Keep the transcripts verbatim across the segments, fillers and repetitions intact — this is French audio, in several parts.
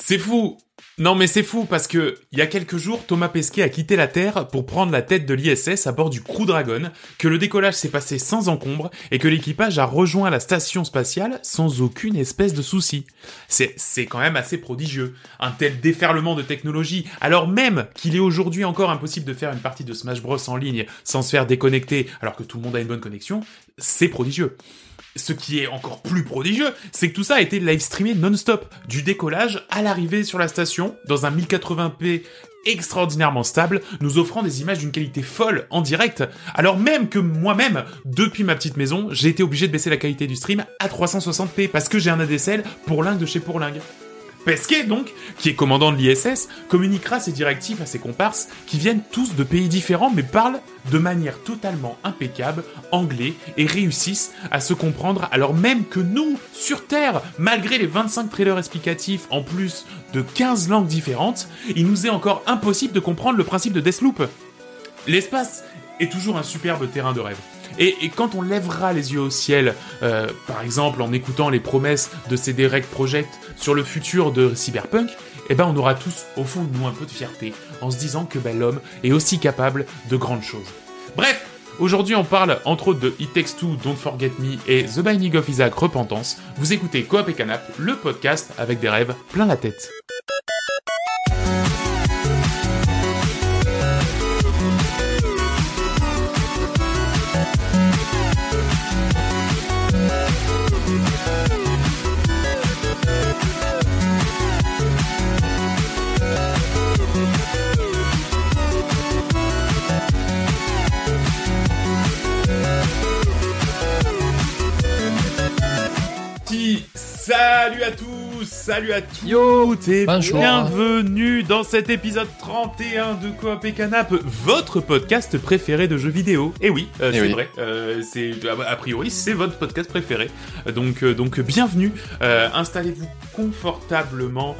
C'est fou. Non mais c'est fou parce que il y a quelques jours, Thomas Pesquet a quitté la Terre pour prendre la tête de l'I S S à bord du Crew Dragon, que le décollage s'est passé sans encombre et que l'équipage a rejoint la station spatiale sans aucune espèce de souci. C'est, c'est quand même assez prodigieux, un tel déferlement de technologie, alors même qu'il est aujourd'hui encore impossible de faire une partie de Smash Bros en ligne sans se faire déconnecter alors que tout le monde a une bonne connexion, c'est prodigieux. Ce qui est encore plus prodigieux, c'est que tout ça a été live-streamé non-stop, du décollage à l'arrivée sur la station, dans un mille quatre-vingts p extraordinairement stable, nous offrant des images d'une qualité folle en direct, alors même que moi-même, depuis ma petite maison, j'ai été obligé de baisser la qualité du stream à trois cent soixante p, parce que j'ai un A D S L Pourlingue de chez Pourlingue. Pesquet, donc, qui est commandant de l'I S S, communiquera ses directives à ses comparses, qui viennent tous de pays différents, mais parlent de manière totalement impeccable anglais et réussissent à se comprendre, alors même que nous, sur Terre, malgré les vingt-cinq trailers explicatifs en plus de quinze langues différentes, il nous est encore impossible de comprendre le principe de Deathloop. L'espace est toujours un superbe terrain de rêve. Et, et quand on lèvera les yeux au ciel, euh, par exemple en écoutant les promesses de C D Rect Project sur le futur de Cyberpunk, eh ben on aura tous au fond de nous un peu de fierté, en se disant que ben, l'homme est aussi capable de grandes choses. Bref, aujourd'hui on parle entre autres de It Takes Two, Don't Forget Me et The Binding of Isaac Repentance. Vous écoutez Coop et Canap, le podcast avec des rêves plein la tête. Salut à tous, salut à toutes Yo, et bonjour. Bienvenue dans cet épisode trente et un de Coop et Canap, votre podcast préféré de jeux vidéo. Et oui, euh, et c'est oui. vrai, euh, c'est, a priori c'est votre podcast préféré. Donc, euh, donc bienvenue, euh, installez-vous confortablement.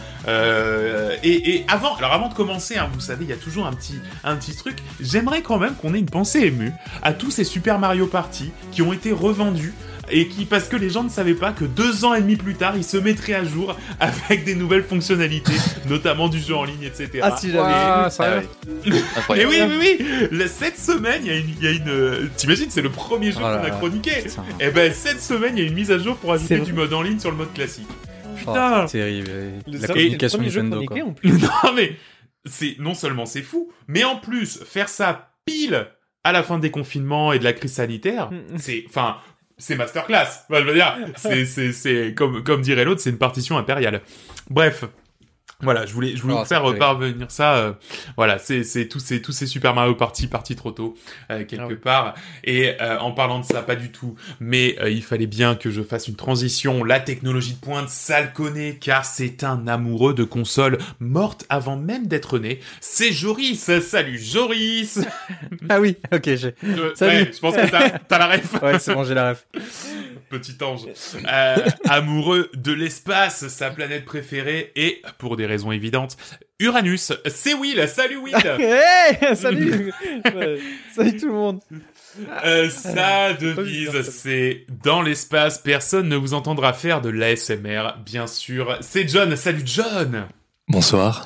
Euh, et, et avant, alors avant de commencer, hein, vous savez, il y a toujours un petit, un petit truc. J'aimerais quand même qu'on ait une pensée émue à tous ces Super Mario Party qui ont été revendus. Et qui, parce que les gens ne savaient pas que deux ans et demi plus tard, ils se mettraient à jour avec des nouvelles fonctionnalités, notamment du jeu en ligne, et cetera. Ah, si j'avais ah, ça ah, Et oui, oui, oui. Cette semaine, il y a une, il y a une, t'imagines, c'est le premier jeu oh qu'on a chroniqué. Et ben, cette semaine, il y a une mise à jour pour ajouter du mode en ligne sur le mode classique. Putain. Oh, c'est terrible. La et communication Nintendo, quoi. En plus. Non, mais, c'est, non seulement c'est fou, mais en plus, faire ça pile à la fin des confinements et de la crise sanitaire, c'est, enfin, c'est masterclass. Enfin, je veux dire, c'est, c'est, c'est, comme, comme dirait l'autre, c'est une partition impériale. Bref. Voilà, je voulais, je voulais oh, vous faire euh, parvenir ça. Euh, voilà, c'est, c'est tous ces, tous ces Super Mario Party partis trop tôt euh, quelque ah oui. part. Et euh, en parlant de ça, pas du tout. Mais euh, il fallait bien que je fasse une transition. La technologie de pointe, ça le connaît, car c'est un amoureux de console morte avant même d'être né. C'est Joris. Salut Joris. Ah oui, ok, j'ai. Euh, Salut. Ouais, je pense que t'as, t'as la ref. Ouais, c'est bon, j'ai la ref. Petit ange. Euh, amoureux de l'espace, sa planète préférée et, pour des raisons évidentes, Uranus. C'est Will. Salut Will. Hey, salut. Ouais, salut tout le monde. Euh, sa devise, c'est « Dans l'espace, personne ne vous entendra faire de l'A S M R, bien sûr. » C'est John. Salut John. Bonsoir.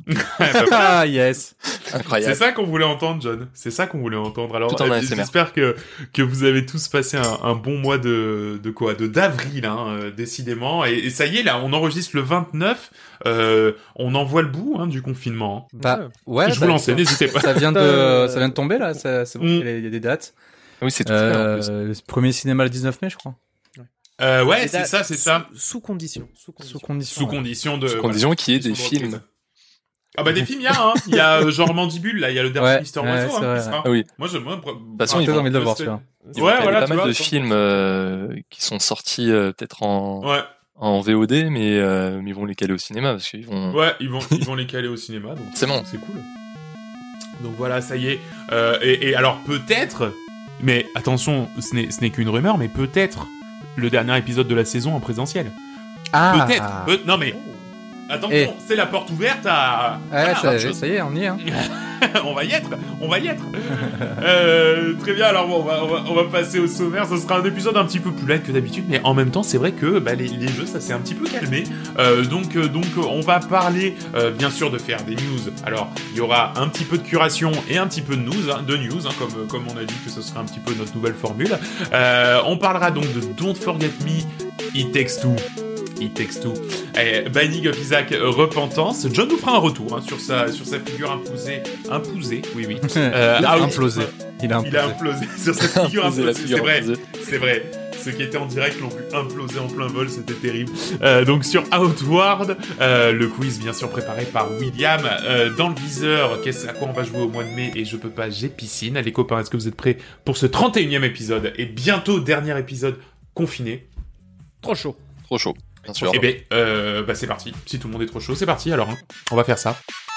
Ah yes, incroyable. C'est ça qu'on voulait entendre, John. C'est ça qu'on voulait entendre. Alors, euh, j'espère que que vous avez tous passé un, un bon mois de de quoi, de d'avril, hein, euh, décidément. Et, et ça y est, là, on enregistre le vingt-neuf. Euh, on en voit le bout, hein, du confinement. Bah ouais. Je vous lance, n'hésitez pas. Ça vient de ça vient de tomber là. Ça, c'est bon. Il mm. y a des dates. Oui, c'est tout. Euh, fait, en plus. Le premier cinéma le dix-neuf mai, je crois. Euh, ouais, c'est ça, c'est ça. Sous condition. Sous condition. Sous condition. Sous condition de. Sous condition voilà, qu'il y ait des films. Ah bah des films, il y a, hein. Il y a euh, genre Mandibule, là, il y a le dernier ouais, Mister ouais, Oiseau, hein, vrai, qui sera. Ah oui. Moi, j'aime, moi, de toute façon, ils vont envie de le voir, celui-là. Il y a pas mal de films euh, qui sont sortis euh, peut-être en ouais. en V O D, mais euh, mais ils vont les caler au cinéma parce qu'ils vont. Ouais, ils vont ils vont les caler au cinéma, donc c'est bon, c'est cool. Donc voilà, ça y est. Euh, et, et alors peut-être, mais attention, ce n'est ce n'est qu'une rumeur, mais peut-être le dernier épisode de la saison en présentiel. Ah. Peut-être. Peut, non mais. attention, Et... c'est la porte ouverte à... Ouais, ah, ça, ça y est, on y est. Hein. on va y être, on va y être. euh, très bien, alors bon, on va, on, va, on va passer au sommaire. Ce sera un épisode un petit peu plus light que d'habitude, mais en même temps, c'est vrai que bah, les, les jeux, ça s'est un petit peu calmé. Euh, donc, euh, donc, on va parler, euh, bien sûr, de faire des news. Alors, il y aura un petit peu de curation et un petit peu de news, hein, de news, hein, comme, comme on a dit que ce serait un petit peu notre nouvelle formule. Euh, on parlera donc de Don't Forget Me, It Takes Two. It Takes Two. Eh, Binding of Isaac, euh, Repentance. John nous fera un retour hein, sur sa sur sa figure imposée, imposée, oui oui. Euh, Il a implosé. Il a implosé. Il a implosé sur sa figure imposée. C'est vrai, c'est vrai. Ceux qui étaient en direct l'ont vu imploser en plein vol, c'était terrible. Euh, donc sur Outward, euh, le quiz bien sûr préparé par William. Euh, dans le viseur, qu'est-ce à quoi on va jouer au mois de mai et je peux pas, j'ai piscine. Les copains, est-ce que vous êtes prêts pour ce trente et unième épisode et bientôt dernier épisode confiné? Trop chaud. Trop chaud. Bien sûr. Eh ben, euh, bah c'est parti. Si tout le monde est trop chaud, c'est parti alors. Hein. On va faire ça.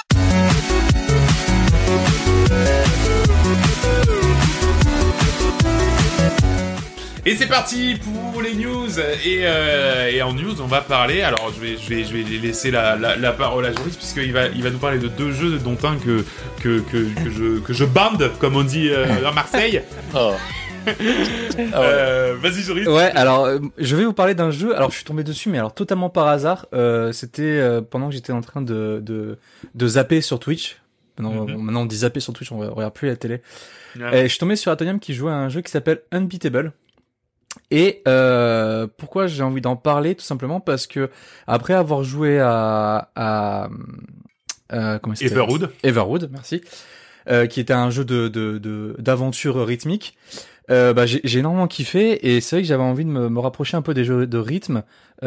Et c'est parti pour les news. Et, euh, et en news, on va parler. Alors, je vais, je vais, je vais laisser la, la, la parole à Joris puisqu'il va, il va nous parler de deux jeux, dont un que que que, que je que je bande, comme on dit euh, à Marseille. Oh. Ah ouais. euh, vas-y Joris. Ouais, alors euh, je vais vous parler d'un jeu. Alors je suis tombé dessus, mais alors totalement par hasard. Euh, c'était euh, pendant que j'étais en train de de de zapper sur Twitch. Maintenant, mm-hmm. maintenant on dit zapper sur Twitch, on regarde plus la télé. Ouais. Et je suis tombé sur Atonium qui jouait à un jeu qui s'appelle Unbeatable. Et euh, pourquoi j'ai envie d'en parler? Tout simplement parce que après avoir joué à à euh, comment c'était Everwood. Everwood, merci. Euh, qui était un jeu de de de d'aventure rythmique. Euh, bah j'ai, j'ai énormément kiffé et c'est vrai que j'avais envie de me, me rapprocher un peu des jeux de rythme,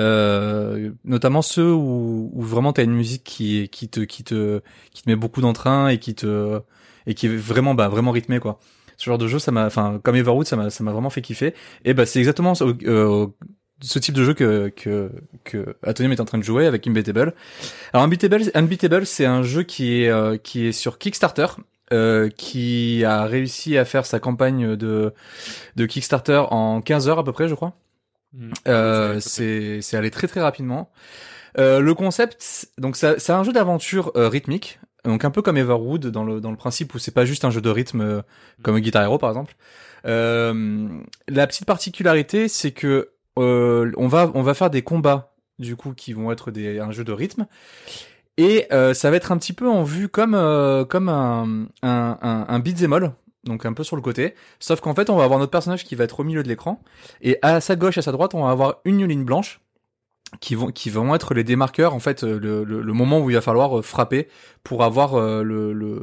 euh, notamment ceux où, où vraiment t'as une musique qui qui te qui te qui te met beaucoup d'entrain et qui te et qui est vraiment bah vraiment rythmé quoi. Ce genre de jeu, ça m'a, enfin comme Everwood, ça m'a ça m'a vraiment fait kiffer. Et bah c'est exactement ce, euh, ce type de jeu que que que Atonium est en train de jouer avec Unbeatable. Alors Unbeatable, Unbeatable, c'est un jeu qui est euh, qui est sur Kickstarter. Euh, qui a réussi à faire sa campagne de de Kickstarter en quinze heures à peu près, je crois. Mmh. Euh, c'est c'est allé très très rapidement. Euh, le concept, donc ça, c'est un jeu d'aventure euh, rythmique, donc un peu comme Everwood dans le dans le principe où c'est pas juste un jeu de rythme euh, comme Guitar Hero par exemple. Euh, la petite particularité, c'est que euh, on va on va faire des combats du coup qui vont être des un jeu de rythme. Et euh, ça va être un petit peu en vue comme euh, comme un un un, un beat'em all, donc un peu sur le côté. Sauf qu'en fait, on va avoir notre personnage qui va être au milieu de l'écran, et à sa gauche, à sa droite, on va avoir une ligne blanche qui vont qui vont être les démarqueurs. En fait, le le, le moment où il va falloir frapper pour avoir euh, le le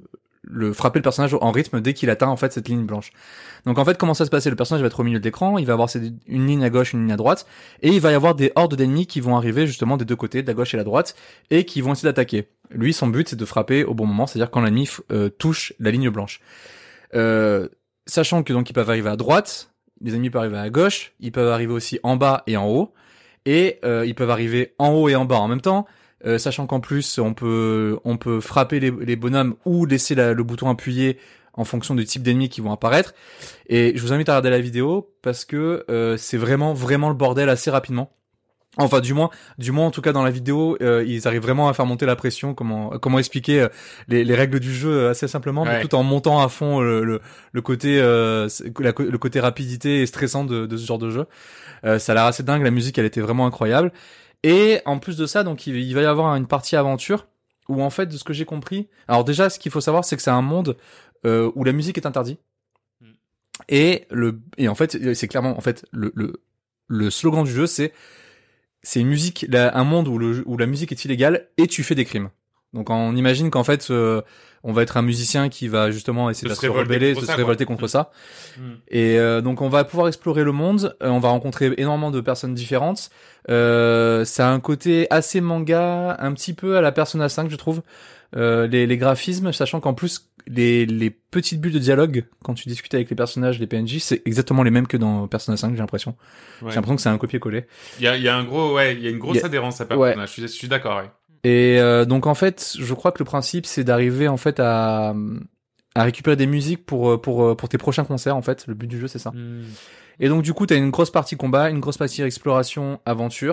le frapper le personnage en rythme dès qu'il atteint en fait cette ligne blanche. Donc en fait comment ça se passe? Le personnage va être au milieu de l'écran, il va avoir une ligne à gauche, une ligne à droite, et il va y avoir des hordes d'ennemis qui vont arriver justement des deux côtés, de la gauche et la droite, et qui vont essayer d'attaquer. Lui son but c'est de frapper au bon moment, c'est-à-dire quand l'ennemi euh, touche la ligne blanche. Euh, sachant que donc ils peuvent arriver à droite, les ennemis peuvent arriver à gauche, ils peuvent arriver aussi en bas et en haut, et euh, ils peuvent arriver en haut et en bas en même temps. Euh, sachant qu'en plus on peut on peut frapper les, les bonhommes ou laisser la, le bouton appuyé en fonction du type d'ennemis qui vont apparaître. Et je vous invite à regarder la vidéo parce que euh, c'est vraiment vraiment le bordel assez rapidement. Enfin du moins du moins en tout cas dans la vidéo euh, ils arrivent vraiment à faire monter la pression. Comment comment expliquer euh, les, les règles du jeu assez simplement, ouais. Mais tout en montant à fond le le, le côté euh, la, le côté rapidité et stressant de, de ce genre de jeu. Euh, ça a l'air assez dingue. La musique elle était vraiment incroyable. Et en plus de ça, donc il, il va y avoir une partie aventure où en fait, de ce que j'ai compris, alors déjà, ce qu'il faut savoir, c'est que c'est un monde euh, où la musique est interdite. Mm. Et le et en fait, c'est clairement en fait le le le slogan du jeu, c'est c'est une musique, la, un monde où le où la musique est illégale et tu fais des crimes. Donc on imagine qu'en fait euh, on va être un musicien qui va justement essayer de, de se, se rebeller, de se révolter contre mmh. ça. Mmh. Et euh, donc on va pouvoir explorer le monde, euh, on va rencontrer énormément de personnes différentes. Euh, ça a un côté assez manga, un petit peu à la Persona cinq je trouve. Euh, les, les graphismes, sachant qu'en plus les, les petites bulles de dialogue quand tu discutes avec les personnages, les P N J, c'est exactement les mêmes que dans Persona cinq, j'ai l'impression. Ouais. J'ai l'impression que c'est un copier-coller. Il y a, il y a un gros, ouais, il y a une grosse a... adhérence à Persona. Ouais. Je suis, je suis d'accord. Ouais. Et euh, donc en fait, je crois que le principe c'est d'arriver en fait à à récupérer des musiques pour pour pour tes prochains concerts en fait. Le but du jeu c'est ça. Mmh. Et donc du coup, t'as une grosse partie combat, une grosse partie exploration, aventure.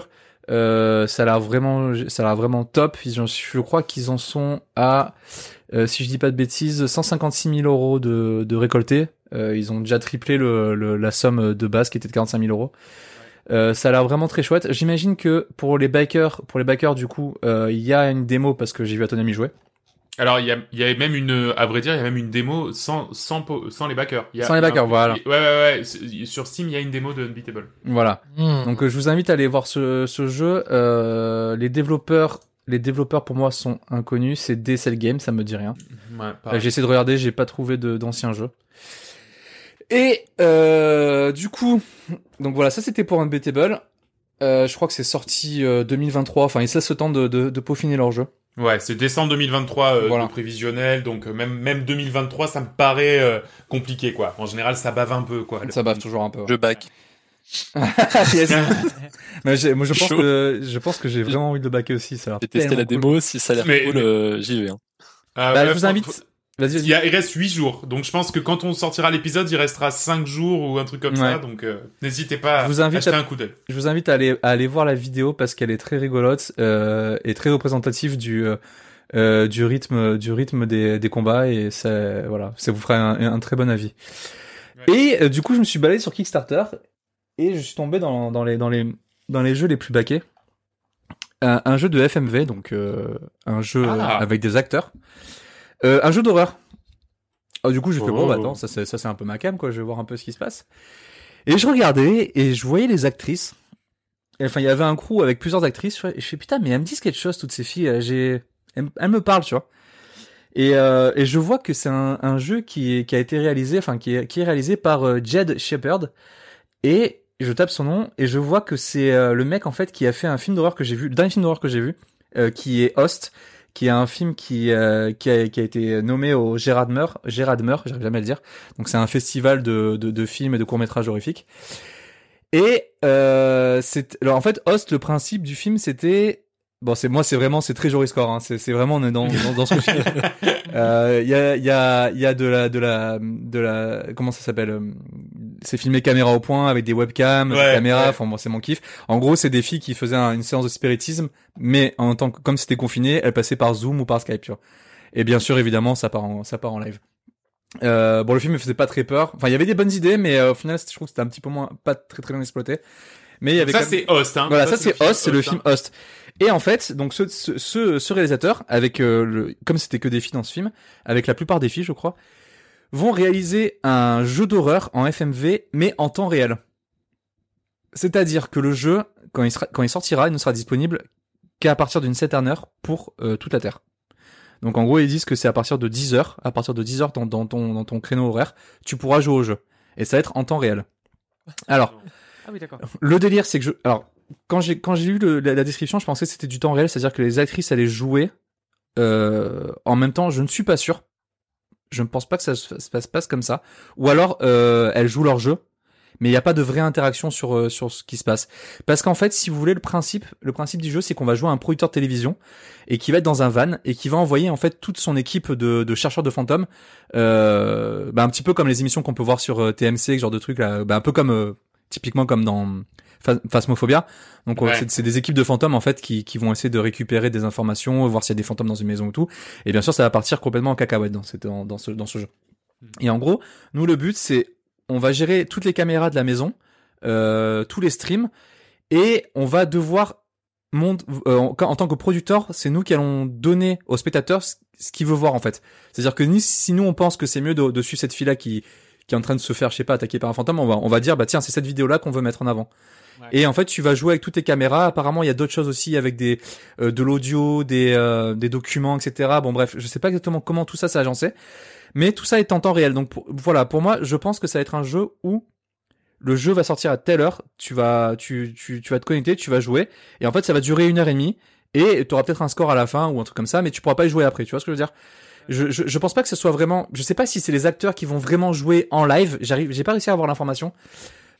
Euh, ça a l'air vraiment, ça a l'air vraiment top. Ils ont, je crois qu'ils en sont à, euh, si je dis pas de bêtises, cent cinquante-six mille euros de, de récoltés. Euh, ils ont déjà triplé le, le, la somme de base qui était de quarante-cinq mille euros. Euh, ça a l'air vraiment très chouette. J'imagine que pour les backers, pour les backers du coup, euh, il y a une démo parce que j'ai vu Atonami jouer. Alors, il y a, il y a même une, à vrai dire, il y a même une démo sans, sans, po- sans les backers. Il y a, Sans les backers, un- voilà. Ouais, ouais, ouais. Sur Steam, il y a une démo de Unbeatable. Voilà. Hmm. Donc euh, je vous invite à aller voir ce, ce jeu. Euh, les développeurs, les développeurs pour moi sont inconnus. C'est D S L Games, ça me dit rien. Ouais, Euh, pareil. j'ai essayé de regarder, j'ai pas trouvé de, d'anciens jeux. Et euh, du coup, donc voilà, ça c'était pour Unbeatable. Euh, je crois que c'est sorti euh, deux mille vingt-trois. Enfin, ils se laissent le temps de, de, de peaufiner leur jeu. Ouais, c'est décembre deux mille vingt-trois euh, Voilà. de prévisionnel, donc euh, même même deux mille vingt-trois, ça me paraît euh, compliqué, quoi. En général, ça bave un peu, quoi. Ça bave toujours un peu. Je back. Yes. Mais j'ai- moi, je pense Chaud. que je pense que j'ai vraiment envie de le backer aussi. Ça a l'air J'ai testé la tellement cool. démo, si ça a l'air Mais- cool, mais- euh, j'y vais. Hein. Euh, Bah, ouais, je vous faut- invite. faut- Vas-y, Il, vas-y. y a- il reste huit jours, donc je pense que quand on sortira l'épisode, il restera cinq jours ou un truc comme ça, Ouais. donc euh, n'hésitez pas Je vous à invite acheter à- un coup d'œil. Je vous invite à aller, à aller voir la vidéo parce qu'elle est très rigolote euh, et très représentative du euh, euh, du rythme du rythme des, des combats et ça voilà, ça vous fera un, un très bon avis. Ouais. Et euh, du coup, je me suis baladé sur Kickstarter et je suis tombé dans, dans les dans les dans les jeux les plus backés. Un, un jeu de F M V, donc euh, un jeu Ah. avec des acteurs, euh, un jeu d'horreur. Ah, du coup, j'ai fait Oh. bon, bah attends, ça c'est ça c'est un peu ma cam quoi, je vais voir un peu ce qui se passe. Et je regardais et je voyais les actrices. Et, enfin, il y avait un crew avec plusieurs actrices. Et je fais putain, mais elles me disent quelque chose toutes ces filles. euh, J'ai, elles, elles me parlent, tu vois. Et, euh, et je vois que c'est un, un jeu qui, est, qui a été réalisé, enfin qui est, qui est réalisé par euh, Jed Shepard. Et je tape son nom et je vois que c'est euh, le mec en fait qui a fait un film d'horreur que j'ai vu, le dernier film d'horreur que j'ai vu, euh, qui est Host, qui est un film qui euh, qui, a, qui a été nommé au Gérardmer, Gérardmer, j'arrive jamais à le dire. Donc c'est un festival de de, de films et de courts métrages horrifiques. Et euh, c'est alors en fait Host, le principe du film c'était bon, c'est moi c'est vraiment c'est très Joris Score, hein, c'est c'est vraiment on est dans dans, dans ce film. Euh, il y a il y a il y a de la de la de la comment ça s'appelle euh, c'est filmé caméra au point avec des webcams, des Ouais, caméras, ouais. enfin moi c'est mon kiff. En gros, c'est des filles qui faisaient un- une séance de spiritisme, mais en tant que comme c'était confiné, elles passaient par Zoom ou par Skype, tu vois. Et bien sûr, évidemment, ça part en ça part en live. Euh, bon, le film me faisait pas très peur. Enfin, il y avait des bonnes idées, mais euh, au final, c'était- je trouve que c'était un petit peu moins pas très très bien exploité. Mais il y avait Ça, quand même- c'est Host, hein. voilà, ça c'est Host, c'est le Host, film hein. Host. Et en fait, donc ce ce ce, ce réalisateur, avec euh, le comme c'était que des filles dans ce film, avec la plupart des filles, je crois, vont réaliser un jeu d'horreur en F M V, mais en temps réel. C'est-à-dire que le jeu, quand il sera quand il sortira, il ne sera disponible qu'à partir d'une certaine heure pour euh, toute la Terre. Donc en gros, ils disent que c'est à partir de dix heures, à partir de dix heures dans, dans ton dans ton créneau horaire, tu pourras jouer au jeu. Et ça va être en temps réel. Alors, Ah oui, d'accord. le délire, c'est que je, alors, quand j'ai, quand j'ai lu le- la, la description, je pensais que c'était du temps réel, c'est-à-dire que les actrices allaient jouer, euh, en même temps, je ne suis pas sûr. Je ne pense pas que ça se se passe, passe comme ça. Ou alors, euh, elles jouent leur jeu, mais il n'y a pas de vraie interaction sur, euh, sur ce qui se passe. Parce qu'en fait, si vous voulez, le principe, le principe du jeu, c'est qu'on va jouer à un producteur de télévision, et qui va être dans un van, et qui va envoyer, en fait, toute son équipe de, de chercheurs de fantômes, euh, bah, un petit peu comme les émissions qu'on peut voir sur euh, T M C, ce genre de trucs, là, bah, un peu comme, euh, typiquement comme dans Phas- Phasmophobia. Donc Ouais. c'est, c'est des équipes de fantômes en fait qui, qui vont essayer de récupérer des informations, voir s'il y a des fantômes dans une maison ou tout. Et bien sûr, ça va partir complètement en cacahuète dans cette dans, dans ce dans ce jeu. Et en gros, nous le but c'est on va gérer toutes les caméras de la maison, euh, tous les streams, et on va devoir mont- euh, en, en tant que producteur, c'est nous qui allons donner au spectateur ce, ce qu'il veut voir en fait. C'est-à-dire que ni, si nous on pense que c'est mieux de, de suivre cette fille là qui qui est en train de se faire, je sais pas, attaquer par un fantôme, on va, on va dire, bah tiens, c'est cette vidéo-là qu'on veut mettre en avant. Ouais. Et en fait, tu vas jouer avec toutes tes caméras. Apparemment, il y a d'autres choses aussi avec des, euh, de l'audio, des, euh, des documents, et cetera. Bon, bref, je sais pas exactement comment tout ça s'est agencé, mais tout ça est en temps réel. Donc pour- voilà, pour moi, je pense que ça va être un jeu où le jeu va sortir à telle heure, tu vas, tu, tu, tu vas te connecter, tu vas jouer, et en fait, ça va durer une heure et demie, et tu auras peut-être un score à la fin ou un truc comme ça, mais tu pourras pas y jouer après. Tu vois ce que je veux dire? Je, je, je pense pas que ce soit vraiment. Je sais pas si c'est les acteurs qui vont vraiment jouer en live. J'arrive, j'ai pas réussi à avoir l'information.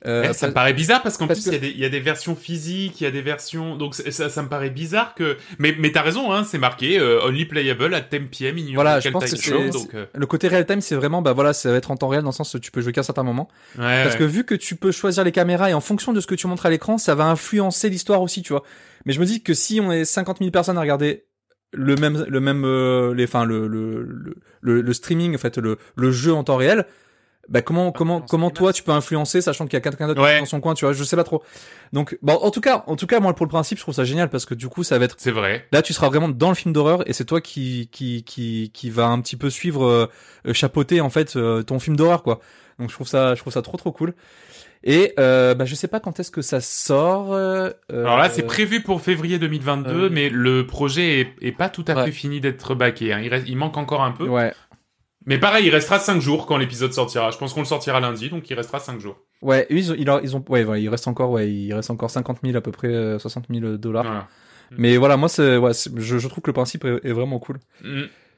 Euh, Eh, ça pas- me paraît bizarre parce qu'en parce plus il que- y a des il y a des versions physiques, il y a des versions donc c'est- ça ça me paraît bizarre que mais mais t'as raison hein, c'est marqué euh, only playable at ten p m in your Voilà, local je pense que time c'est show, c'est- donc euh, le côté real time, c'est vraiment bah voilà, ça va être en temps réel dans le sens où tu peux jouer qu'à un certain moment. ouais, Parce ouais. que vu que tu peux choisir les caméras et en fonction de ce que tu montres à l'écran, ça va influencer l'histoire aussi, tu vois. Mais je me dis que si on est cinquante mille personnes à regarder le même le même euh, les enfin le le, le le le streaming en fait le le jeu en temps réel, bah comment comment influencer comment les toi masses. tu peux influencer sachant qu'il y a quelqu'un d'autre Ouais. dans son coin, tu vois, je sais pas trop. Donc bon en tout cas en tout cas moi pour le principe je trouve ça génial parce que du coup ça va être C'est vrai. là tu seras vraiment dans le film d'horreur et c'est toi qui qui qui qui va un petit peu suivre euh, euh, chapeauter en fait euh, ton film d'horreur quoi. Donc je trouve ça je trouve ça trop trop cool. Et euh, bah je sais pas quand est-ce que ça sort. Euh, Alors là, c'est euh, prévu pour février deux mille vingt-deux, euh, mais le projet est, est pas tout à Ouais. fait fini d'être backé. Hein. Il, reste, il manque encore un peu. Ouais. Mais pareil, il restera cinq jours quand l'épisode sortira. Je pense qu'on le sortira lundi, donc il restera cinq jours. Ouais, ils ont, ils ont, ils ont- ouais, voilà, il reste encore, ouais, il reste encore cinquante mille à peu près, euh, soixante mille dollars. Voilà. Mais voilà, moi, c'est, ouais, c'est- je, je trouve que le principe est, est vraiment cool. Mm.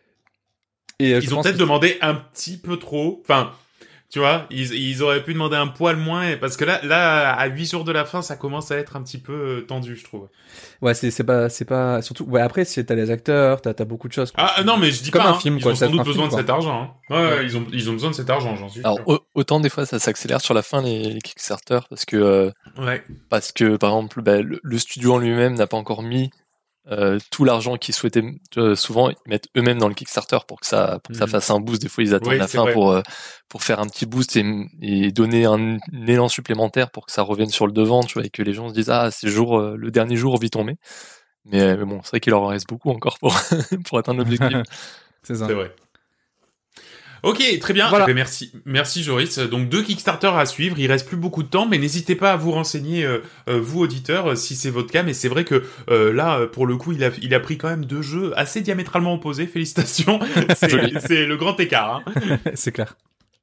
Et euh, je Ils ont pense peut-être que- demandé un petit peu trop. Enfin, tu vois, ils, ils auraient pu demander un poil moins. Parce que là, là, à huit jours de la fin, ça commence à être un petit peu euh, tendu, je trouve. Ouais, c'est, c'est pas, c'est pas, surtout, ouais, après, c'est, t'as les acteurs, t'as, t'as beaucoup de choses. quoi. Ah non, mais je dis Comme pas. un hein. film, ils quoi, ont ça sans va doute être un besoin film, de cet argent. Hein. Ouais, ouais, ils ont, ils ont besoin de cet argent, j'en suis Alors sûr. au- autant des fois ça s'accélère sur la fin les, les Kickstarter parce que euh, Ouais. parce que par exemple bah, le, le studio en lui-même n'a pas encore mis euh, tout l'argent qu'ils souhaitaient. Euh, souvent ils mettent eux-mêmes dans le Kickstarter pour que ça pour que ça Mhm. fasse un boost. Des fois ils attendent Oui, la c'est fin vrai. pour euh, pour faire un petit boost et, et donner un, un élan supplémentaire pour que ça revienne sur le devant, tu vois, et que les gens se disent ah c'est jour euh, le dernier jour vite on met. Mais, euh, mais bon c'est vrai qu'il leur en reste beaucoup encore pour pour atteindre l'objectif. C'est ça. C'est vrai. Ok, très bien. Voilà. Eh ben, merci, merci Joris. Donc deux Kickstarter à suivre. Il reste plus beaucoup de temps, mais n'hésitez pas à vous renseigner, euh, euh, vous auditeurs, euh, si c'est votre cas. Mais c'est vrai que euh, là, euh, pour le coup, il a, il a pris quand même deux jeux assez diamétralement opposés. Félicitations. Joli. c'est, c'est le grand écart. Hein. c'est clair.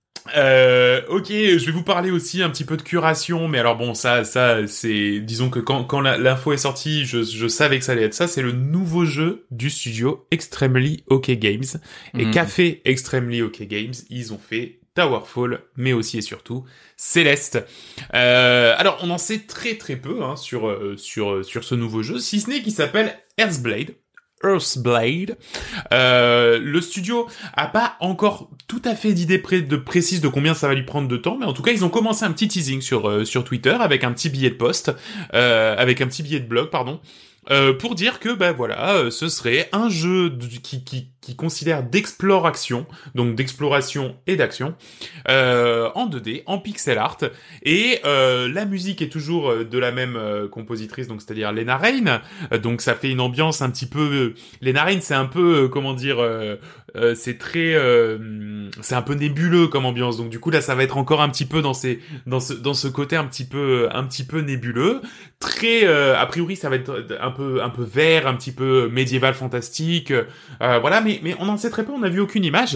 Euh, ok, je vais vous parler aussi un petit peu de curation, mais alors bon, ça, ça, c'est, disons que quand, quand la- l'info est sortie, je, je savais que ça allait être ça. C'est le nouveau jeu du studio Extremely OK Games. Et Mhm. qu'a fait Extremely OK Games? Ils ont fait Towerfall, mais aussi et surtout Céleste. Euh, alors, on en sait très très peu hein, sur euh, sur sur ce nouveau jeu, si ce n'est qu'il s'appelle Earthblade. Earthblade. Euh, le studio a pas encore tout à fait d'idée pré- de précise de combien ça va lui prendre de temps, mais en tout cas ils ont commencé un petit teasing sur euh, sur Twitter avec un petit billet de post, euh, avec un petit billet de blog, pardon. Euh, pour dire que ben voilà, euh, ce serait un jeu de- qui qui qui considère d'exploration, donc d'exploration et d'action, euh, en deux D, en pixel art, et euh, la musique est toujours euh, de la même euh, compositrice, donc c'est-à-dire Lena Raine. Euh, donc ça fait une ambiance un petit peu. euh, Lena Raine, c'est un peu euh, comment dire, euh, euh, c'est très, euh, c'est un peu nébuleux comme ambiance. Donc du coup là, ça va être encore un petit peu dans ces, dans ce, dans ce côté un petit peu, un petit peu nébuleux. Très, euh, a priori, ça va être un peu, un peu vert, un petit peu médiéval, fantastique. Euh, voilà, mais mais on en sait très peu. On n'a vu aucune image.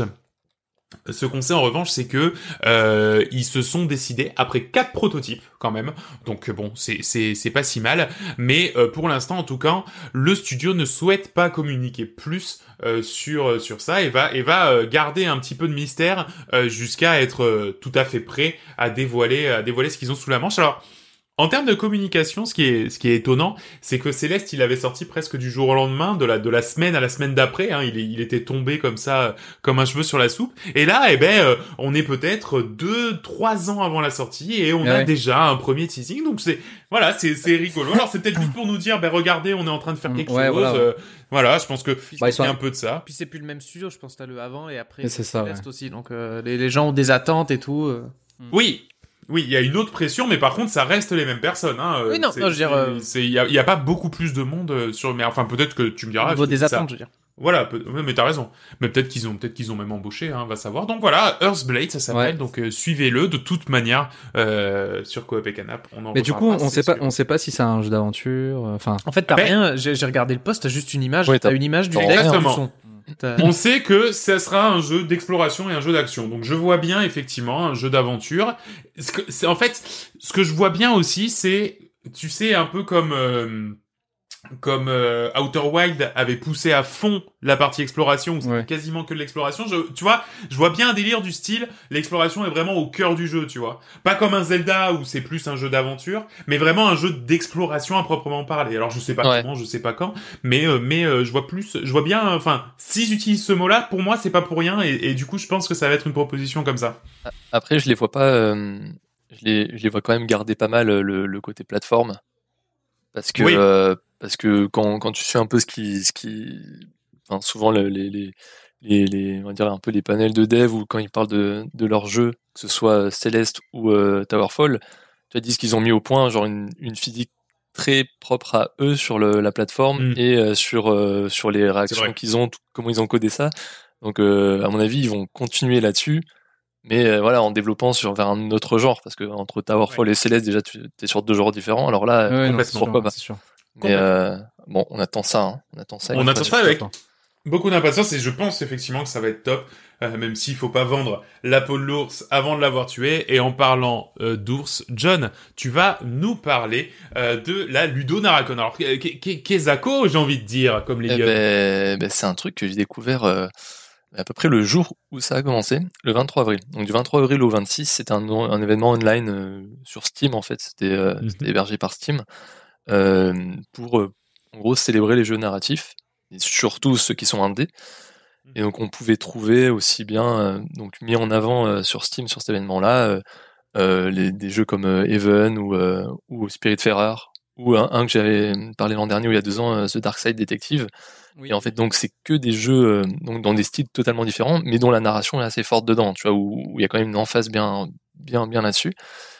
Ce qu'on sait en revanche, c'est que euh, ils se sont décidés après quatre prototypes quand même. Donc bon, c'est c'est c'est pas si mal. Mais euh, pour l'instant, en tout cas, le studio ne souhaite pas communiquer plus euh, sur sur ça et va et va euh, garder un petit peu de mystère euh, jusqu'à être euh, tout à fait prêt à dévoiler à dévoiler ce qu'ils ont sous la manche. Alors. En termes de communication, ce qui est ce qui est étonnant, c'est que Céleste, il avait sorti presque du jour au lendemain, de la de la semaine à la semaine d'après. Hein, il est, il était tombé comme ça, comme un cheveu sur la soupe. Et là, eh ben, euh, on est peut-être deux, trois ans avant la sortie et on Ah a ouais. déjà un premier teasing. Donc c'est voilà, c'est c'est rigolo. Alors c'est peut-être juste pour nous dire, ben regardez, on est en train de faire quelque Ouais, chose. voilà, ouais. Euh, voilà, je pense que Puis, Bah, ils il y a sont- un peu de ça. puis c'est plus le même studio, je pense que t'as le avant et après Et c'est ça, Céleste aussi. Donc euh, les, les gens ont des attentes et tout. euh. Oui. Oui, il y a une autre pression, mais par contre, ça reste les mêmes personnes. Hein. Oui, non, C'est- non, je veux dire, c'est- euh, c'est- il y a, il y a pas beaucoup plus de monde euh, sur, mais enfin peut-être que tu me diras. Au niveau je- des ça- attentes, je veux dire. Voilà, peut- ouais, mais t'as raison. Mais peut-être qu'ils ont, peut-être qu'ils ont même embauché, hein, va savoir. Donc voilà, Earthblade, ça s'appelle. Ouais. Donc euh, suivez-le de toute manière euh, sur Coop et Canap. On en Mais du coup, reparlera, on c'est sait pas, sûr. on sait pas si c'est un jeu d'aventure. euh, Enfin, En fait, t'as Ben- rien. J'ai j'ai regardé le post, t'as juste une image. Ouais, t'as t'as- une image du t'as texte, rien. du son. T'as- On sait que ça sera un jeu d'exploration et un jeu d'action. Donc je vois bien effectivement un jeu d'aventure. Ce que- c'est en fait ce que je vois bien aussi, c'est tu sais un peu comme euh, comme euh, Outer Wild avait poussé à fond la partie exploration, où c'était Ouais. quasiment que de l'exploration. Je, tu vois, je vois bien un délire du style, l'exploration est vraiment au cœur du jeu, tu vois. Pas comme un Zelda où c'est plus un jeu d'aventure, mais vraiment un jeu d'exploration à proprement parler. Alors je sais pas Ouais. comment, je sais pas quand, mais euh, mais euh, je vois plus, je vois bien. Enfin, s'ils utilisent ce mot-là, pour moi c'est pas pour rien, et, et du coup je pense que ça va être une proposition comme ça. Après, je les vois pas. euh, je les, je les vois quand même garder pas mal euh, le, le côté plateforme, parce que Oui. euh, parce que quand quand tu suis un peu ce qui ce qui, enfin, souvent le- les les les les on va dire un peu les panels de dev, ou quand ils parlent de de leur jeu, que ce soit Celeste ou euh, Towerfall, tu as dit ce qu'ils ont mis au point, genre une une physique très propre à eux sur le, la plateforme, Mm. et euh, sur euh, sur les réactions vrai. qu'ils ont, tout- comment ils ont codé ça. Donc euh, à mon avis, ils vont continuer là-dessus. Mais euh, voilà, en développant sur vers un autre genre, parce que entre Towerfall Ouais. et Celeste, déjà, tu es sur deux genres différents. Alors là, Ouais, non, complètement. c'est pourquoi sûr, pas. c'est sûr. Mais euh, bon, on attend ça, hein. On attend ça. On avec attend ça impatience. avec beaucoup d'impatience, et je pense effectivement que ça va être top, euh, même s'il faut pas vendre la peau de l'ours avant de l'avoir tué. Et en parlant euh, d'ours, John, tu vas nous parler euh, de la Ludonarracon. Alors, qu'est- qu'est- qu'est-Zako, j'ai envie de dire, comme les Eh lions. ben, ben, c'est un truc que j'ai découvert euh, à peu près le jour où ça a commencé, le vingt-trois avril. Donc du vingt-trois avril au vingt-six, c'était un, un événement online euh, sur Steam, en fait. C'était euh, Mhm. c'était hébergé par Steam euh, pour, euh, en gros, célébrer les jeux narratifs, et surtout ceux qui sont indés. Et donc on pouvait trouver aussi bien euh, donc mis en avant euh, sur Steam sur cet événement-là euh, euh, les, des jeux comme euh, Even ou euh, ou Spiritfarer, ou un, un que j'avais parlé l'an dernier ou il y a deux ans, euh, The Dark Side Detective. Oui. Et en fait donc c'est que des jeux euh, donc dans des styles totalement différents, mais dont la narration est assez forte dedans, tu vois, où où il y a quand même une emphase bien bien bien là-dessus.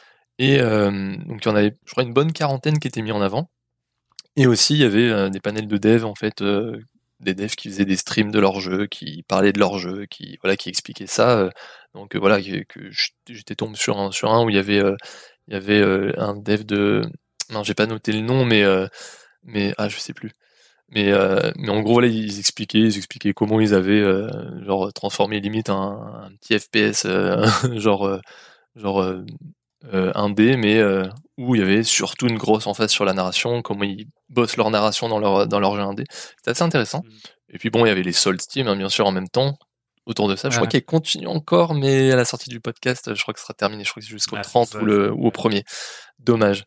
Et euh, donc il y en avait, je crois, une bonne quarantaine qui étaient mis en avant. Et aussi, il y avait euh, des panels de dev, en fait, euh, des devs qui faisaient des streams de leur jeu, qui parlaient de leur jeu, qui voilà, qui expliquaient ça. euh, donc euh, voilà, que, que j'étais tombé sur un sur un où il y avait euh, il y avait euh, un dev de, non, j'ai pas noté le nom, mais euh, mais ah, je sais plus. Mais euh, mais en gros, voilà, ils expliquaient ils expliquaient comment ils avaient euh, genre transformé limite un, un petit F P S euh, genre euh, genre euh, euh, indé, mais euh, où il y avait surtout une grosse emphase sur la narration, comment ils bossent leur narration dans leur dans leur jeu indé. C'était assez intéressant. Mhm. Et puis bon, il y avait les soldes Steam, hein, bien sûr, en même temps autour de ça. Je crois Ouais. qu'elle continue encore, mais à la sortie du podcast, je crois que ce sera terminé. Je crois que c'est jusqu'au Ah, c'est trente ça, ou le ça. ou au premier. Dommage.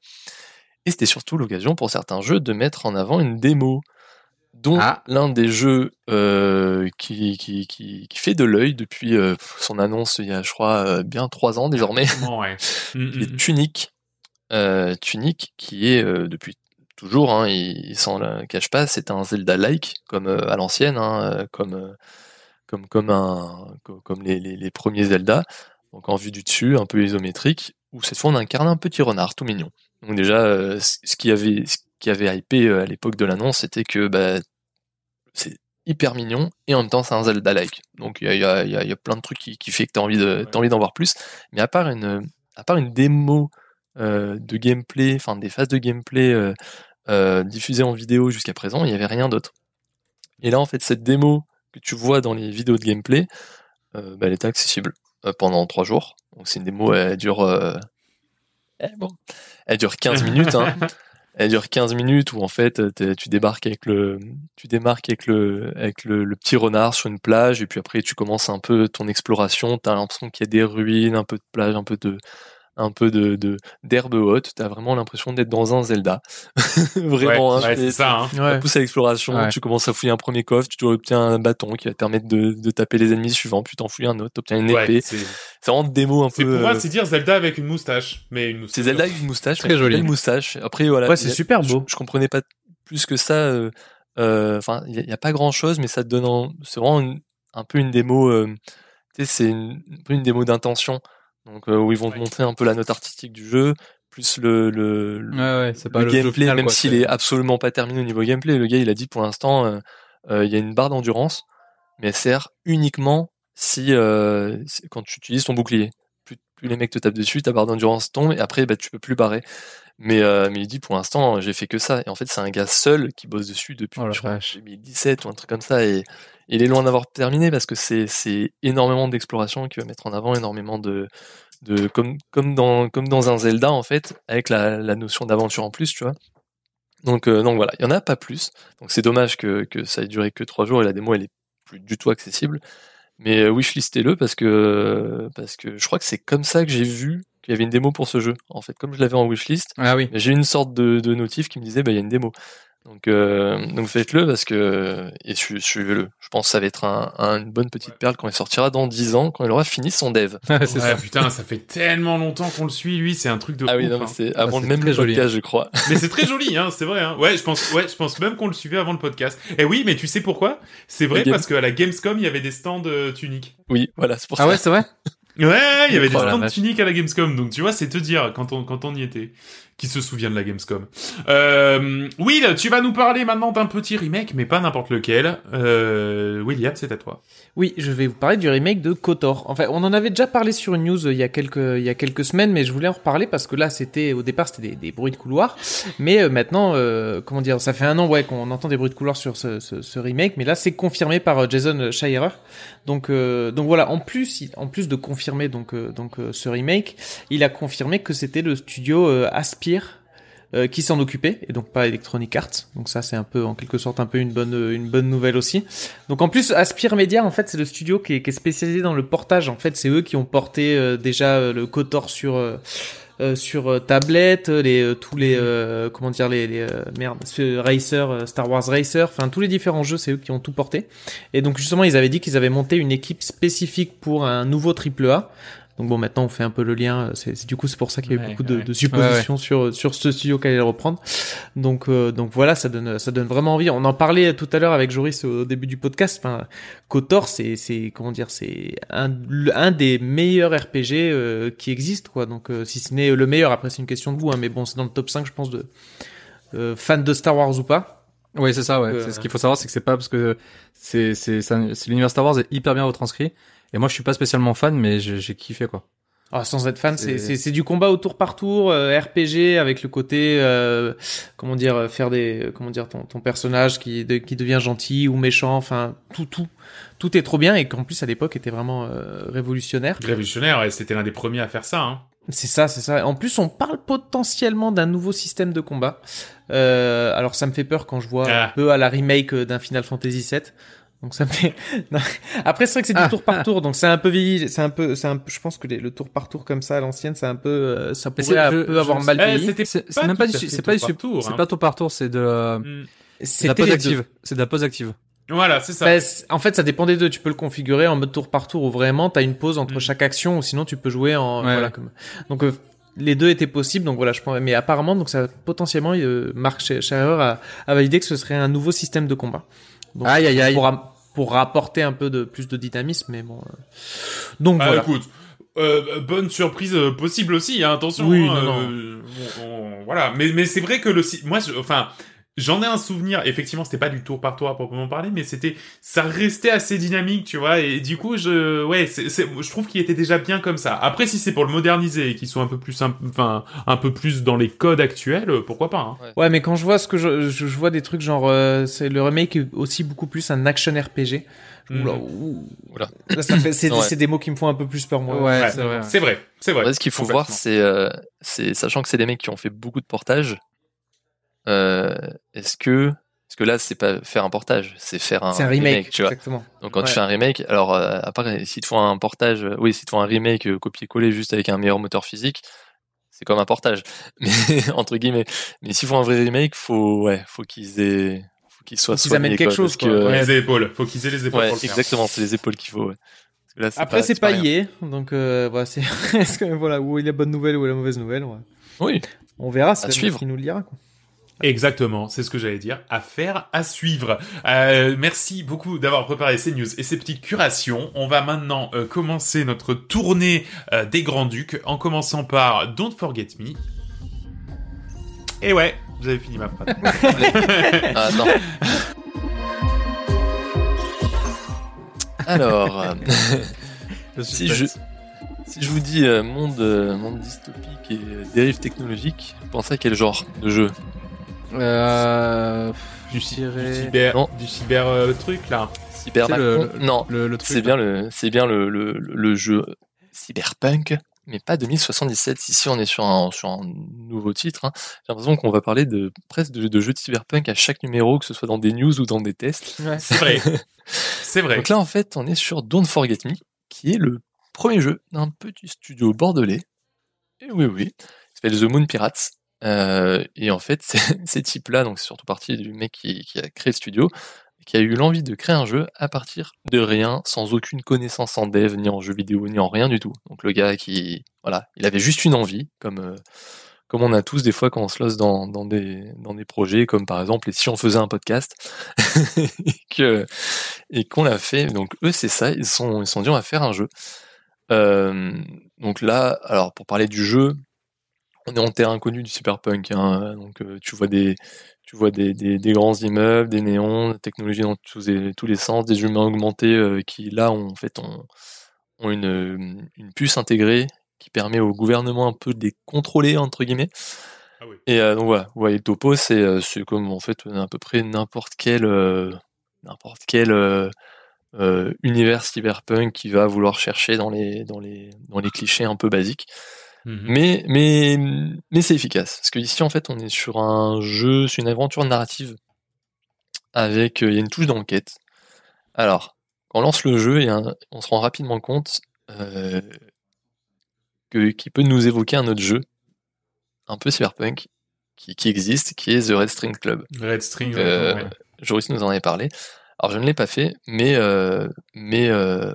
Et c'était surtout l'occasion pour certains jeux de mettre en avant une démo, dont Ah. l'un des jeux euh, qui, qui, qui, qui fait de l'œil depuis euh, son annonce il y a, je crois, euh, bien trois ans désormais, Comment, ouais. Mm, qui mm, est mm. Tunic. Euh, Tunic, qui est euh, depuis toujours, hein, il, il s'en la cache pas, c'est un Zelda-like, comme euh, à l'ancienne, hein, euh, comme, euh, comme, comme, un, co- comme les, les, les premiers Zelda, donc en vue du dessus, un peu isométrique, où cette fois on incarne un petit renard tout mignon. Donc déjà, euh, ce ce qui avait, ce qui avait hypé euh, à l'époque de l'annonce, c'était que bah, c'est hyper mignon, et en même temps c'est un Zelda-like. Donc il y a, il y, a, il y a- il y a plein de trucs qui, qui fait que t'as envie de, t'as envie d'en voir plus. Mais à part une, à part une démo euh, de gameplay, enfin des phases de gameplay euh, euh, diffusées en vidéo jusqu'à présent, il n'y avait rien d'autre. Et là en fait cette démo que tu vois dans les vidéos de gameplay, euh, bah, elle était accessible euh, pendant trois jours. Donc c'est une démo, elle dure, euh, eh, bon, elle dure quinze minutes, hein. Elle dure quinze minutes où en fait t'es- tu débarques avec le tu démarques avec le avec le, le petit renard sur une plage, et puis après tu commences un peu ton exploration, t'as l'impression qu'il y a des ruines, un peu de plage, un peu de un peu de de d'herbe haute, t'as vraiment l'impression d'être dans un Zelda. Ouais, Vraiment, hein, ouais, t'es- c'est ça, hein. tu Ouais. pousses à l'exploration, Ouais. tu commences à fouiller un premier coffre, tu dois obtenir un bâton qui va te permettre de, de taper les ennemis suivants, puis t'en fouilles un autre, t'obtiens une Ouais, épée. c'est C'est vraiment une démo un c'est peu pour moi, euh, c'est dire Zelda avec une moustache, mais une moustache. c'est Zelda avec une moustache, Très avec une joli. belle moustache. Après voilà, Ouais, il c'est y a- super je, beau. je comprenais pas plus que ça. euh, euh, Enfin, il y, a- il y a pas grand chose, mais ça te donne, en- c'est vraiment une- un peu une démo. euh, tu sais, c'est une, un peu une démo d'intention. Donc euh, où ils vont te Ouais. montrer un peu la note artistique du jeu, plus le le, le, Ouais, ouais, c'est pas le le jeu gameplay, final, même quoi, s'il c'est- est absolument pas terminé au niveau gameplay. Le gars, il a dit pour l'instant, euh, euh, il y a une barre d'endurance, mais elle sert uniquement si, euh, si- quand tu utilises ton bouclier. Plus, plus les mecs te tapent dessus, ta barre d'endurance tombe, et après, bah, tu peux plus barrer. Mais, euh, mais il dit pour l'instant, j'ai fait que ça. Et en fait, c'est un gars seul qui bosse dessus depuis Oh la je crois, vache. deux mille dix-sept ou un truc comme ça. Et, et il est loin d'avoir terminé, parce que c'est c'est énormément d'exploration qui va mettre en avant, énormément de de comme comme dans comme dans un Zelda en fait, avec la, la notion d'aventure en plus, tu vois. Donc, euh, donc voilà, il y en a pas plus. Donc c'est dommage que, que ça ait duré que trois jours et la démo elle est plus du tout accessible. Mais euh, wishlistez-le parce que parce que je crois que c'est comme ça que j'ai vu qu'il y avait une démo pour ce jeu. En fait, comme je l'avais en wishlist, Ah oui. j'ai eu une sorte de, de notif qui me disait bah il y a une démo. Donc euh, donc faites-le parce que et su- suivez-le. Je pense que ça va être un, un- une bonne petite perle quand il sortira dans dix ans, quand il aura fini son dev. c'est Ouais, ça. putain, ça fait tellement longtemps qu'on le suit, lui, c'est un truc de Ah oui, ouf, non, mais hein. c'est avant c'est même très le joli. podcast, je crois. Mais c'est très joli, hein, c'est vrai. Hein. Ouais, je pense, ouais, je pense même qu'on le suivait avant le podcast. Et oui, mais tu sais pourquoi ? C'est vrai La Game- parce qu'à la Gamescom, il y avait des stands euh, tuniques. Oui, voilà, c'est pour Ah ça. ouais, c'est vrai. Ouais, il y avait des Oh la stands vache. tuniques à la Gamescom. Donc tu vois, c'est te dire quand on quand on y était. Qui se souvient de la Gamescom. Euh, Will, tu vas nous parler maintenant d'un petit remake, mais pas n'importe lequel. Euh, William, c'est à toi. Oui, je vais vous parler du remake de KOTOR. Enfin, on en avait déjà parlé sur une news euh, il y a quelques il y a quelques semaines, mais je voulais en reparler parce que là, c'était au départ c'était des, des bruits de couloir, mais euh, maintenant, euh, comment dire, ça fait un an ouais qu'on entend des bruits de couloir sur ce, ce, ce remake, mais là, c'est confirmé par euh, Jason Schreier. Donc euh, donc voilà, en plus il- en plus de confirmer donc euh, donc euh, ce remake, il a confirmé que c'était le studio euh, Aspyr euh, qui s'en occupait et donc pas Electronic Arts. Donc ça c'est un peu en quelque sorte un peu une bonne une bonne nouvelle aussi. Donc en plus Aspyr Media en fait c'est le studio qui est, qui est spécialisé dans le portage. En fait c'est eux qui ont porté euh, déjà euh, le KOTOR sur euh, euh, sur euh, tablette, les euh, tous les euh, comment dire les, les euh, merde ce Racer euh, Star Wars Racer, enfin tous les différents jeux c'est eux qui ont tout porté. Et donc justement ils avaient dit qu'ils avaient monté une équipe spécifique pour un nouveau triple A. Donc bon, maintenant on fait un peu le lien. C'est, c'est du coup c'est pour ça qu'il y a eu Ouais, beaucoup de, ouais. de suppositions sur sur ce studio qu'elle allait reprendre. Donc euh, donc voilà, ça donne ça donne vraiment envie. On en parlait tout à l'heure avec Joris au début du podcast. Enfin, KOTOR, c'est c'est comment dire, c'est un le- un des meilleurs R P G euh, qui existent quoi. Donc euh, si ce n'est le meilleur, après c'est une question de goût, hein, mais bon c'est dans le top cinq je pense de euh, fans de Star Wars ou pas. Oui, c'est ça, ouais. Euh, C'est ce qu'il faut savoir, c'est que c'est pas parce que c'est, c'est, ça- c'est l'univers Star Wars est hyper bien retranscrit. Et moi, je suis pas spécialement fan, mais j'ai, j'ai kiffé, quoi. Ah, sans être fan, c'est, C'est- c'est, c'est du combat au tour par tour, euh, R P G avec le côté, euh, comment dire, euh, faire des, comment dire, ton, ton personnage qui, de, qui devient gentil ou méchant, enfin, tout, tout, tout est trop bien et qu'en plus à l'époque était vraiment euh, révolutionnaire. Révolutionnaire, et c'était l'un des premiers à faire ça. Hein. C'est ça, c'est ça. En plus, on parle potentiellement d'un nouveau système de combat. Euh, alors ça me fait peur quand je vois Ah. un peu à la remake euh, d'un Final Fantasy sept. Donc ça me fait. Non. Après c'est vrai que c'est du Ah, tour par ah. tour, donc c'est un peu vieilli. C'est un peu, c'est un. peu- Je pense que les- le tour par tour comme ça à l'ancienne, c'est un peu, euh, ça Mais pourrait c'est- un je- peu je- avoir mal Eh, vieilli. c'était C'est, c'est pas même pas tout du, à fait c'est pas du, tour par tour, c'est hein. pas tour par tour, c'est de, euh, Mm. c'est de la C'était pause les active. deux. C'est de la pause active. Voilà, c'est ça. Bah, c'est- en fait, ça dépend des deux. Tu peux le configurer en mode tour par tour où vraiment t'as une pause entre Mm. chaque action, ou sinon tu peux jouer en Ouais, voilà ouais. comme. Donc euh, les deux étaient possibles. Donc voilà, je pense. Mais apparemment, donc ça potentiellement, euh, Mark Scherer a, a validé que ce serait un nouveau système de combat. Donc, Aïe, aïe, aïe. Pour, am- pour rapporter un peu de plus de dynamisme, mais bon. euh. Donc Ah, voilà. écoute, euh, bonne surprise euh, possible aussi, hein, attention. Oui, hein, non, euh, on- on- voilà, mais mais c'est vrai que le, si- moi, je- enfin, j'en ai un souvenir. Effectivement, c'était pas du tour par tour à proprement parler, mais c'était, ça restait assez dynamique, tu vois. Et du coup, je, ouais, c'est, c'est, je trouve qu'il était déjà bien comme ça. Après, si c'est pour le moderniser et qu'il soit un peu plus, simple- enfin, un peu plus dans les codes actuels, euh, pourquoi pas. Hein. Ouais, mais quand je vois ce que je, je, je vois des trucs genre, euh, c'est le remake est aussi beaucoup plus un action R P G. Mhm. Oula, ouh. Oula. Là, ça fait, c'est, Ouais. c'est des mots qui me font un peu plus peur, moi. Ouais, Ouais, c'est vrai. c'est vrai, c'est vrai. En fait, ce qu'il faut voir, Complètement. c'est, euh, c'est sachant que c'est des mecs qui ont fait beaucoup de portages. Euh, est-ce que, parce que là, c'est pas faire un portage, c'est faire un, C'est un remake, tu vois. exactement. Donc quand Ouais. tu fais un remake, alors euh, à part si tu fais un portage, euh, oui, si tu fais un remake euh, copier-coller juste avec un meilleur moteur physique, c'est comme un portage, mais entre guillemets. Mais s'ils font un vrai remake, faut, ouais, faut qu'ils aient, faut qu'ils soient Faut qu'ils soignés, amènent quelque quoi, chose, parce quoi. que, Ouais. Les épaules, faut qu'ils aient les épaules ouais, pour le faire. exactement, c'est les épaules qu'il faut. Ouais. Parce que là, c'est Après, pas, c'est pas rien. I A, donc euh, voilà, c'est est-ce que voilà où est la bonne nouvelle ou la mauvaise nouvelle, ouais. Oui. On verra, c'est À le suivre. mec qui nous le dira. Quoi. Exactement, c'est ce que j'allais dire. Affaire à suivre. Euh, merci beaucoup d'avoir préparé ces news et ces petites curations. On va maintenant euh, commencer notre tournée euh, des Grands Ducs en commençant par Don't Forget Me. Et ouais, j'avais fini ma phrase. Ah, attends. Alors, euh, Le si suspense. je si je vous dis euh, monde euh, monde dystopique et euh, dérive technologique, pensez à quel genre de jeu? Euh, du, je cy- dirais- du cyber, Non. du cyber euh, truc là. Cyberpunk? C'est le- Non, le, le truc. c'est bien le c'est bien le, le, le jeu cyberpunk mais pas deux mille soixante-dix-sept. Ici, on est sur un, sur un nouveau titre. Hein. J'ai l'impression qu'on va parler de presque de, de jeux de cyberpunk à chaque numéro, que ce soit dans des news ou dans des tests. Ouais. C'est vrai. C'est vrai. Donc là, en fait, on est sur Don't Forget Me, qui est le premier jeu d'un petit studio bordelais. Et oui, oui, il s'appelle The Moon Pirates. Euh, et en fait, c'est, ces types-là, donc c'est surtout parti du mec qui, qui a créé le studio, qui a eu l'envie de créer un jeu à partir de rien, sans aucune connaissance en dev, ni en jeu vidéo, ni en rien du tout. Donc le gars qui, voilà, il avait juste une envie, comme euh, comme on a tous des fois quand on se lance dans, dans des dans des projets, comme par exemple, et si on faisait un podcast, et que et qu'on l'a fait. Donc eux, c'est ça, ils sont ils se sont dit on va faire un jeu. Euh, donc là, alors pour parler du jeu, on est en terrain inconnu du cyberpunk. Hein, donc euh, tu vois des tu vois des, des, des grands immeubles, des néons, des technologies dans tous les, tous les sens, des humains augmentés euh, qui là ont, en fait ont, ont une, une puce intégrée qui permet au gouvernement un peu de les contrôler entre guillemets. Ah oui. Et euh, donc voilà, vous voyez, Topo, c'est euh, c'est comme en fait à peu près n'importe quel euh, n'importe quel euh, euh, univers cyberpunk qui va vouloir chercher dans les dans les dans les clichés un peu basiques. Mhm. Mais mais mais c'est efficace parce que ici en fait on est sur un jeu, c'est une aventure narrative avec il euh, y a une touche d'enquête. Alors quand on lance le jeu, y a un, on se rend rapidement compte euh, que qui peut nous évoquer un autre jeu un peu cyberpunk qui, qui existe, qui est The Red String Club. Red String. Euh, ouais. Joris nous en avait parlé. Alors je ne l'ai pas fait, mais euh, mais euh,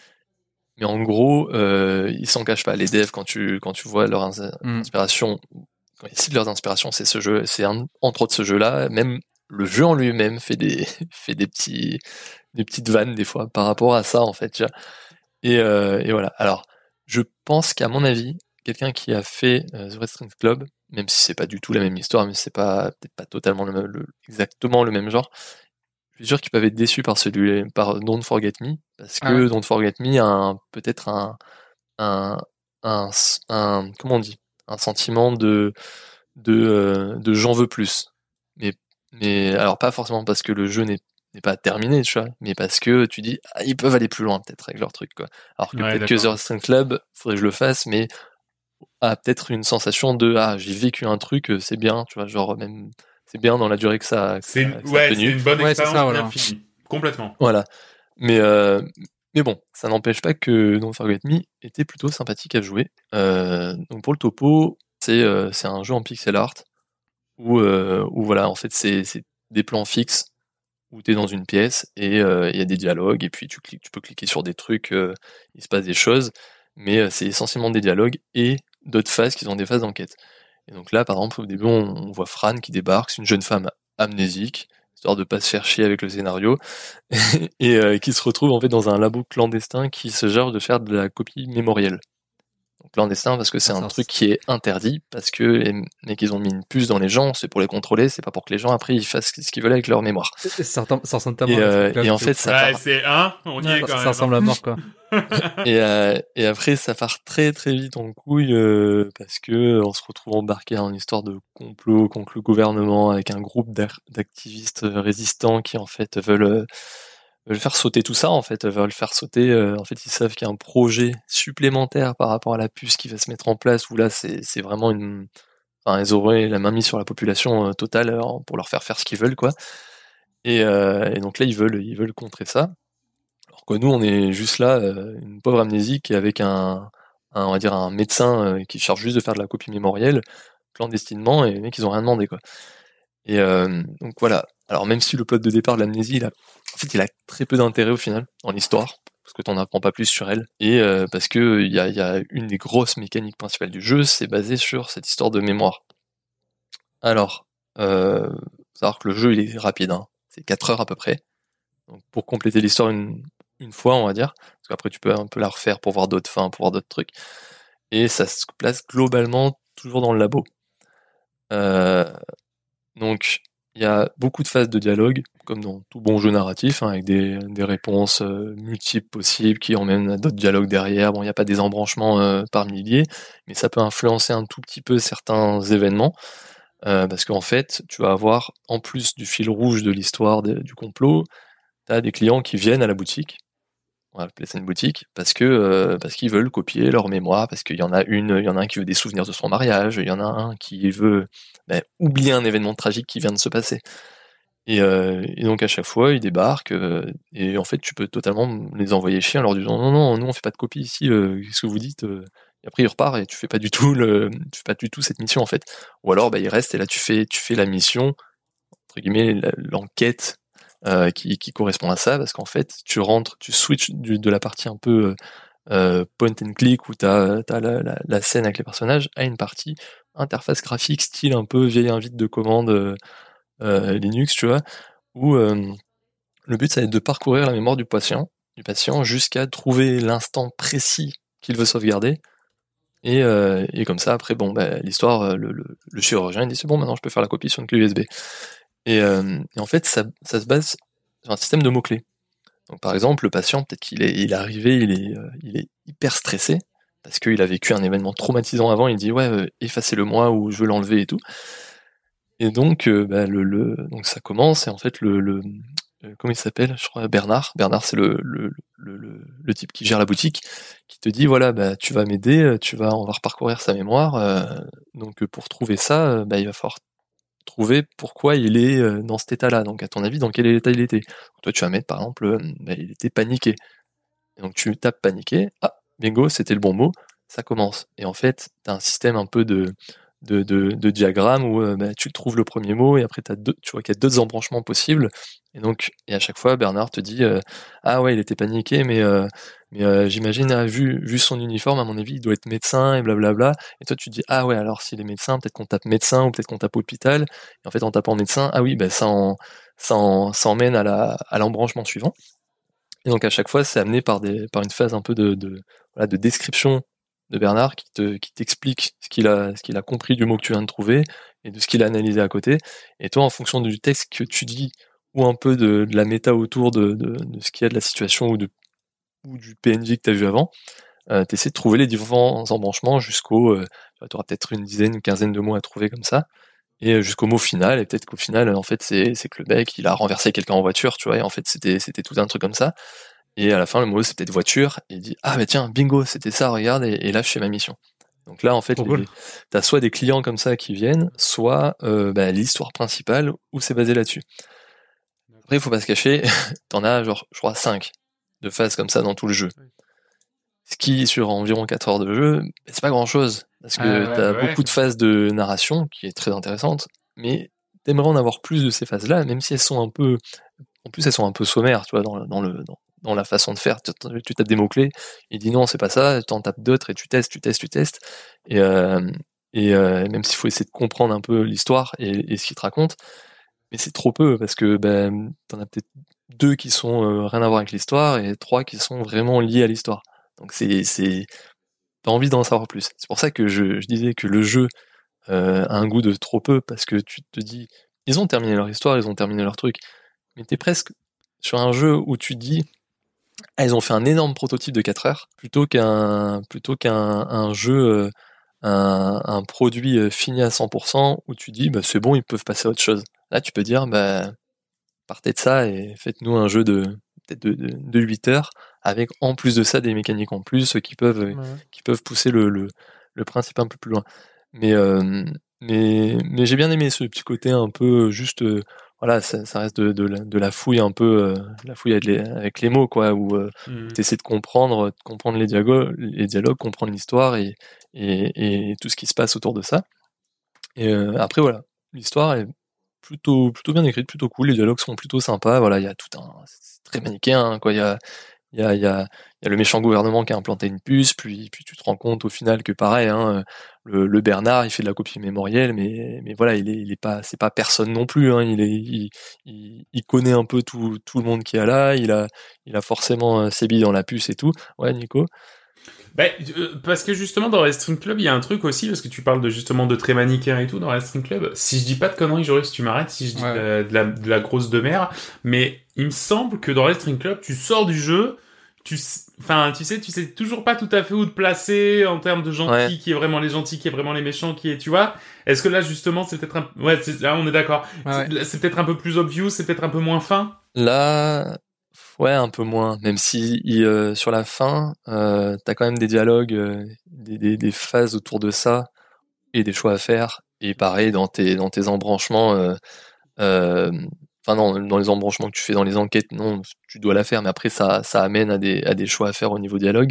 mais en gros, euh, ils s'en cachent pas. Les devs, quand tu quand tu vois leur ins- Mm. inspiration, quand ils citent leurs inspirations, c'est ce jeu, c'est un, entre autres ce jeu-là. Même le jeu en lui-même fait des fait des petits des petites vannes des fois par rapport à ça en fait. Tu vois. Et euh, et voilà. Alors je pense qu'à mon avis, quelqu'un qui a fait euh, The Red String Club, même si c'est pas du tout la même histoire, mais c'est pas peut-être pas totalement le, même- le exactement le même genre. Je suis sûr qu'ils peuvent être déçus par celui par Don't Forget Me parce que Ah ouais. Don't Forget Me a un, peut-être un, un un un comment on dit un sentiment de de euh, de j'en veux plus. Mais mais alors pas forcément parce que le jeu n'est n'est pas terminé, tu vois, mais parce que tu dis ah, ils peuvent aller plus loin peut-être avec leur truc quoi. Alors que Ouais, peut-être que d'accord. The Wrestling Club, faudrait que je le fasse, mais a peut-être une sensation de ah j'ai vécu un truc, euh, c'est bien, tu vois, genre même c'est bien dans la durée que ça, que C'est ça, une, que ça a ouais, c'est tenu. une bonne Ouais, c'est expérience ça, bien voilà. finie. Complètement. Voilà. Mais euh, mais bon, ça n'empêche pas que Don't Forget Me était plutôt sympathique à jouer. Euh, donc pour le topo, c'est euh, c'est un jeu en pixel art où euh, où voilà, en fait c'est c'est des plans fixes où tu es dans une pièce et euh, il y a des dialogues et puis tu cliques, tu peux cliquer sur des trucs, euh, il se passe des choses, mais euh, c'est essentiellement des dialogues et d'autres phases qui sont des phases d'enquête. Et donc là, par exemple, au début, on, on voit Fran qui débarque, c'est une jeune femme amnésique, histoire de pas se faire chier avec le scénario, et euh, qui se retrouve en fait dans un labo clandestin qui se charge de faire de la copie mémorielle. Donc clandestin parce que c'est Ah, un ça, truc c'est- qui est interdit, parce que les mecs ils ont mis une puce dans les gens, c'est pour les contrôler, c'est pas pour que les gens après ils fassent ce qu'ils veulent avec leur mémoire. Ça ressemble ça ressemble tellement Et, à euh, Red String Club et en que- fait ça Ouais, part, c'est un, on y Ouais, est quand ça, même. ça ressemble à mort, quoi. et, euh, et après ça part très très vite en couille euh, parce que on se retrouve embarqué dans une histoire de complot contre le gouvernement avec un groupe d'ar- d'activistes euh, résistants qui en fait veulent euh, veulent faire sauter tout ça en fait, veulent faire sauter euh, en fait ils savent qu'il y a un projet supplémentaire par rapport à la puce qui va se mettre en place où là c'est c'est vraiment une enfin ils auraient la main mise sur la population euh, totale euh, pour leur faire faire ce qu'ils veulent quoi. Et, euh, et donc là ils veulent ils veulent contrer ça. Alors que nous, on est juste là, euh, une pauvre amnésique, et avec un, un, on va dire un médecin euh, qui cherche juste de faire de la copie mémorielle, clandestinement, et les mecs, ils ont rien demandé, quoi. Et euh, donc voilà. Alors même si le plot de départ de l'amnésie, il a, en fait, il a très peu d'intérêt au final, dans l'histoire, parce que t'en apprends pas plus sur elle, et euh, parce que il y a, il y a une des grosses mécaniques principales du jeu, c'est basé sur cette histoire de mémoire. Alors, euh, faut savoir que le jeu, il est rapide, hein. C'est quatre heures à peu près. Donc pour compléter l'histoire une, une fois, on va dire, parce qu'après tu peux un peu la refaire pour voir d'autres fins, pour voir d'autres trucs. Et ça se place globalement toujours dans le labo. Euh, donc il y a beaucoup de phases de dialogue, comme dans tout bon jeu narratif, hein, avec des, des réponses euh, multiples possibles qui emmènent à d'autres dialogues derrière. Bon, il n'y a pas des embranchements euh, par milliers, mais ça peut influencer un tout petit peu certains événements. Euh, parce qu'en fait, tu vas avoir, en plus du fil rouge de l'histoire de- du complot, t'as des clients qui viennent à la boutique on va appeler ça une boutique, parce que euh, parce qu'ils veulent copier leur mémoire, parce qu'il y en a une, il y en a un qui veut des souvenirs de son mariage, il y en a un qui veut ben, oublier un événement tragique qui vient de se passer. Et, euh, et donc à chaque fois ils débarquent euh, et en fait tu peux totalement les envoyer chier en leur disant non non nous on fait pas de copie ici, euh, qu'est-ce que vous dites euh, et après ils repartent et tu fais pas du tout le tu fais pas du tout cette mission en fait, ou alors bah ils restent et là tu fais tu fais la mission entre guillemets la, l'enquête euh, qui, qui correspond à ça, parce qu'en fait tu rentres tu switches du, de la partie un peu euh, point and click où t'as t'as la, la, la scène avec les personnages à une partie interface graphique style un peu vieille invite de commande euh, Euh, Linux, tu vois, où euh, le but ça va être de parcourir la mémoire du patient, du patient jusqu'à trouver l'instant précis qu'il veut sauvegarder, et, euh, et comme ça après bon bah, l'histoire, le, le, le chirurgien il dit c'est bon maintenant je peux faire la copie sur une clé U S B, et, euh, et en fait ça, ça se base sur un système de mots clés. Donc par exemple le patient peut-être qu'il est, il est arrivé, il est, euh, il est hyper stressé parce qu'il a vécu un événement traumatisant avant, il dit ouais euh, effacez-le moi ou je veux l'enlever et tout. Et donc, euh, bah, le, le, donc ça commence, et en fait, le, le euh, comment il s'appelle, je crois Bernard. Bernard, c'est le, le, le, le, le type qui gère la boutique, qui te dit voilà, bah, tu vas m'aider, tu vas, on va reparcourir sa mémoire. Euh, donc, pour trouver ça, euh, bah, il va falloir trouver pourquoi il est euh, dans cet état-là. Donc, à ton avis, dans quel état il était. Donc, toi, tu vas mettre, par exemple, euh, bah, il était paniqué. Et donc, tu tapes paniqué. Ah, bingo, c'était le bon mot. Ça commence. Et en fait, t'as un système un peu de De, de, de diagramme où euh, bah, tu trouves le premier mot et après t'as deux, tu vois qu'il y a deux embranchements possibles, et donc et à chaque fois Bernard te dit euh, ah ouais il était paniqué mais euh, mais euh, j'imagine ah, vu vu son uniforme à mon avis il doit être médecin et blablabla, et toi tu te dis ah ouais alors s'il est médecin peut-être qu'on tape médecin ou peut-être qu'on tape hôpital, et en fait en tapant médecin ah oui bah ça en ça en, ça emmène à la à l'embranchement suivant, et donc à chaque fois c'est amené par des par une phase un peu de de voilà de description de Bernard qui te qui t'explique ce qu'il a ce qu'il a compris du mot que tu viens de trouver et de ce qu'il a analysé à côté, et toi en fonction du texte que tu dis ou un peu de, de la méta autour de, de, de ce qu'il y a de la situation ou de ou du P N J que tu as vu avant, euh, tu essaies de trouver les différents embranchements jusqu'au euh, tu auras peut-être une dizaine une quinzaine de mots à trouver comme ça, et jusqu'au mot final, et peut-être qu'au final en fait c'est c'est que le mec il a renversé quelqu'un en voiture, tu vois, et en fait c'était c'était tout un truc comme ça. Et à la fin, le mot, c'est peut-être voiture, et il dit, ah, bah tiens, bingo, c'était ça, regarde, et, et là, je fais ma mission. Donc là, en fait, Oh, cool. les, t'as soit des clients comme ça qui viennent, soit, euh, bah, l'histoire principale, où c'est basé là-dessus. Après, il faut pas se cacher, t'en as, genre, je crois, cinq de phases comme ça dans tout le jeu. Ce qui, sur environ quatre heures de jeu, bah, c'est pas grand-chose, parce que Ah, ouais, t'as ouais. beaucoup de phases de narration, qui est très intéressante, mais t'aimerais en avoir plus de ces phases-là, même si elles sont un peu, en plus, elles sont un peu sommaires, tu vois, dans le, dans le, dans, dans la façon de faire. Tu, tu tapes des mots-clés, il dit non, c'est pas ça, tu en tapes d'autres et tu testes, tu testes, tu testes. Et, euh, et euh, même s'il faut essayer de comprendre un peu l'histoire et, et ce qu'il te raconte, mais c'est trop peu, parce que ben, t'en as peut-être deux qui sont euh, rien à voir avec l'histoire et trois qui sont vraiment liés à l'histoire. Donc c'est, c'est, t'as envie d'en savoir plus. C'est pour ça que je, je disais que le jeu euh, a un goût de trop peu, parce que tu te dis, ils ont terminé leur histoire, ils ont terminé leur truc, mais t'es presque sur un jeu où tu dis, ah, ils ont fait un énorme prototype de quatre heures plutôt qu'un plutôt qu'un un jeu, un, un produit fini à cent pour cent où tu dis bah c'est bon, ils peuvent passer à autre chose. Là tu peux dire bah partez de ça et faites-nous un jeu de peut-être de, de, de huit heures avec en plus de ça des mécaniques en plus qui peuvent ouais. qui peuvent pousser le, le le principe un peu plus loin. Mais euh, mais mais j'ai bien aimé ce petit côté un peu juste euh, voilà, ça, ça reste de, de, la, de la fouille un peu, euh, la fouille avec les, avec les mots, quoi, où euh, mmh. tu essaies de comprendre, de comprendre les dialogues, les dialogues, comprendre l'histoire et, et, et tout ce qui se passe autour de ça. Et euh, après, voilà, l'histoire est plutôt, plutôt bien écrite, plutôt cool, les dialogues sont plutôt sympas, voilà, il y a tout un, c'est très manichéen, hein, quoi, il y a, il y a, il y a, il y a le méchant gouvernement qui a implanté une puce, puis, puis tu te rends compte au final que pareil, hein, le, le Bernard, il fait de la copie mémorielle, mais, mais voilà, il est, il est pas, c'est pas personne non plus, hein, il est, il, il, il connaît un peu tout, tout le monde qui est là, il a, il a forcément ses billes dans la puce et tout. Ouais, Nico. Ben, euh, parce que justement dans Wrestling Club il y a un truc aussi, parce que tu parles de justement de très manichéen et tout dans Wrestling Club. Si je dis pas de conneries, Joris, tu m'arrêtes si je dis ouais. de, la, de, la, de la grosse de mer, mais il me semble que dans Wrestling Club tu sors du jeu, tu, enfin tu sais, tu sais toujours pas tout à fait où te placer en termes de gentil, ouais. qui est vraiment les gentils, qui est vraiment les méchants, qui est, tu vois. Est-ce que là justement c'est peut-être un, ouais, c'est, là on est d'accord. Ouais, c'est, ouais. c'est peut-être un peu plus obvious, c'est peut-être un peu moins fin. Là. Ouais, un peu moins. Même si il, euh, sur la fin, euh, t'as quand même des dialogues, euh, des, des, des phases autour de ça et des choix à faire. Et pareil dans tes dans tes embranchements. Euh, euh, Enfin non, dans les embranchements que tu fais dans les enquêtes, non, tu dois la faire. Mais après, ça ça amène à des à des choix à faire au niveau dialogue.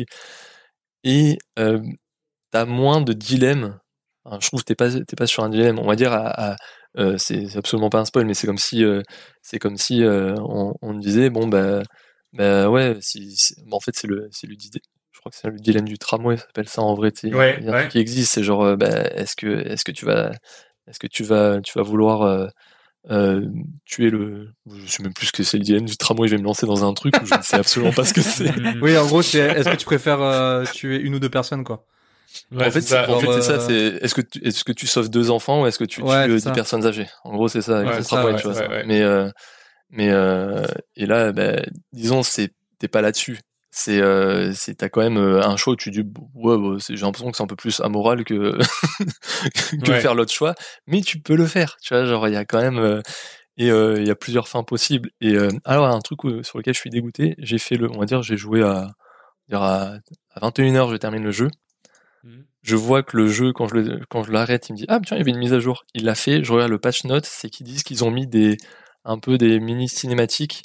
Et euh, t'as moins de dilemmes. Enfin, je trouve que t'es pas t'es pas sur un dilemme. On va dire à, à euh, c'est, c'est absolument pas un spoil, mais c'est comme si euh, c'est comme si euh, on, on disait bon bah bah ouais si, si bon, en fait c'est le c'est le did- je crois que c'est le dilemme du tramway, ça s'appelle ça en vrai. Il Ouais, y a un ouais. truc qui existe, c'est genre euh, bah est-ce que est-ce que tu vas est-ce que tu vas tu vas vouloir euh, euh, tuer le je sais même plus ce que c'est le dilemme du tramway. Je vais me lancer dans un truc où je ne sais absolument pas ce que c'est. Mm. Oui, en gros, c'est est-ce que tu préfères euh, tuer une ou deux personnes, quoi? Ouais, en fait, c'est ça. c'est, en fait, c'est ça. euh, C'est est-ce que tu, est-ce que tu sauves deux enfants ou est-ce que tu Ouais, tues euh, c'est dix ça. personnes âgées? En gros, c'est ça. avec Ouais, le c'est tramway, ça, tu ouais, vois. ouais, ouais. Mais euh, mais euh, et là, bah, disons, c'est t'es pas là-dessus. C'est euh, c'est t'as quand même euh, un choix où tu dis ouais, bah, c'est, j'ai l'impression que c'est un peu plus amoral que que Ouais. faire l'autre choix, mais tu peux le faire. Tu vois, genre il y a quand même euh, et euh, il y a plusieurs fins possibles. Et euh, alors un truc où- sur lequel je suis dégoûté, j'ai fait le, on va dire, j'ai joué à dire à, à vingt et une heures, je termine le jeu. Mm. Je vois que le jeu, quand je le, quand je l'arrête, il me dit ah tiens, il y avait une mise à jour. Il l'a fait. Je regarde le patch note, c'est qu'ils disent qu'ils ont mis des un peu des mini cinématiques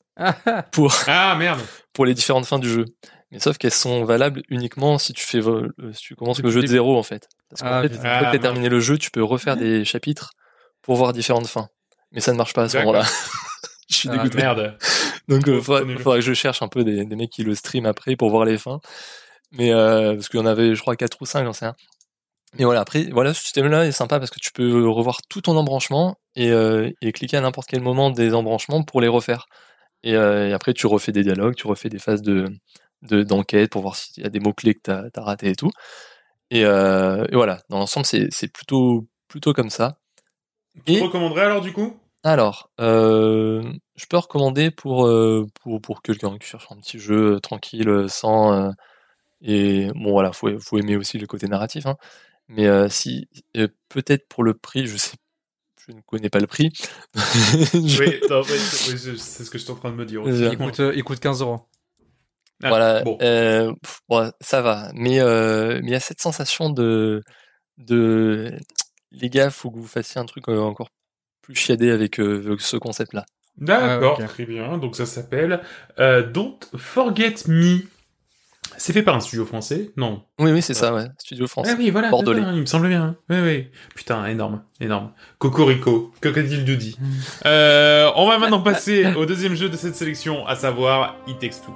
pour Ah merde. pour les différentes fins du jeu. Mais sauf qu'elles sont valables uniquement si tu fais vo- euh, si tu commences Depuis le jeu le de début. zéro en fait. Parce qu'en Ah, fait, putain. une fois que Ah, t'as terminé le jeu, tu peux refaire des chapitres pour voir différentes fins. Mais ça ne marche pas à ce D'accord. moment-là. Je suis Ah, dégoûté. Merde. Donc euh, Trop- faudra, trop nul. faudra que je cherche un peu des, des mecs qui le stream après pour voir les fins. Mais euh, parce qu'il y en avait, je crois, quatre ou cinq, j'en sais rien. Mais voilà, après, voilà, ce système-là est sympa parce que tu peux revoir tout ton embranchement et, euh, et cliquer à n'importe quel moment des embranchements pour les refaire. Et, euh, et après, tu refais des dialogues, tu refais des phases de, de d'enquête pour voir s'il y a des mots-clés que t'as, t'as raté et tout. Et, euh, et voilà, dans l'ensemble, c'est, c'est plutôt, plutôt comme ça. Tu Et recommanderais alors du coup? alors, euh, je peux recommander pour, euh, pour, pour quelqu'un qui cherche un petit jeu euh, tranquille, euh, sans... euh, et bon, voilà, faut, faut aimer aussi le côté narratif, hein. Mais euh, si, euh, peut-être pour le prix, je sais, je ne connais pas le prix. Je- Oui, non, ouais, c'est oui, c'est- c'est ce que je suis en train de me dire aussi. Je- Il coûte, euh, il coûte quinze euros. Ah, voilà, Bon. euh, pff, bon, ça va. Mais euh, mais il y a cette sensation de de les gars, faut que vous fassiez un truc euh, encore plus chiadé avec euh, ce concept-là. D'accord, Ah, ok. très bien. Donc ça s'appelle euh, Don't Forget Me. C'est fait par un studio français? Non. Oui, oui, c'est ça, ouais. Studio Ah français. oui, voilà, Bordelais. c'est ça, il me semble bien. Oui, oui. Putain, énorme, énorme. Cocorico, Crocodile Doody. Euh, on va maintenant passer au deuxième jeu de cette sélection, à savoir It Takes Two.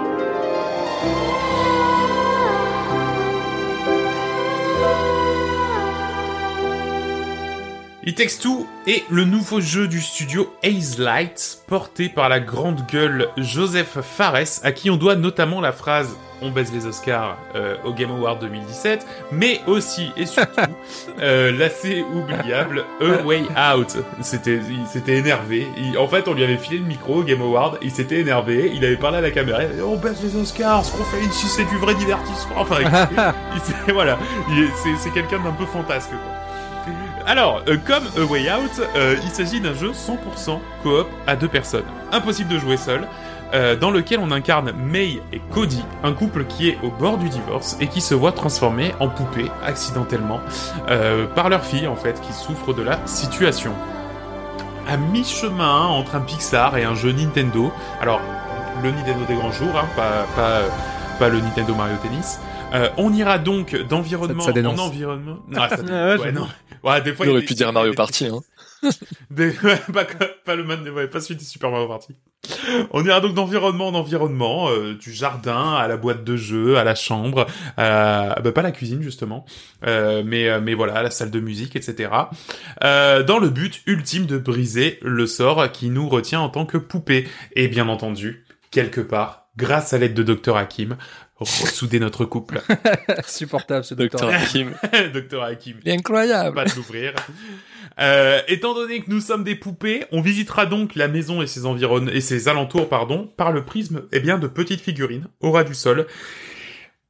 It Takes Two est le nouveau jeu du studio Hazelight, porté par la grande gueule Joseph Fares, à qui on doit notamment la phrase « On baise les Oscars euh, au Game Award deux mille dix-sept », mais aussi et surtout euh, l'assez oubliable « A Way Out ». C'était, il s'était énervé. Il- en fait, on lui avait filé le micro au Game Award, il s'était énervé, il avait parlé à la caméra, il avait dit, on baise les Oscars, ce qu'on fait ici c'est du vrai divertissement. Enfin, il, il s'est- voilà, il est- c'est, c'est quelqu'un d'un peu fantasque, quoi. Alors, euh, comme A Way Out, euh, il s'agit d'un jeu cent pour cent coop à deux personnes. Impossible de jouer seul, euh, dans lequel on incarne May et Cody, un couple qui est au bord du divorce et qui se voit transformé en poupée accidentellement euh, par leur fille en fait, qui souffre de la situation. À mi-chemin entre un Pixar et un jeu Nintendo, alors le Nintendo des grands jours, hein, pas, pas, pas le Nintendo Mario Tennis. Euh, on ira donc d'environnement Ça- ça en dénonce. environnement. Ah, ça Ouais, dénonce. Ouais, j'avoue. non. Ouais, des fois, il y a J'aurais des- pu dire Mario Party, hein. des- ouais, pas, pas le man, ouais, pas celui de Super Mario Party. On ira donc d'environnement en environnement, euh, du jardin à la boîte de jeu, à la chambre, à, bah, pas la cuisine justement, euh, mais euh, mais voilà, à la salle de musique, et cetera. Euh, dans le but ultime de briser le sort qui nous retient en tant que poupée, et bien entendu, quelque part, grâce à l'aide de docteur Hakim, ressouder notre couple. Supportable, ce Docteur docteur. Hakim. docteur Hakim. Il est incroyable. Pas de l'ouvrir. Euh, étant donné que nous sommes des poupées, on visitera donc la maison et ses environ et ses alentours, pardon, par le prisme, eh bien, de petites figurines au ras du sol.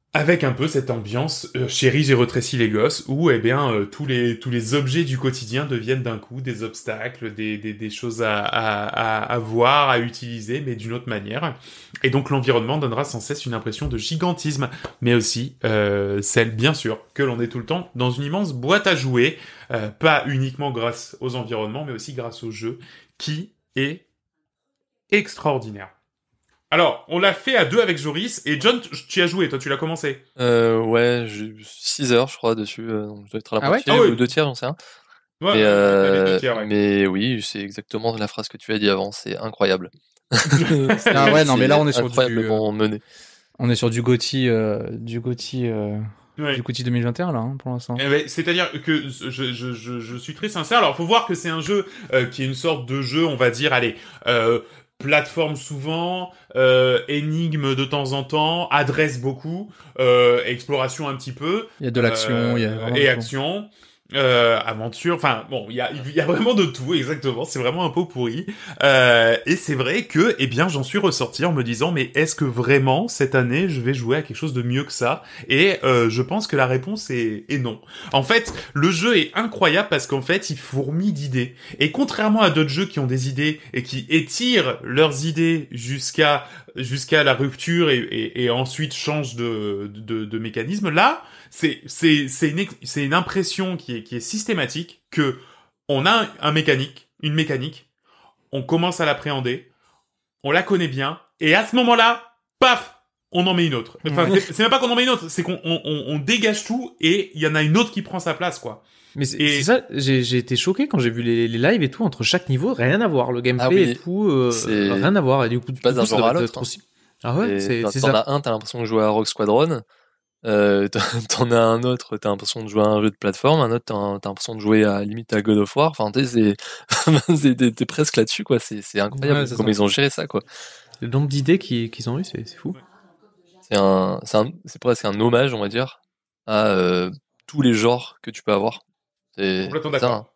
Avec un peu cette ambiance euh, chérie, j'ai retréci les gosses, où eh bien euh, tous les tous les objets du quotidien deviennent d'un coup des obstacles, des des, des choses à, à à à voir, à utiliser, mais d'une autre manière. Et donc l'environnement donnera sans cesse une impression de gigantisme, mais aussi euh, celle bien sûr que l'on est tout le temps dans une immense boîte à jouer, euh, pas uniquement grâce aux environnements, mais aussi grâce au jeu, qui est extraordinaire. Alors, on l'a fait à deux avec Joris, et John, tu y as joué, toi tu l'as commencé. Euh, ouais, j'ai six heures, je crois, dessus, euh, donc je dois être à la Ah ouais moitié Ah oui. ou deux tiers, j'en sais rien. Ouais, mais, ouais, euh, t'avais deux tiers, ouais. mais oui, c'est exactement la phrase que tu as dit avant, c'est incroyable. Ah ouais, non, mais là, on est sur du, incroyablement mené. On est sur du Gotti, euh, du Gotti, euh, Ouais. du Gotti deux mille vingt et un là, hein, pour l'instant. Eh ben, c'est-à-dire que je, je, je, je suis très sincère. Alors, faut voir que c'est un jeu euh, qui est une sorte de jeu, on va dire, allez, euh, plateforme souvent, euh, énigme de temps en temps, adresse beaucoup, euh, exploration un petit peu. Il y a de l'action, euh, il y a vraiment et de tout. action. Euh, aventure, enfin bon, il y a il y a vraiment de tout, exactement. C'est vraiment un pot pourri. Euh, et c'est vrai que, eh bien, j'en suis ressorti en me disant, mais est-ce que vraiment cette année je vais jouer à quelque chose de mieux que ça? Et euh, je pense que la réponse est, est non. En fait, le jeu est incroyable parce qu'en fait, il fourmille d'idées. Et contrairement à d'autres jeux qui ont des idées et qui étirent leurs idées jusqu'à jusqu'à la rupture et, et, et ensuite changent de de, de mécanisme, là. C'est c'est c'est une c'est une impression qui est qui est systématique que on a un mécanique, une mécanique, on commence à l'appréhender, on la connaît bien et à ce moment-là, paf, on en met une autre. Enfin, c'est, c'est même pas qu'on en met une autre, c'est qu'on on, on, on dégage tout et il y en a une autre qui prend sa place, quoi. Mais c'est, Et- c'est ça, j'ai, j'ai été choqué quand j'ai vu les, les lives et tout, entre chaque niveau, rien à voir. Le gameplay Ah oui, et tout, euh, c'est- rien à voir. Et du coup, du passes coup, d'un ça genre doit à l'autre, être hein. aussi. Ah ouais, Et c'est, t'en- c'est T'en ça. as un, t'as l'impression de jouer à Rogue Squadron. Euh, t'en t'en as un autre, t'as l'impression de jouer à un jeu de plateforme. Un autre, t'as, t'as l'impression de jouer à limite à God of War. Enfin, tu sais, c'est, c'est t'es, t'es presque là-dessus, quoi. C'est, c'est incroyable Ouais, c'est comment ça. ils ont géré ça, quoi. Le nombre d'idées qu'ils, qu'ils ont eu, c'est, c'est fou. C'est un, c'est un, c'est presque un hommage, on va dire, à euh, tous les genres que tu peux avoir. C'est Complètement ça, d'accord. hein.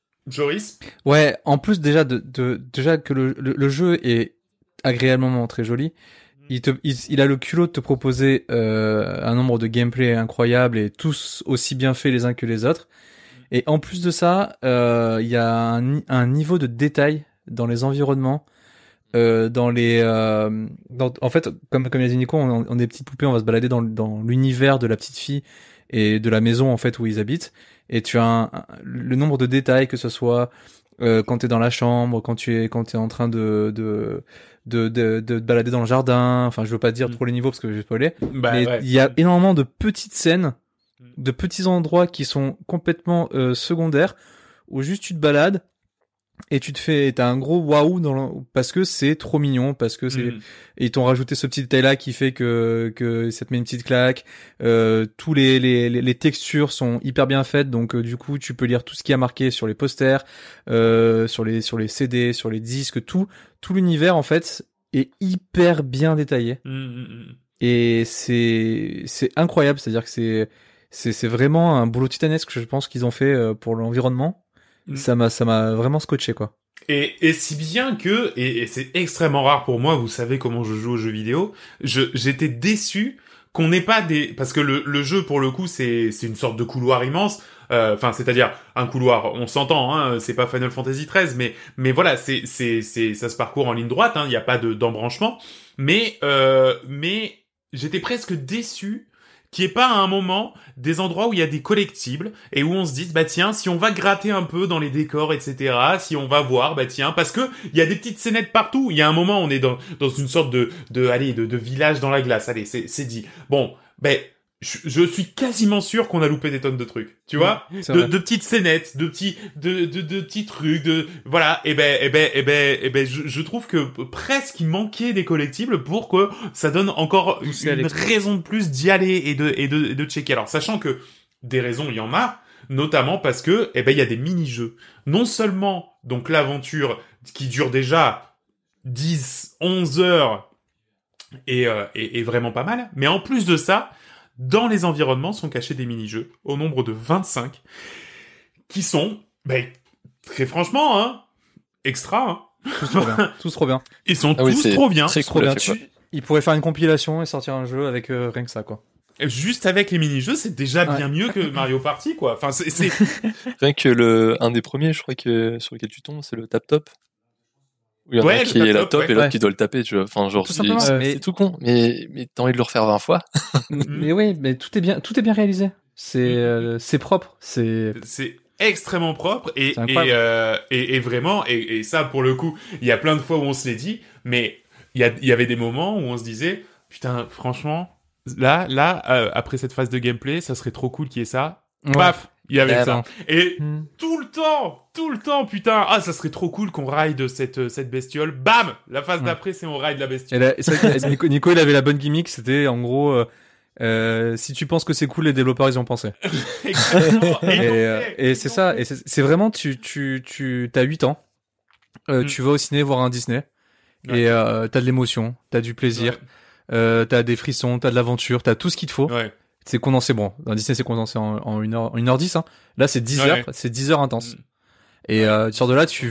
Joris, Ouais, en plus déjà de, de déjà que le, le, le jeu est agréablement très joli, il te il, il a le culot de te proposer euh, un nombre de gameplay incroyables et tous aussi bien faits les uns que les autres. Et en plus de ça, euh, il y a un, ni- un niveau de détail dans les environnements, euh, dans les euh, dans, en fait comme comme l'a dit Nico, on, on est des petites poupées, on va se balader dans dans l'univers de la petite fille et de la maison en fait où ils habitent. Et tu as un, un- le nombre de détails, que ce soit euh, quand t'es dans la chambre, quand tu es quand t'es en train de de de de, de te balader dans le jardin. Enfin, je veux pas dire Mm. trop les niveaux parce que je vais spoiler. bah mais ouais. il y a énormément de petites scènes, Mm. de petits endroits qui sont complètement euh, secondaires où juste tu te balades et tu te fais, t'as un gros waouh dans le, parce que c'est trop mignon, parce que c'est Mm. et ils t'ont rajouté ce petit détail là qui fait que que ça te met une petite claque. Euh, tous les, les les les textures sont hyper bien faites, donc euh, du coup tu peux lire tout ce qui a marqué sur les posters, euh, sur les sur les C D, sur les disques, tout tout l'univers en fait est hyper bien détaillé Mm, mm, mm. et c'est c'est incroyable, c'est-à-dire que c'est c'est c'est vraiment un boulot titanesque, je pense qu'ils ont fait euh, pour l'environnement. Mm. Ça m'a ça m'a vraiment scotché quoi. Et, et si bien que, et, et c'est extrêmement rare pour moi, vous savez comment je joue aux jeux vidéo, je, j'étais déçu qu'on n'ait pas des... Parce que le, le jeu, pour le coup, c'est, c'est une sorte de couloir immense. Euh, Enfin, c'est-à-dire un couloir, on s'entend, hein, c'est pas Final Fantasy treize, mais, mais voilà, c'est, c'est, c'est, ça se parcourt en ligne droite, hein, il n'y a pas de, d'embranchement. Mais, euh, mais j'étais presque déçu qu'il n'y ait pas à un moment des endroits où il y a des collectibles et où on se dise, bah tiens, si on va gratter un peu dans les décors, et cetera, si on va voir, bah tiens, parce que il y a des petites scénettes partout. Il y a un moment, on est dans, dans une sorte de, de, allez, de, de village dans la glace. Allez, c'est, c'est dit. Bon, ben, je, je suis quasiment sûr qu'on a loupé des tonnes de trucs. Tu vois? C'est De, vrai. de petites scénettes, de petits, de, de, de petits trucs, de, voilà. Et ben, et ben, et ben, et ben, je, je trouve que presque il manquait des collectibles pour que ça donne encore Pousser à une l'exploit. raison de plus d'y aller et de, et de, et de checker. Alors, sachant que des raisons, il y en a, notamment parce que, eh ben, il y a des mini-jeux. Non seulement, donc, l'aventure qui dure déjà dix, onze heures est, euh, est, est vraiment pas mal, mais en plus de ça, dans les environnements sont cachés des mini-jeux, au nombre de vingt-cinq, qui sont, ben, très franchement, hein, extra, hein. Tous trop bien. Tous trop bien. Ils sont Ah oui, tous c'est trop bien. très Trop cool à bien. chaque fois. Tu- Ils pourraient faire une compilation et sortir un jeu avec euh, rien que ça quoi. juste avec les mini-jeux, c'est déjà Ouais. bien mieux que Mario Party, quoi. Enfin, c'est, c'est... Rien que le, un des premiers, je crois que sur lequel tu tombes, c'est le tap top. Où il y en a Ouais, un le qui est la tap-top, top ouais. et l'autre Ouais. qui doit le taper, tu vois. Enfin, genre, Tout c'est, simplement. c'est, Mais- c'est tout con. Mais, mais t'as envie de le refaire vingt fois. Mais oui, mais tout est bien, tout est bien réalisé. C'est, Mhm. euh, c'est propre. C'est, c'est extrêmement propre et C'est et, incroyable. euh, et et vraiment et, et ça pour le coup il y a plein de fois où on se l'est dit mais il y a il y avait des moments où on se disait putain franchement là là euh, après cette phase de gameplay ça serait trop cool qu'il y ait ça Ouais. paf il y avait Ouais, ça et Hmm. tout le temps tout le temps putain ah ça serait trop cool qu'on ride cette cette bestiole bam la phase Ouais. d'après c'est on ride la Et bestiole là, c'est vrai que Nico, Nico, il avait la bonne gimmick. C'était en gros, euh, euh, si tu penses que c'est cool, les développeurs ils y ont pensé. Exactement. Et, ils l'ont euh, fait, et ils c'est l'ont ça. fait. Et c'est c'est vraiment, tu, tu, tu, t'as huit ans. Euh, Mm. Tu vas au ciné voir un Disney. Ouais. Et euh, t'as de l'émotion, t'as du plaisir, euh, t'as des frissons, t'as de l'aventure, t'as tout ce qu'il te faut. ouais, ouais. C'est condensé, bon. Dans Disney, c'est condensé en, en une heure, en une heure dix, hein. Là, c'est dix Ouais, heures, ouais. c'est dix heures intenses. Mm. Et, Ouais. euh, tu sors de là, tu,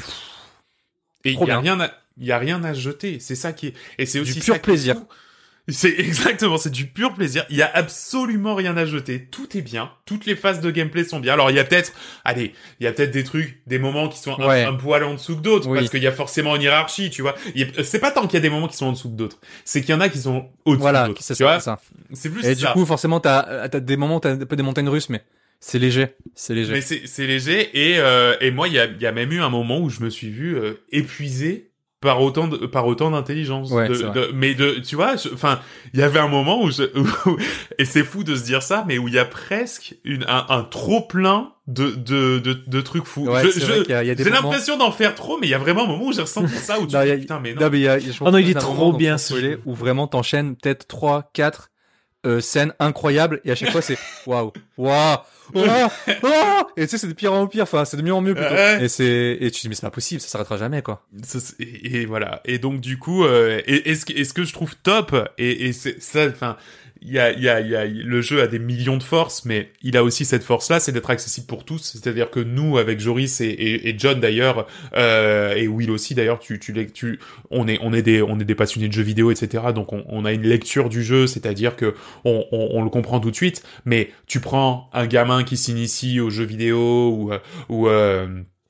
Et Trop il y a bien. rien à, il y a rien à jeter. C'est ça qui est, et c'est Du aussi pur ça qui est plaisir. fou. C'est exactement, c'est du pur plaisir. Il y a absolument rien à jeter. Tout est bien. Toutes les phases de gameplay sont bien. Alors il y a peut-être, allez, il y a peut-être des trucs, des moments qui sont un, Ouais. un poil en dessous que d'autres, Oui. parce qu'il y a forcément une hiérarchie, tu vois. Il y a- C'est pas tant qu'il y a des moments qui sont en dessous que d'autres, c'est qu'il y en a qui sont au-dessus voilà, d'autres. c'est Tu ça, vois, c'est ça. c'est plus Et du ça. coup, forcément, t'as, t'as des moments où t'as un peu des montagnes russes, mais c'est léger. C'est léger. Mais c'est c'est léger et euh, et moi il y a il y a même eu un moment où je me suis vu euh, épuisé par autant de par autant d'intelligence. Ouais, De- c'est vrai. de- mais de tu vois, enfin il y avait un moment où, je, où- et c'est fou de se dire ça, mais où il y a presque une un, un trop plein de de de, de trucs fous. Ouais, Je- c'est je- vrai qu'il y a, il y a des j'ai moments. l'impression d'en faire trop, mais il y a vraiment un moment où j'ai ressenti ça où tu Non, te il y a- dis, putain mais non. Non, mais il y a, je Oh non, il est pense trop d'un moment dans bien, ton ce spoiler jeu. où vraiment t'enchaînes peut-être trois, quatre euh, scènes incroyables et à chaque fois c'est waouh, waouh, waouh, waouh, et tu sais c'est de pire en pire, enfin c'est de mieux en mieux plutôt. Ouais. Et c'est et tu te dis mais c'est pas possible, ça s'arrêtera jamais quoi. Ça, c'est- et, et voilà. Et donc du coup, euh, et, et ce, que- et ce que je trouve top, et, et c'est ça, enfin, il y a, il y a, il y a, le jeu a des millions de forces, mais il a aussi cette force-là, c'est d'être accessible pour tous. C'est-à-dire que nous, avec Joris et, et, et John d'ailleurs, euh, et Will aussi d'ailleurs, tu, tu, l'es- tu, on est, on est des, on est des passionnés de jeux vidéo, et cetera. Donc on, on a une lecture du jeu, c'est-à-dire que on, on, on le comprend tout de suite. Mais tu prends un gamin qui s'initie aux jeux vidéo ou, euh, ou euh,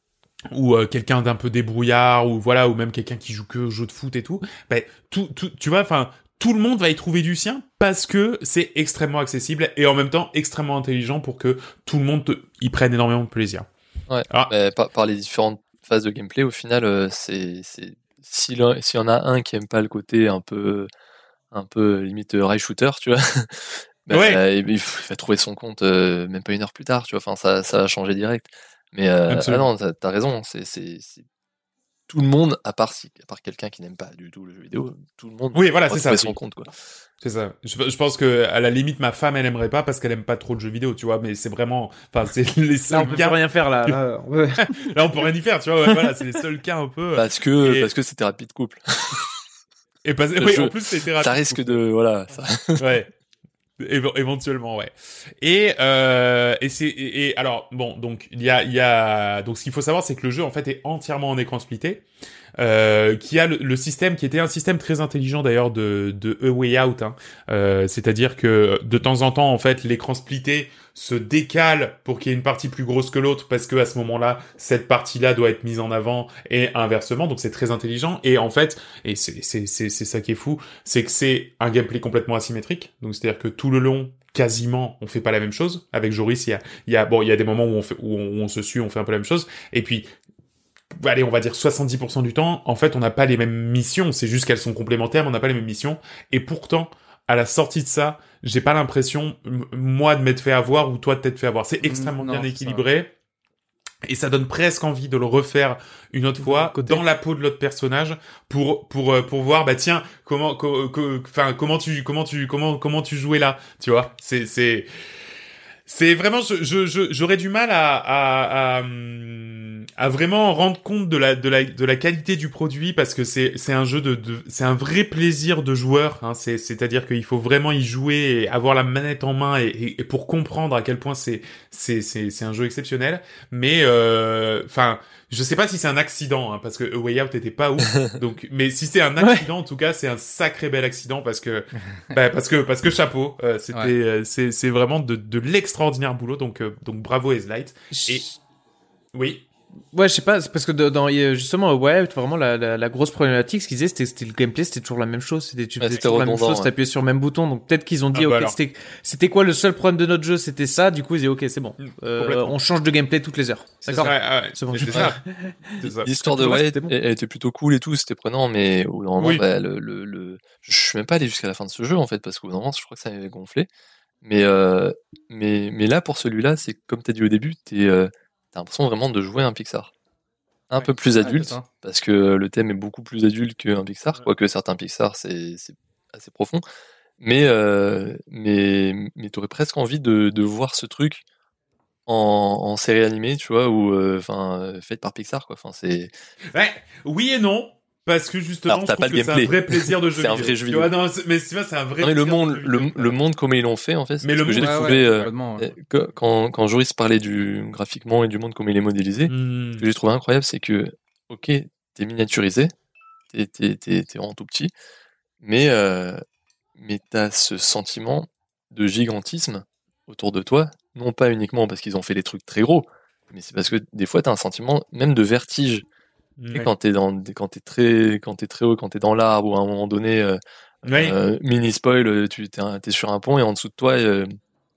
ou euh, quelqu'un d'un peu débrouillard ou voilà ou même quelqu'un qui joue que aux jeux de foot et tout, ben tout tout tu vois enfin tout le monde va y trouver du sien parce que c'est extrêmement accessible et en même temps extrêmement intelligent pour que tout le monde te- y prenne énormément de plaisir. Ouais. Ah. Mais par, par les différentes phases de gameplay, au final, euh, c'est, c'est, s'il y s'il y en a un qui aime pas le côté un peu, un peu limite euh, rail shooter, tu vois, bah, Ouais. euh, il, il va trouver son compte euh, même pas une heure plus tard, tu vois. Enfin, ça, ça va changer direct. Mais euh, ah Absolument. non, t'as, t'as raison. C'est, c'est, c'est tout le monde, à part si, à part quelqu'un qui n'aime pas du tout le jeu vidéo, tout le monde Oui, voilà, va c'est ça. trouver son oui. compte, quoi. C'est ça. Je, je pense que à la limite ma femme elle aimerait pas parce qu'elle aime pas trop de jeux vidéo, tu vois, mais c'est vraiment enfin c'est les Là, on seuls peut plus cas. rien faire, là. Là, on peut- Là on peut rien y faire, tu vois, ouais, voilà, c'est les seuls cas un peu Parce que, Et- parce que c'est thérapie de couple. et pas le oui, jeu, en plus c'était rapide. Ça risque de, voilà. Ça... Ouais. Éve- éventuellement, ouais. Et euh, et c'est et, et alors bon donc il y a il y a donc ce qu'il faut savoir c'est que le jeu en fait est entièrement en écran splitté, euh, qui a le, le système qui était un système très intelligent d'ailleurs de de A Way Out, hein. Euh, c'est-à-dire que de temps en temps en fait l'écran splitté se décale pour qu'il y ait une partie plus grosse que l'autre parce que à ce moment-là cette partie-là doit être mise en avant et inversement, donc c'est très intelligent et en fait et c'est c'est c'est c'est ça qui est fou, c'est que c'est un gameplay complètement asymétrique, donc c'est-à-dire que tout le long quasiment on fait pas la même chose. Avec Joris il y a il y a bon il y a des moments où on fait où on, où on se suit, on fait un peu la même chose et puis allez, on va dire soixante-dix pour cent du temps, en fait, on n'a pas les mêmes missions, c'est juste qu'elles sont complémentaires, mais on n'a pas les mêmes missions, et pourtant, à la sortie de ça, j'ai pas l'impression, m- moi, de m'être fait avoir, ou toi de t'être fait avoir. C'est extrêmement Non, bien c'est équilibré, et ça donne presque envie de le refaire une autre fois, côté. dans la peau de l'autre personnage, pour, pour, euh, pour voir, bah tiens, comment, co- co- enfin, comment tu, comment tu, comment, comment tu jouais là, tu vois, c'est, c'est, c'est vraiment, je, je, je- j'aurais du mal à, à, à, hum, à vraiment rendre compte de la, de la, de la qualité du produit parce que c'est, c'est un jeu de, de c'est un vrai plaisir de joueur. Hein, c'est, c'est-à-dire qu'il faut vraiment y jouer et avoir la manette en main et, et, et pour comprendre à quel point c'est, c'est, c'est, c'est un jeu exceptionnel. Mais, enfin. Euh, je sais pas si c'est un accident, hein, parce que A Way Out était pas ouf. donc, mais si c'est un accident, ouais. en tout cas, c'est un sacré bel accident parce que, bah, parce que, parce que chapeau, euh, c'était, ouais. euh, c'est, c'est vraiment de, de l'extraordinaire boulot. Donc, euh, donc bravo Hazelight. Et oui. Ouais, je sais pas, c'est parce que dans justement ouais, vraiment la, la, la grosse problématique, ce qu'ils disaient, c'était, c'était le gameplay, c'était toujours la même chose, c'était tu faisais ouais, toujours la même chose, ouais. t'appuyais sur le même bouton, donc peut-être qu'ils ont dit ah, bah ok, alors. c'était c'était quoi le seul problème de notre jeu, c'était ça, du coup ils disaient ok c'est bon, euh, on change de gameplay toutes les heures, c'est d'accord, ça, ah ouais, c'est bon, c'est ça. ça. L'histoire de ouais, bon. elle était plutôt cool et tout, c'était prenant, mais au bout d'un moment, oui. bah, le, le, le, je suis même pas allé jusqu'à la fin de ce jeu en fait, parce qu'au bout d'un moment, je crois que ça m'avait gonflé, mais euh, mais mais là pour celui-là, c'est comme t'as dit au début, t'es euh, t'as l'impression vraiment de jouer un Pixar. Un ouais, peu plus adulte, ouais, parce que le thème est beaucoup plus adulte qu'un Pixar, ouais. quoique certains Pixar, c'est, c'est assez profond. Mais, euh, mais, mais t'aurais presque envie de, de voir ce truc en, en série animée, tu vois, ou enfin euh, faite par Pixar, quoi. Enfin, c'est. Ouais, oui et non. Parce que justement, alors, je trouve que c'est un vrai plaisir de jeu c'est vidéo. un vrai jeu vidéo. Tu vois, non, mais tu vois, c'est un vrai non, mais plaisir le monde, de jeu vidéo, le, le monde comme ils l'ont fait, en fait. Mais le que monde, j'ai ouais, trouvé, ouais, euh, ouais. quand, quand Joris parlait du graphiquement et du monde comme il est modélisé, mmh. ce que j'ai trouvé incroyable, c'est que, ok, t'es miniaturisé, t'es, t'es, t'es, t'es vraiment tout petit, mais, euh, mais t'as ce sentiment de gigantisme autour de toi, non pas uniquement parce qu'ils ont fait des trucs très gros, mais c'est parce que des fois t'as un sentiment même de vertige. Ouais. Quand t'es dans, quand t'es très, quand t'es très haut, quand t'es dans l'arbre ou à un moment donné, euh, ouais. euh, mini spoil, tu t'es, t'es sur un pont et en dessous de toi, euh,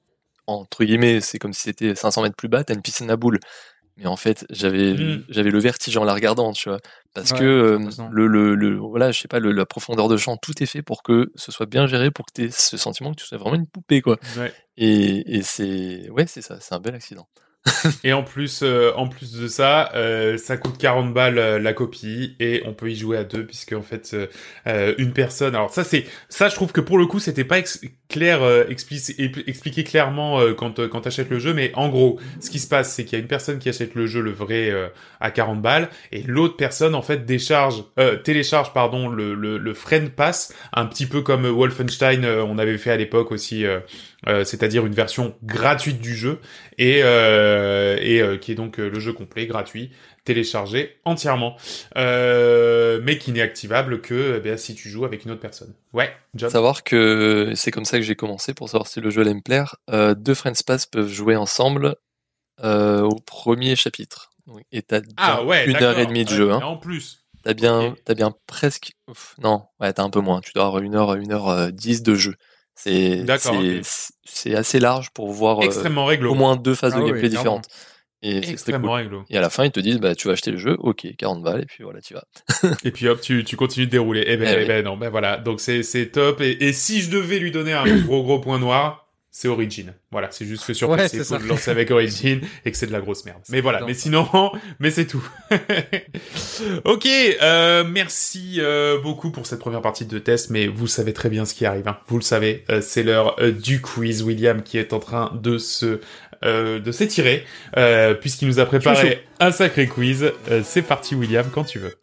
entre guillemets, c'est comme si c'était cinq cents mètres plus bas, t'as une piscine à boules. Mais en fait, j'avais, mmh. j'avais le vertige en la regardant, tu vois, parce ouais, que euh, le, le, le, voilà, je sais pas, le, la profondeur de champ, tout est fait pour que ce soit bien géré, pour que t'aies ce sentiment que tu sois vraiment une poupée, quoi. Ouais. Et, et c'est, ouais, c'est ça, c'est un bel accident. Et en plus, euh, en plus de ça, euh, ça coûte quarante balles euh, la copie et on peut y jouer à deux puisque en fait euh, une personne. Alors ça c'est ça je trouve que pour le coup c'était pas ex- clair euh, expli- expliqué clairement euh, quand euh, quand t'achètes le jeu, mais en gros ce qui se passe c'est qu'il y a une personne qui achète le jeu le vrai euh, à quarante balles et l'autre personne en fait décharge euh, télécharge pardon le le le Friend Pass un petit peu comme Wolfenstein euh, on avait fait à l'époque aussi. Euh, Euh, c'est-à-dire une version gratuite du jeu et euh, et euh, qui est donc euh, le jeu complet gratuit téléchargé entièrement euh, mais qui n'est activable que eh bien, si tu joues avec une autre personne. Ouais, John. Savoir que c'est comme ça que j'ai commencé pour savoir si le jeu allait me plaire. Euh, deux Friends Pass peuvent jouer ensemble euh, au premier chapitre. Et t'as ah, ouais, une d'accord. heure et demie de ouais, jeu. Hein. En plus. T'as bien, okay. t'as bien presque. Ouf, non, ouais, t'as un peu moins. Tu dois avoir une heure, une heure euh, dix de jeu. C'est, c'est, okay. c'est assez large pour voir extrêmement euh, réglo. au moins deux phases ah, de gameplay oui, différentes. Et extrêmement cool. réglo. Et à la fin, ils te disent, bah, tu vas acheter le jeu, ok, quarante balles, et puis voilà, tu vas. Et puis hop, tu, tu continues de dérouler. Eh ben, eh, eh oui. ben non, ben voilà. Donc c'est, c'est top. Et, et si je devais lui donner un gros, gros point noir, c'est Origin. Voilà, c'est juste que sur ouais, P C, il faut le lancer avec Origin et que c'est de la grosse merde. C'est mais voilà, mais sinon, mais c'est tout. Ok, euh, merci euh, beaucoup pour cette première partie de test, mais vous savez très bien ce qui arrive. Hein. Vous le savez, euh, c'est l'heure euh, du quiz. William qui est en train de se euh, de s'étirer euh, puisqu'il nous a préparé un sacré quiz. Euh, c'est parti, William, quand tu veux.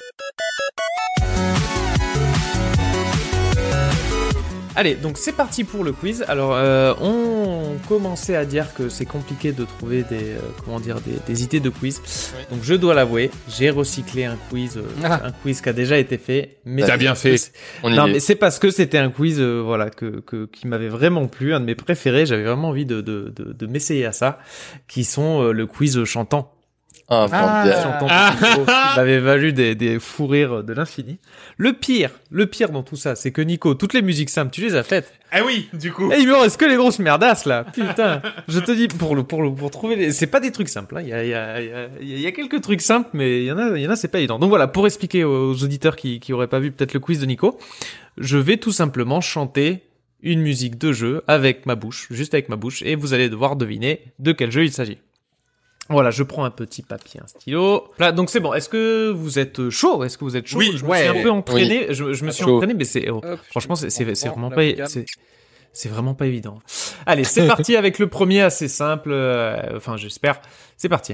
Allez, donc c'est parti pour le quiz. Alors, euh, on commençait à dire que c'est compliqué de trouver des, euh, comment dire, des, des idées de quiz. Oui. Donc, je dois l'avouer, j'ai recyclé un quiz, euh, ah. un quiz qui a déjà été fait. Mais t'as bien fait. On non, est... mais c'est parce que c'était un quiz, euh, voilà, que, que qui m'avait vraiment plu, un de mes préférés. J'avais vraiment envie de de de, de m'essayer à ça, qui sont euh, le quiz chantant. Ah, ah, chantant ah, il m'avait valu des, des fous rires de l'infini. Le pire, le pire dans tout ça, c'est que Nico, toutes les musiques simples, tu les as faites. Ah oui, du coup. Et il me reste que les grosses merdasses, là. Putain. Je te dis, pour le, pour le, pour trouver les, c'est pas des trucs simples, hein. Il y a, il y a, il y a, il y a quelques trucs simples, mais il y en a, il y en a, c'est pas évident. Donc voilà, pour expliquer aux auditeurs qui, qui auraient pas vu peut-être le quiz de Nico, je vais tout simplement chanter une musique de jeu avec ma bouche, juste avec ma bouche, et vous allez devoir deviner de quel jeu il s'agit. Voilà, je prends un petit papier, un stylo. Là, donc c'est bon. Est-ce que vous êtes chaud? Est-ce que vous êtes chaud? Oui. Je me ouais, suis un peu entraîné. Oui. Je, je me suis chaud. entraîné, mais c'est oh, Hop, franchement, c'est, c'est, c'est vraiment pas, c'est, c'est vraiment pas évident. Allez, c'est parti avec le premier, assez simple. Euh, enfin, j'espère. C'est parti.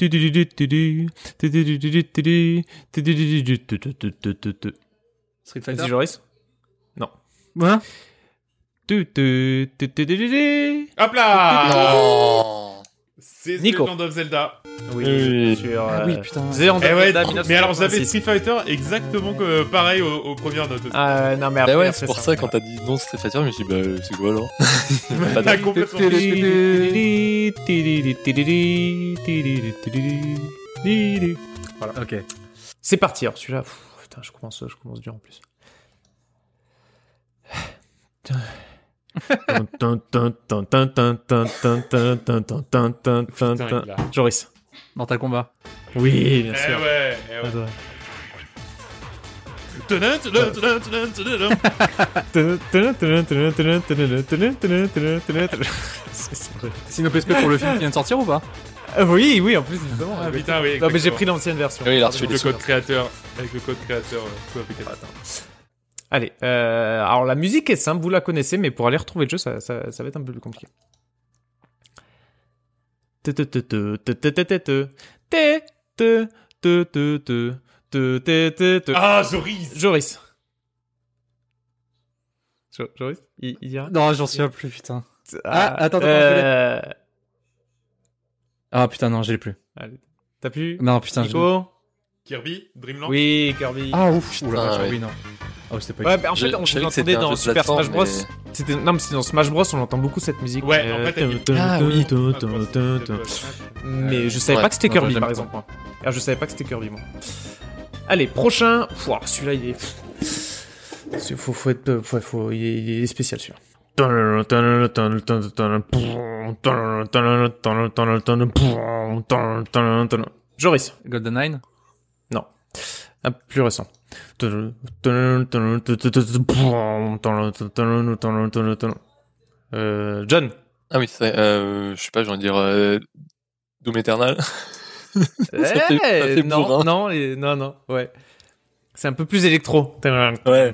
Street Fighter. Vas-y, Joris. Non. Hein? Hop là. Non. C'est The Nico. Legend of Zelda. Oui, Oui. bien sûr. Ah euh, oui, putain. The Legend of Eh ouais, Zelda, mais mille neuf cent alors j'avais quatre-vingt-six. Street Fighter exactement que, pareil aux, aux premières notes aussi. Ah non mais après, Bah ouais, après c'est pour ça, quand t'as dit non Street Fighter, je me suis dit, bah, c'est quoi alors? Pas T'as de- complètement Voilà. Ok. C'est parti. Alors celui-là, pff, putain, je commence, je commence dur en plus. Putain, il a- Joris. Mortal Kombat. Oui, bien Eh sûr. ouais, eh ouais. Ouais. Tudun, tudun, tudun, tudun, tudun. C'est- c'est vrai. Synopespe pour le film qui vient de sortir ou pas? Ah oui, oui, en plus, évidemment. Ah putain, oui. Non, mais j'ai exactement. pris l'ancienne version. Oui, il a reçu Avec les le sous. code créateur. Avec le code créateur. euh, tout appliqué. Allez, euh, alors la musique est simple, vous la connaissez, mais pour aller retrouver le jeu, ça, ça, ça va être un peu plus compliqué. Ah, Joris. Joris. Jo- Joris, il, il dira. Non, j'en souviens plus, putain. Ah, attends, attends, euh... Ah putain, non, je l'ai plus. Allez, t'as plus Non, putain, je l'ai- Nico. Kirby, Dreamland. Oui, Kirby. Ah ouf, oula, Putain, vache, ouais. oui, non. Oh, c'était pas Ouais, évident. bah, en fait, Je- on je savais vous que c'était entendait un dans jeu de Super plateforme, Smash Bros. mais- C'était non, mais c'était dans Smash Bros. On entend beaucoup cette musique. Ouais, Euh, en fait, elle- Ah oui. Mais je savais Ouais. pas que c'était Non, Kirby j'aime par pas. exemple. Moi. Ah, je savais pas que c'était Kirby moi. Allez, prochain. Pouah, celui-là il est. C'est- Faut, faut être, faut, faut, il est, il est spécial celui-là. Joris. GoldenEye. Non. Un peu plus récent. Euh, John. Ah oui, c'est, euh, je sais pas, j'ai envie de dire, euh, Doom Eternal. Ça fait- ça fait Eh, non, bourrin. non, et- non, non, ouais. C'est un peu plus électro. Ouais.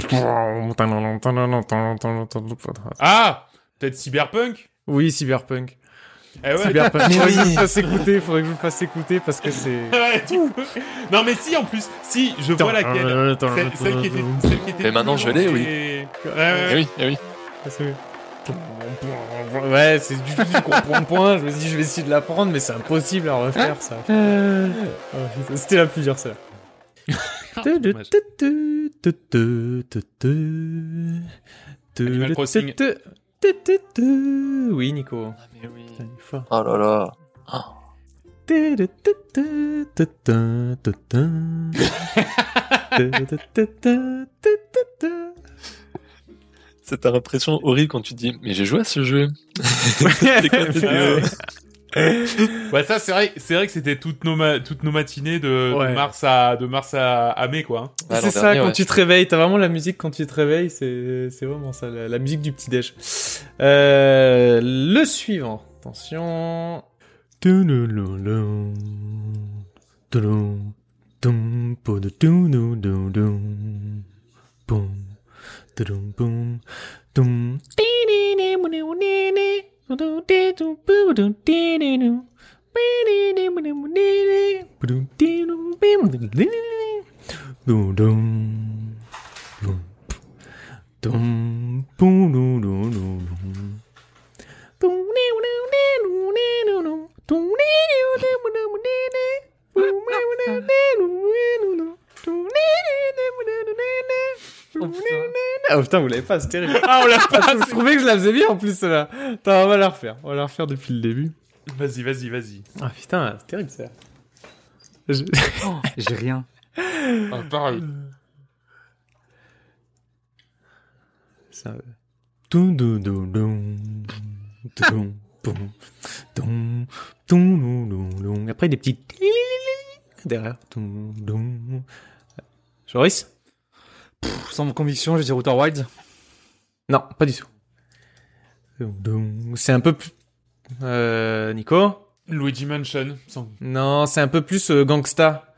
Ah, peut-être Cyberpunk. Oui, Cyberpunk. Eh ouais. Cyberpunk. Faudrait que je vous fasse écouter, faudrait que je vous fasse écouter parce que c'est. Ouais, tu peux. Non mais si en plus, si je vois laquelle, celle, celle qui était, celle qui était. Mais maintenant, je l'ai, oui. et- Ouais, Eh ouais. oui, eh oui. Ouais, c'est du du point point. Je me suis dit, je vais essayer de l'apprendre, mais c'est impossible à refaire ça. Ouais, C'était la plus dure, ça. Dommage. Animal Crossing. Oui, Nico. Ah, mais oui. Putain, il est fort. Oh là là. Ah. C'est ta impression horrible quand tu te dis, mais j'ai joué à ce jeu. C'est quoi cette Ouais. vidéo? Ouais, ça c'est vrai, c'est vrai que c'était toutes nos ma- toutes nos matinées de, Ouais. de mars à de mars à, à mai quoi. Ah, C'est l'an ça, dernier, quand ouais. tu te réveilles, t'as vraiment la musique quand tu te réveilles, c'est, c'est vraiment ça, la, la musique du petit-déj. Euh, le suivant, attention. Oh putain, vous l'avez pas, c'est terrible. Ah on l'a pas. Je trouvais que je la faisais bien en plus, celle-là. Attends, on va la refaire. On va la refaire depuis le début. Vas-y, vas-y, vas-y. Ah putain, c'est terrible ça. Je- J'ai rien. Ah, pareil. Ça... Dum, dum, dum, dum. Dum, dum, dum, dum, dum, dum, dum. Après, des petits derrière. Dum, dum. Joris? Pff, sans conviction, je vais dire Outer Wilds. Non, pas du tout. Dum, dum. C'est un peu plus... Euh, Nico? Luigi Mansion. Sans... Non, c'est un peu plus euh, gangsta.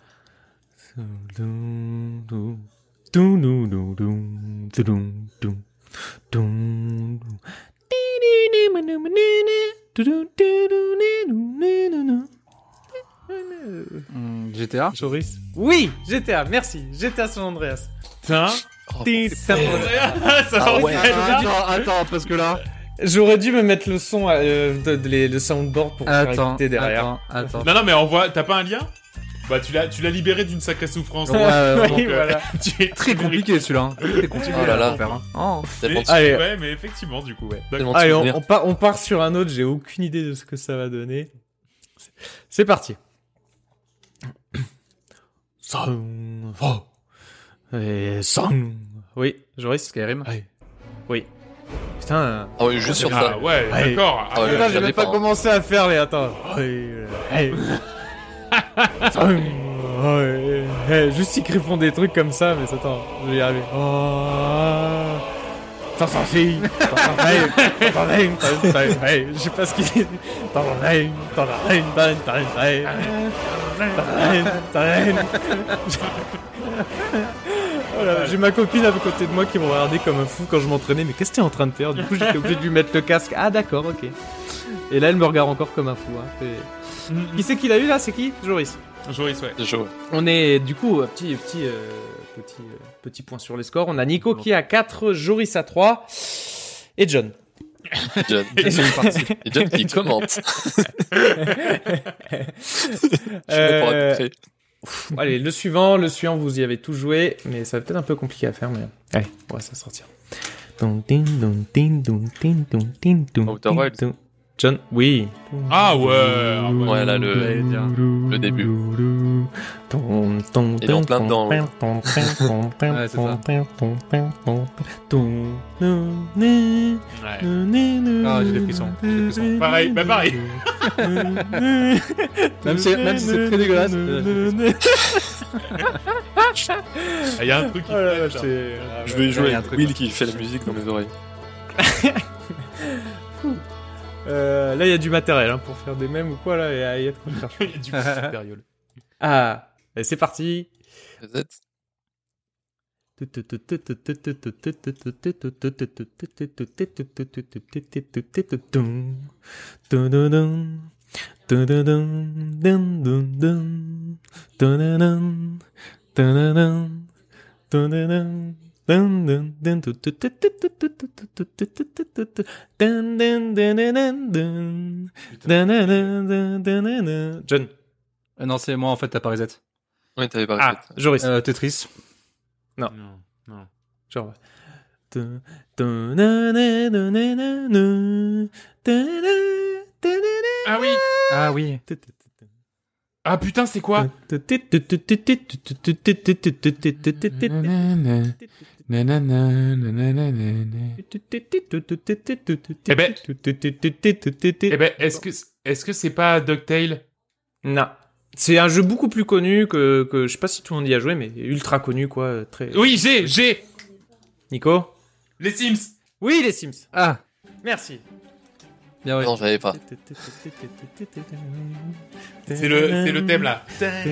Dum, dum, dum, dum, dum, dum, dum, dum, dum, dum. Hmm, G T A. Joris? Oui, G T A, merci. G T A San Andreas. Putain. Oh, Tin, tin, ça Ah va, ouais. celle-là. Attends, attends, parce que là... J'aurais dû me mettre le son, euh, de, de, les- le soundboard pour faire Attends, écouter derrière. attends, attends. Non, non, mais envoie. T'as pas un lien? Bah, tu l'as, tu l'as libéré d'une sacrée souffrance. Ouais, ouais, Donc, oui, euh, voilà. tu es Très compliqué celui-là. Hein. Très compliqué Oh là là. à faire. Hein. Oh. Tellement Mais, de- Allez. ouais, mais effectivement, du coup, ouais. D'accord. tellement de Allez, on, souvenirs. on, part, on part sur un autre, j'ai aucune idée de ce que ça va donner. C'est, c'est parti. Sang, oh. Et sang. Oui, Joris. Skyrim. Oui. Oui. Putain. Ah oui, juste sur Ah, ça. ouais, Allez. d'accord. Ah ouais, Putain, je j'ai l'avais même pas pas, hein. commencé à faire les. Attends. Oui, hey. Sang, ouais. Hey, juste ils font des trucs comme ça, mais attends, je vais y arriver. Oh. T'en sors si. T'en sors hey. T'en hey. T'en hey. Hey. Je sais pas ce qu'il dit. T'en hey. T'en hey. T'en hey. T'en hey. Oh là, j'ai ma copine à côté de moi qui me regardait comme un fou quand je m'entraînais. Mais qu'est-ce que t'es en train de faire? Du coup, j'étais obligé de lui mettre le casque. Ah, d'accord, ok. Et là, elle me regarde encore comme un fou. Hein. C'est- Qui c'est qui l'a eu là? C'est qui? Joris. Joris, ouais. C'est chaud. On est du coup petit petit euh, petit euh, petit point sur les scores. On a Nico qui a quatre, Joris à trois et John. John. Et c'est parti. Et John qui commente. Je suis là pour Euh, arbitrer. Allez, le suivant, le suivant, vous y avez tout joué, mais ça va peut-être un peu compliqué à faire, mais allez, on va s'en sortir. Outer Wilds. John, oui. Ah ouais. ah ouais. Ouais, là, le, le début. Il est en plein dedans, ouais. Ouais, c'est ça. Ouais. Ah, j'ai des frissons. J'ai des frissons. Pareil, bah pareil. Même si, même si c'est très dégueulasse. Il y a un truc qui Oh là me là, pète, c'est- Je vais il y jouer a un avec truc, Will là. qui fait la musique dans mes oreilles. Euh, là, il y a du matériel hein, pour faire des mèmes ou quoi là. Il y a, il y a de quoi faire. Il y a du coup supérieur. Ah, et c'est parti. Z. John. Euh, non, c'est moi en fait, t'as pas reset. Ouais, t'avais pas Ah, répété. Joris. Euh, Tetris. Non, non. Genre. Ah oui. Ah oui. Ah putain, c'est quoi? Eh ben, Eh ben, est-ce que est-ce que c'est pas DuckTale? Non. C'est un jeu beaucoup plus connu que, que je sais pas si tout le monde y a joué, mais ultra connu quoi. Très... Oui, j'ai, j'ai Nico? les Sims. Oui, les Sims. Ah, Merci. bien ouais. Non, j'avais pas. C'est le, c'est le thème là.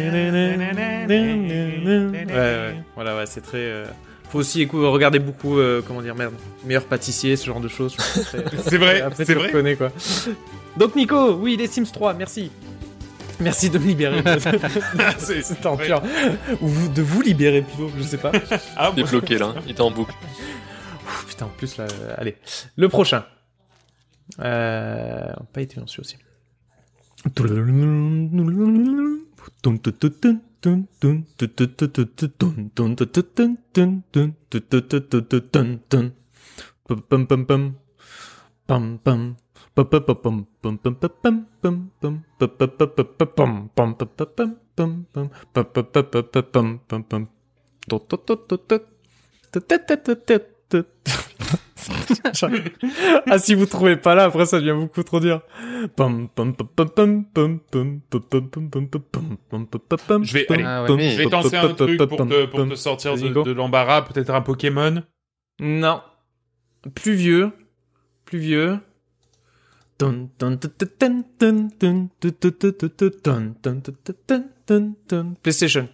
Ouais, ouais. Voilà, ouais, c'est très. euh, Faut aussi écou- regarder beaucoup, euh, comment dire, merde, meilleur pâtissier, ce genre de choses. C'est vrai, Après, c'est tu vrai. reconnais, quoi. Donc, Nico, oui, les Sims trois, merci. Merci de me libérer de C'est- cette aventure. Ou vous- de vous libérer plutôt, je sais pas. Ah, Il est moi- bloqué là, hein. Il était en boucle. Ouh, putain, en plus, là, euh, allez. Le prochain. Euh, on n'a pas été dessus aussi. Ah, si vous trouvez pas là, après ça devient beaucoup trop dur. Je vais, allez, Ah ouais. je vais tenter un truc pour te, pour te sortir Vas-y, de, go. de l'embarras, peut-être un Pokémon. Non. Plus vieux. Plus vieux. PlayStation.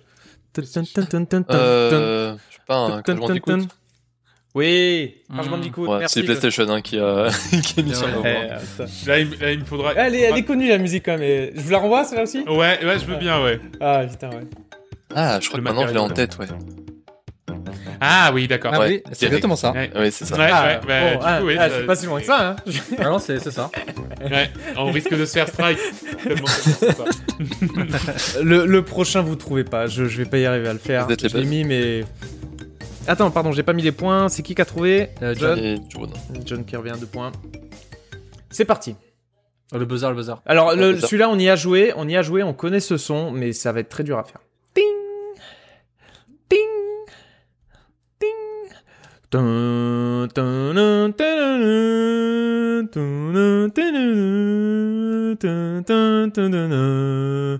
Euh, je sais pas, un Crash Bandicoot. Oui, Crash Mmh. Bandicoot, Ouais, merci. c'est PlayStation hein, qui a qui a mis sur Ouais. le Eh, bord. attends. Là, il, là, il me faudra. Elle est, elle est connue la musique quand même. et- Je vous la renvoie celle-là aussi? Ouais, ouais, je veux bien, ouais. Ah putain ouais. Ah, je crois Le que maintenant je l'ai en matériel. tête, ouais. Ah oui, d'accord. Ah Ouais, oui, Ouais, c'est direct. exactement ça. ouais, Ouais, c'est ça. ouais, Ah, ouais, bah, bon, du ah, coup, oui, ah, ça- je suis pas si loin que ça. Hein. Ah non, c'est c'est ça. Ouais, on risque de se faire strike. Tellement c'est ça. Le, le prochain, vous trouvez pas. Je, je vais pas y arriver à le faire. Vous êtes les Je l'ai buzz. mis, mais. Attends, pardon, j'ai pas mis les points. C'est qui qui a trouvé Euh, John. Et John. John qui revient à deux points. C'est parti. Oh, le buzzer, le buzzer. Alors, Ouais, le- c'est ça. celui-là, on y a joué. On y a joué. On connaît ce son, mais ça va être très dur à faire. Ting, ting, ting. Dun, dun, dun, dun, dun, dun, dun, dun, dun, dun, dun, dun,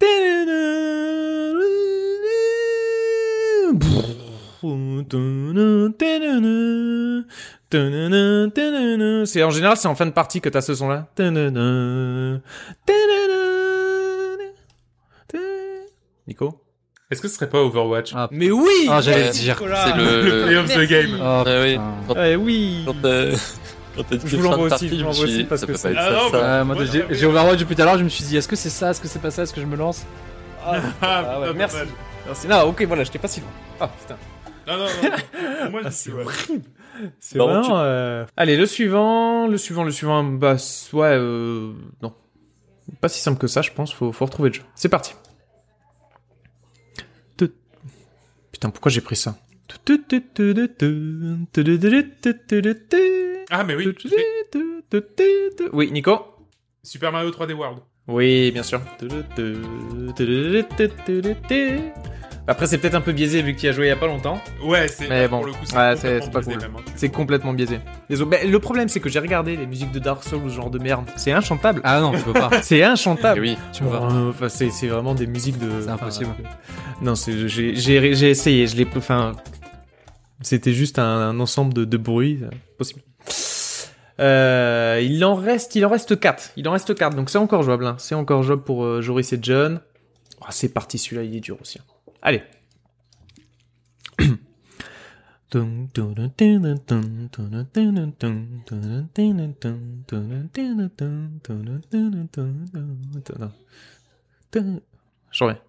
dun. C'est en général c'est en fin de partie que t'as ce son là. Nico. Est-ce que ce serait pas Overwatch? Ah, Mais oui. Ah, j'allais Ouais, le dire. Nicolas. c'est le- Le play of the game. Oh, Ouais, oui. putain. Quand, Ouais, oui. quand t'as quand t'as dit Je vous fin de l'envoie partie, aussi, je me l'envoie suis aussi dit, parce ça que peut c'est- pas être Ah ça, non, ça. bah- Euh, moi, Ouais, j'ai j'avais- j'ai Overwatch depuis tout à l'heure, je me suis dit, est-ce que c'est ça, est-ce que c'est pas ça, est-ce que je me lance Ah, Ah ouais, putain, merci. dommage. Merci. Non, ok, voilà, j'étais pas si loin. Ah putain. Non, non, non. Moi, je Ah, suis c'est ouais. horrible. C'est Bah, vraiment. tu- euh, Allez, le suivant, le suivant, le suivant. Bah c- ouais, euh... non, pas si simple que ça, je pense. Faut, faut retrouver le jeu. C'est parti. Tout- Putain, pourquoi j'ai pris ça? Ah, mais oui. je l'ai. Oui, Nico. Super Mario trois D World. Oui, bien sûr. Après, c'est peut-être un peu biaisé vu que tu y as joué il y a pas longtemps. Ouais, c'est. Mais pour bon. le coup, c'est Ouais, c'est- complètement c'est pas biaisé, cool. même, hein. C'est complètement biaisé. Désolé. Mais le problème, c'est que j'ai regardé les musiques de Dark Souls, ce genre de merde. C'est inchantable. Ah non, tu peux pas. C'est Et inchantable. oui. Tu peux pas. Euh, Enfin, c'est c'est vraiment des musiques de. C'est impossible. Enfin, euh, non, c'est j'ai j'ai j'ai essayé. Je l'ai. Enfin, c'était juste un, un ensemble de, de bruits. euh, Possible. Euh, il en reste, il en reste quatre. Il en reste quatre. Donc c'est encore jouable. Hein. C'est encore jouable pour euh, Joris et John. Oh, c'est parti. Celui-là, il est dur aussi. Hein. Allez. Je reviens.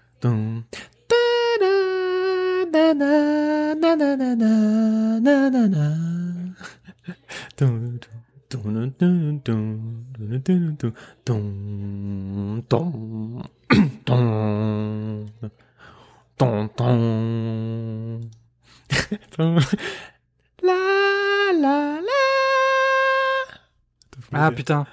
La la la. Ah putain.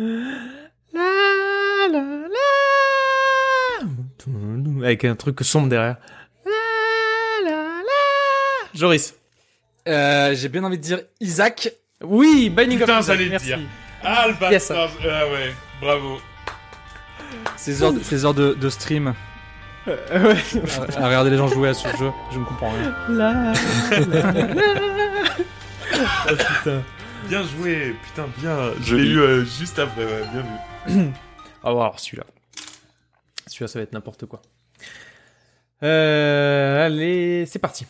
La la la. Avec un truc sombre derrière. La la la. Joris. Euh, j'ai bien envie de dire Isaac. Oui, Binding of Putain, Isaac, j'allais le merci. dire. Ah, le Yes. bâtard. Ah ouais, bravo. Ces heures, de- ces heures de, de stream. Euh, ouais. À, à regarder les gens jouer à ce jeu, je ne comprends rien. La la la. Oh putain. Bien joué, putain, bien. Je Joli. l'ai eu euh, juste après, ouais, bien vu. Ah bon, alors celui-là. Celui-là, ça va être n'importe quoi. Euh, allez, c'est parti.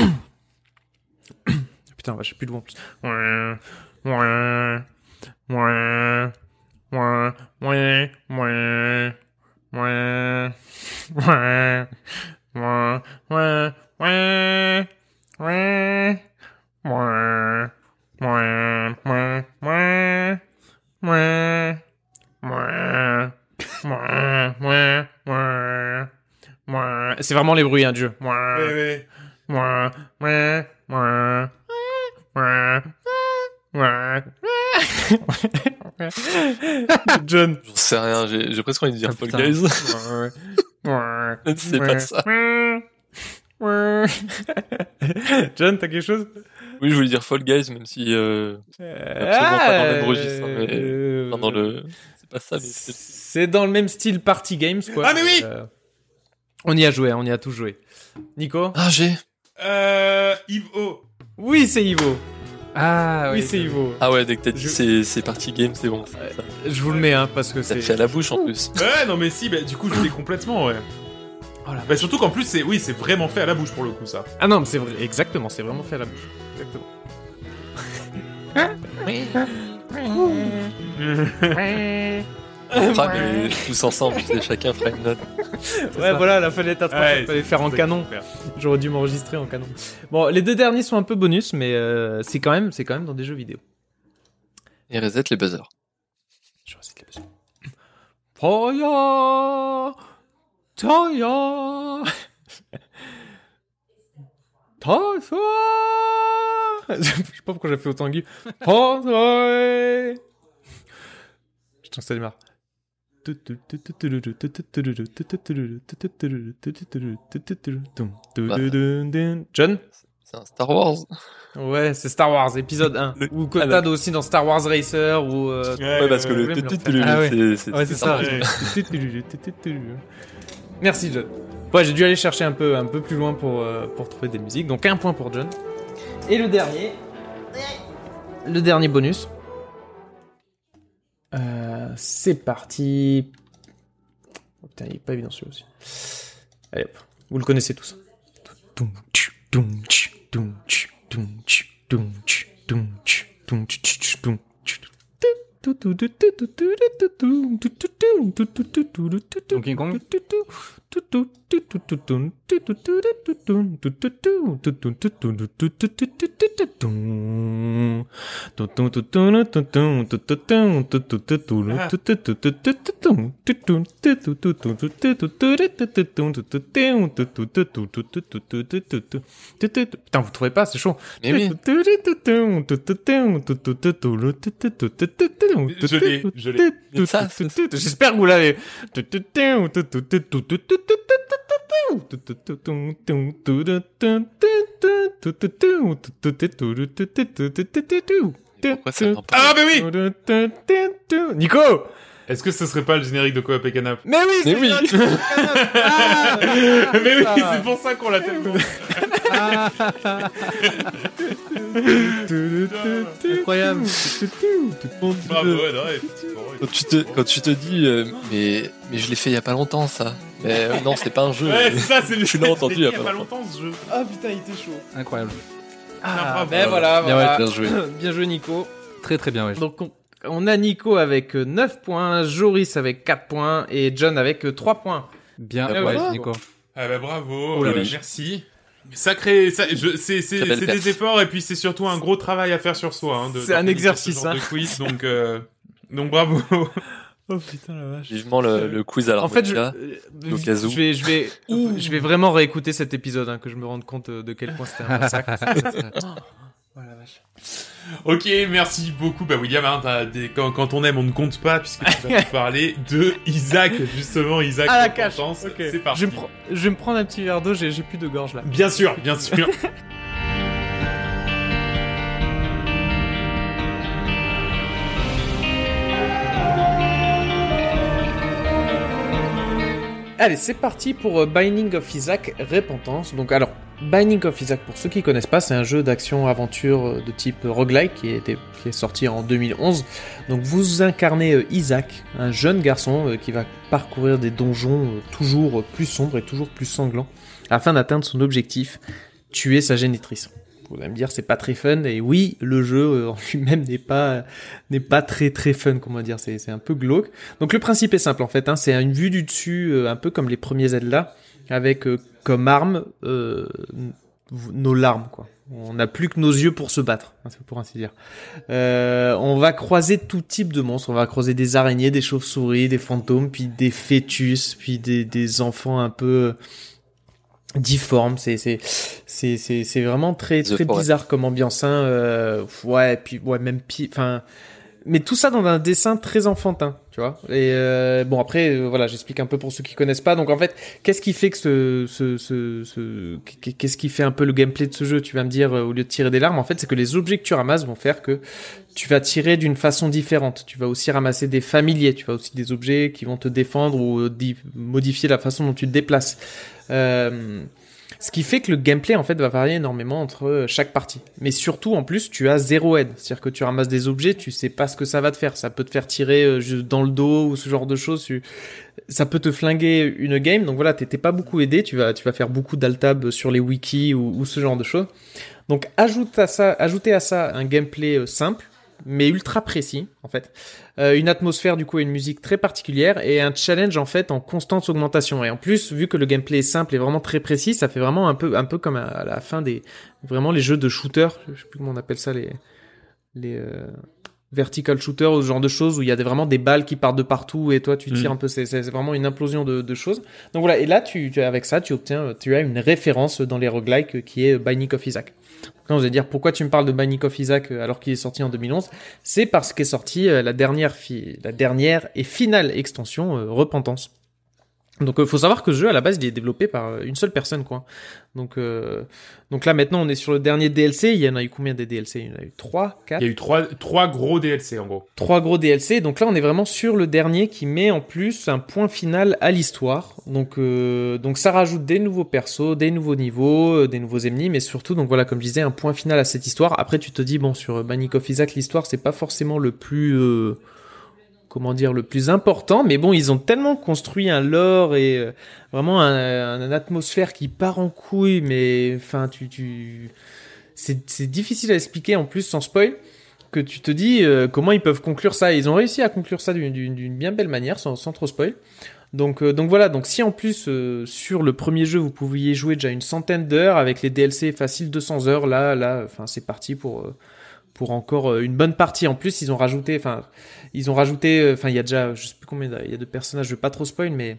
Putain, j'ai plus de voix en plus. Ouais, ouais, ouais, ouais, ouais, ouais, ouais, ouais, ouais, ouais, ouais, ouais, ouais, ouais, ouais, ouais, ouais. Mouah, mouah, mouah, mouah, mouah. C'est vraiment les bruits hein, du jeu. Mouah, Ouais, ouais. mouah, mouah, mouah, mouah, mouah, mouah. John. J'en sais rien, j'ai j'ai presque envie de dire Ah, Fall putain. Guys. Mouah, mouah, C'est pas ça. mouah, mouah. John, t'as quelque chose? Oui, je voulais dire Fall Guys, même si euh, absolument pas dans le même registre, hein, mais- Euh, enfin, dans le. C'est pas ça, mais c'est. C'est dans le même style Party Games, quoi. Ah, mais oui Euh, On y a joué, on y a tous joué. Nico? Ah, j'ai. Euh, Yves O. Oui, c'est Ivo. Ah Oui, c'est Ivo. Ah ouais, dès que t'as dit Je- c'est c'est parti game, c'est bon. Ça Je vous le mets, hein, parce que ça c'est... te fait à la bouche en plus. Ouais, non, mais si, bah, du coup, je l'ai complètement, ouais. Oh la Bah, surtout qu'en plus, c'est, oui, c'est vraiment fait à la bouche pour le coup, ça. Ah non, mais c'est vrai, exactement, c'est vraiment fait à la bouche. Exactement. On fera mais tous ensemble, tu sais, chacun fera une note. Ouais, ça. voilà, la fenêtre à trois, Ouais, il fallait faire en c'est canon. clair. J'aurais dû m'enregistrer en canon. Bon, les deux derniers sont un peu bonus, mais euh, c'est quand même, c'est quand même dans des jeux vidéo. Et reset les buzzers. Je recite les besoins. Toya, Toya, Toya. Je sais pas pourquoi j'ai fait autant aigu. Toya. Putain, ça démarre. John? C'est un Star Wars. Ouais, c'est Star Wars, épisode un. Le- Ou Cotad aussi dans Star Wars Racer, ou... Euh... Ouais, parce que le ouais, tu- mais tu- tu- Ah ouais. c'est c'est- Ouais, c'est ça. Ouais. Merci, John. Ouais, j'ai dû aller chercher un peu, un peu plus loin pour, euh, pour trouver des musiques. Donc, un point pour John. Et le dernier... Le dernier bonus. Euh, c'est parti. Oh, putain, il est pas évident celui-là aussi. Allez hop, vous le connaissez tous. Donkey Kong. Putain, vous trouvez pas, c'est chaud. Mais oui. Je l'ai, je l'ai. Mais ça, c'est- J'espère que vous l'avez. Pourquoi ça vient pas Ah, mais oui! Nico! Est-ce que ce serait pas le générique de Coop et Canap? Mais oui, Mais c'est oui. Ah Mais oui, c'est pour ça qu'on l'a tellement. Incroyable. Bravo, ouais, non, effectivement. Quand tu te, quand tu te dis, euh, mais, mais je l'ai fait il y a pas longtemps, ça. Mais euh, non, c'est pas un jeu. Ouais, c'est ça, c'est le Tu l'as entendu il y a il y a pas pas longtemps ce jeu. Ah putain, il était chaud. Incroyable. Ah, bravo. ben voilà, Bien, voilà. Bien joué. Bien joué, Nico. Très très bien, ouais. Donc, on, on a Nico avec euh, neuf points, Joris avec quatre points et John avec euh, trois points. Bien, Ah, ouais, voilà. Nico. Ah bah bravo, Oh là euh, là. merci. Sacré, ça, je, c'est, c'est, Très belle c'est perf. des efforts et puis c'est surtout un gros travail à faire sur soi. Hein, de, C'est un d'organiser exercice, ce genre hein. de quiz, donc, euh, donc bravo. Oh putain la vache. Vivement le, le quiz à En fait, je, l'harmonica. euh, au cas où. je vais, je vais, je vais vraiment réécouter cet épisode, hein, que je me rende compte euh, de quel point c'était un massacre. Oh la vache. Ok, merci beaucoup. Bah William, hein, t'as des... quand, quand on aime, on ne compte pas puisque tu vas nous parler de Isaac, justement Isaac. À la Repentance. cache. Ok. C'est parti. Je vais, me pre- je vais me prendre un petit verre d'eau, j'ai, j'ai plus de gorge là. Bien sûr, bien sûr. Allez, c'est parti pour euh, Binding of Isaac Repentance. Donc, alors, Binding of Isaac, pour ceux qui connaissent pas, c'est un jeu d'action-aventure euh, de type euh, roguelike qui, était, qui est sorti en deux mille onze. Donc, vous incarnez euh, Isaac, un jeune garçon euh, qui va parcourir des donjons euh, toujours euh, plus sombres et toujours plus sanglants afin d'atteindre son objectif, tuer sa génitrice. Vous allez me dire, c'est pas très fun, et oui, le jeu euh, en lui-même n'est pas n'est pas très très fun, comment dire, c'est c'est un peu glauque. Donc le principe est simple en fait, hein, c'est une vue du dessus, euh, un peu comme les premiers Zelda, avec euh, comme arme euh, nos larmes, quoi. On n'a plus que nos yeux pour se battre, hein, pour ainsi dire. Euh, on va croiser tout type de monstres, on va croiser des araignées, des chauves-souris, des fantômes, puis des fœtus, puis des, des enfants un peu difformes. C'est c'est c'est c'est c'est vraiment très The très Forest. bizarre comme ambiance, hein. Euh, ouais, puis ouais, même pi- enfin. Mais tout ça dans un dessin très enfantin, tu vois. Et euh, bon, après, euh, voilà, j'explique un peu pour ceux qui connaissent pas. Donc en fait, qu'est-ce qui fait que ce, ce, ce, ce qu'est-ce qui fait un peu le gameplay de ce jeu? Tu vas me dire, euh, au lieu de tirer des larmes, en fait, c'est que les objets que tu ramasses vont faire que tu vas tirer d'une façon différente. Tu vas aussi ramasser des familiers. Tu vas aussi des objets qui vont te défendre ou euh, di- modifier la façon dont tu te déplaces. Euh, Ce qui fait que le gameplay en fait va varier énormément entre chaque partie. Mais surtout en plus tu as zéro aide, c'est-à-dire que tu ramasses des objets, tu sais pas ce que ça va te faire, ça peut te faire tirer euh, juste dans le dos ou ce genre de choses, tu... ça peut te flinguer une game. Donc voilà, t'es pas beaucoup aidé, tu vas tu vas faire beaucoup d'altab sur les wikis ou, ou ce genre de choses. Donc ajoute à ça, ajoutez à ça un gameplay euh, simple, mais ultra précis en fait. Euh, une atmosphère du coup et une musique très particulière et un challenge en fait en constante augmentation. Et en plus, vu que le gameplay est simple et vraiment très précis, ça fait vraiment un peu un peu comme à, à la fin des vraiment les jeux de shooter, je sais plus comment on appelle ça, les les euh, vertical shooter ou ce genre de choses où il y a des, vraiment des balles qui partent de partout et toi tu tires mmh. un peu, c'est, c'est vraiment une implosion de, de choses. Donc voilà, et là tu, tu avec ça tu obtiens, tu as une référence dans les roguelikes qui est Binding of Isaac. Quand vous allez dire pourquoi tu me parles de Binding of Isaac alors qu'il est sorti en deux mille onze, c'est parce qu'est sortie la dernière fi- la dernière et finale extension euh, Repentance. Donc il euh, faut savoir que ce jeu à la base il est développé par une seule personne quoi. Donc euh, donc là maintenant on est sur le dernier D L C, il y en a eu combien des D L C? Il y en a eu trois, quatre. Il y a eu trois trois gros D L C en gros. Trois gros D L C. Donc là on est vraiment sur le dernier qui met en plus un point final à l'histoire. Donc euh, donc ça rajoute des nouveaux persos, des nouveaux niveaux, euh, des nouveaux ennemis, mais surtout donc voilà comme je disais un point final à cette histoire. Après tu te dis bon sur Binding of Isaac l'histoire c'est pas forcément le plus euh, comment dire, le plus important, mais bon, ils ont tellement construit un lore et euh, vraiment un, un, un atmosphère qui part en couille, mais enfin, tu, tu, c'est, c'est difficile à expliquer en plus sans spoil, que tu te dis euh, comment ils peuvent conclure ça. Et ils ont réussi à conclure ça d'une, d'une, d'une bien belle manière, sans, sans trop spoil. Donc, euh, donc voilà. Donc si en plus euh, sur le premier jeu vous pouviez jouer déjà une centaine d'heures avec les D L C facile deux cents heures, là, là, enfin c'est parti pour. Euh, pour encore une bonne partie. En plus, ils ont rajouté, enfin, ils ont rajouté, enfin, il y a déjà, je sais plus combien, il y a de personnages, je vais pas trop spoil, mais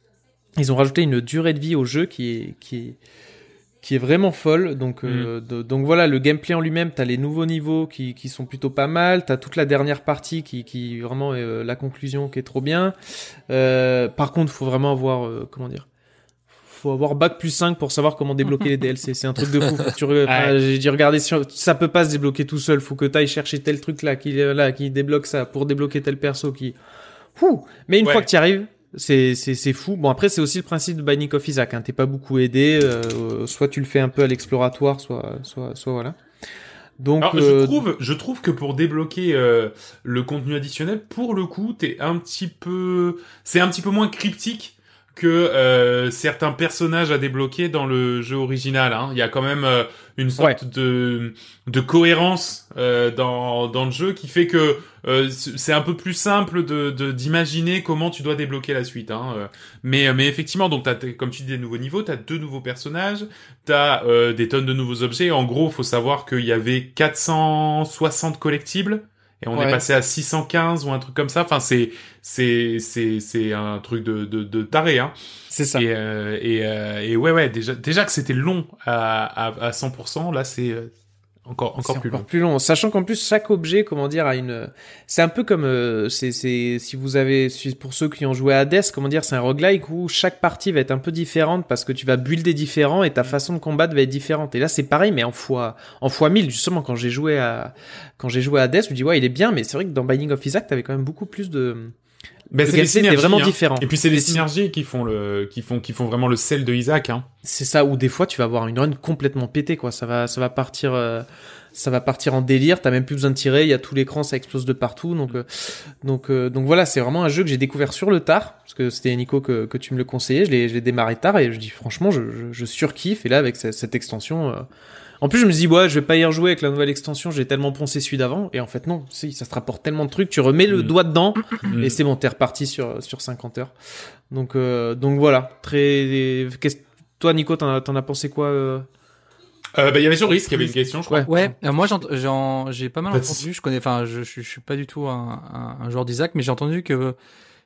ils ont rajouté une durée de vie au jeu qui est, qui est, qui est vraiment folle. Donc, mmh. euh, de, donc voilà, le gameplay en lui-même, t'as les nouveaux niveaux qui, qui sont plutôt pas mal, t'as toute la dernière partie qui, qui vraiment est euh, la conclusion qui est trop bien. Euh, par contre, faut vraiment avoir, euh, comment dire, faut avoir bac plus cinq pour savoir comment débloquer les D L C. C'est un truc de fou. Tu re... enfin, ouais. J'ai dit, regardez, sur... ça peut pas se débloquer tout seul. Faut que t'ailles chercher tel truc là, qui, là, qui débloque ça pour débloquer tel perso qui, Ouh. Mais une ouais. fois que t'y arrives, c'est, c'est, c'est fou. Bon, après, c'est aussi le principe de Binding of Isaac, hein. T'es pas beaucoup aidé, euh, soit tu le fais un peu à l'exploratoire, soit, soit, soit voilà. Donc, Alors, euh... je trouve, je trouve que pour débloquer euh, le contenu additionnel, pour le coup, t'es un petit peu, c'est un petit peu moins cryptique que euh, certains personnages à débloquer dans le jeu original. Hein. Il y a quand même euh, une sorte ouais. de de cohérence euh, dans dans le jeu qui fait que euh, c'est un peu plus simple de, de d'imaginer comment tu dois débloquer la suite. Hein. Mais mais effectivement, donc t'as comme tu dis des nouveaux niveaux, t'as deux nouveaux personnages, t'as euh, des tonnes de nouveaux objets. En gros, faut savoir qu'il y avait quatre cent soixante collectibles. Et on ouais. est passé à six cent quinze ou un truc comme ça. Enfin, c'est c'est c'est c'est un truc de de, de taré, hein. C'est ça. Et euh, et, euh, et ouais ouais déjà déjà que c'était long à à, à cent pour cent. Là, c'est euh, encore encore c'est plus encore long. plus long. Sachant qu'en plus chaque objet, comment dire, a une. C'est un peu comme euh, c'est c'est si vous avez pour ceux qui ont joué à Hades, comment dire, c'est un roguelike où chaque partie va être un peu différente parce que tu vas builder différent et ta façon de combattre va être différente. Et là, c'est pareil, mais en fois en fois mille. Justement, quand j'ai joué à quand j'ai joué à Hades, je me dis ouais, il est bien, mais c'est vrai que dans Binding of Isaac, t'avais quand même beaucoup plus de. Ben, c'est les synergies, vraiment hein. différent. Et puis c'est les, les synergies qui font le, qui font, qui font vraiment le sel de Isaac, hein. C'est ça, où des fois tu vas avoir une run complètement pétée, quoi. Ça va, ça va partir, euh, ça va partir en délire. T'as même plus besoin de tirer. Il y a tout l'écran, ça explose de partout. Donc, euh, donc, euh, donc voilà, c'est vraiment un jeu que j'ai découvert sur le tard, parce que c'était Nico que, que tu me le conseillais. Je l'ai, je l'ai démarré tard et je dis franchement, je, je, je surkiffe. Et là, avec cette, cette extension. Euh, En plus, je me dis, ouais, je vais pas y rejouer avec la nouvelle extension, j'ai tellement poncé celui d'avant. Et en fait, non, si, ça te rapporte tellement de trucs, tu remets le mmh. doigt dedans, mmh. et c'est bon, t'es reparti sur, sur cinquante heures. Donc, euh, donc voilà. Très, qu'est-ce, toi, Nico, t'en as, t'en as pensé quoi, euh... Euh, bah, il y avait Joris qui avait une question, je crois. Ouais, ouais. Alors, moi, j'en, j'en, j'ai pas mal bah, entendu, je connais, enfin, je, je, je suis pas du tout un, un, un joueur d'Isaac, mais j'ai entendu que,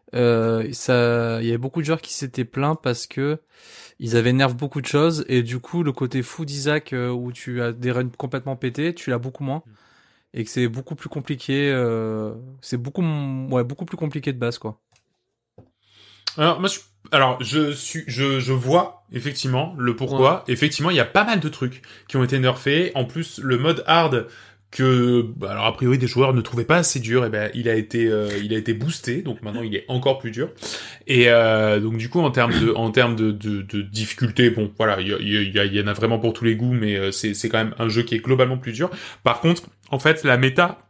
euh, ça, il y avait beaucoup de joueurs qui s'étaient plaints parce que, ils avaient nerf beaucoup de choses et du coup le côté fou d'Isaac euh, où tu as des runs complètement pétés, tu l'as beaucoup moins et que c'est beaucoup plus compliqué. Euh, c'est beaucoup ouais beaucoup plus compliqué de base quoi. Alors moi je, alors je suis je je vois effectivement le pourquoi. Ouais. Effectivement il y a pas mal de trucs qui ont été nerfés. En plus le mode hard que alors a priori des joueurs ne trouvaient pas assez dur, et ben il a été euh, il a été boosté, donc maintenant il est encore plus dur. Et euh, donc du coup en termes de en termes de de, de difficulté, bon voilà, il y, y, y, y en a vraiment pour tous les goûts, mais euh, c'est c'est quand même un jeu qui est globalement plus dur. Par contre, en fait, la méta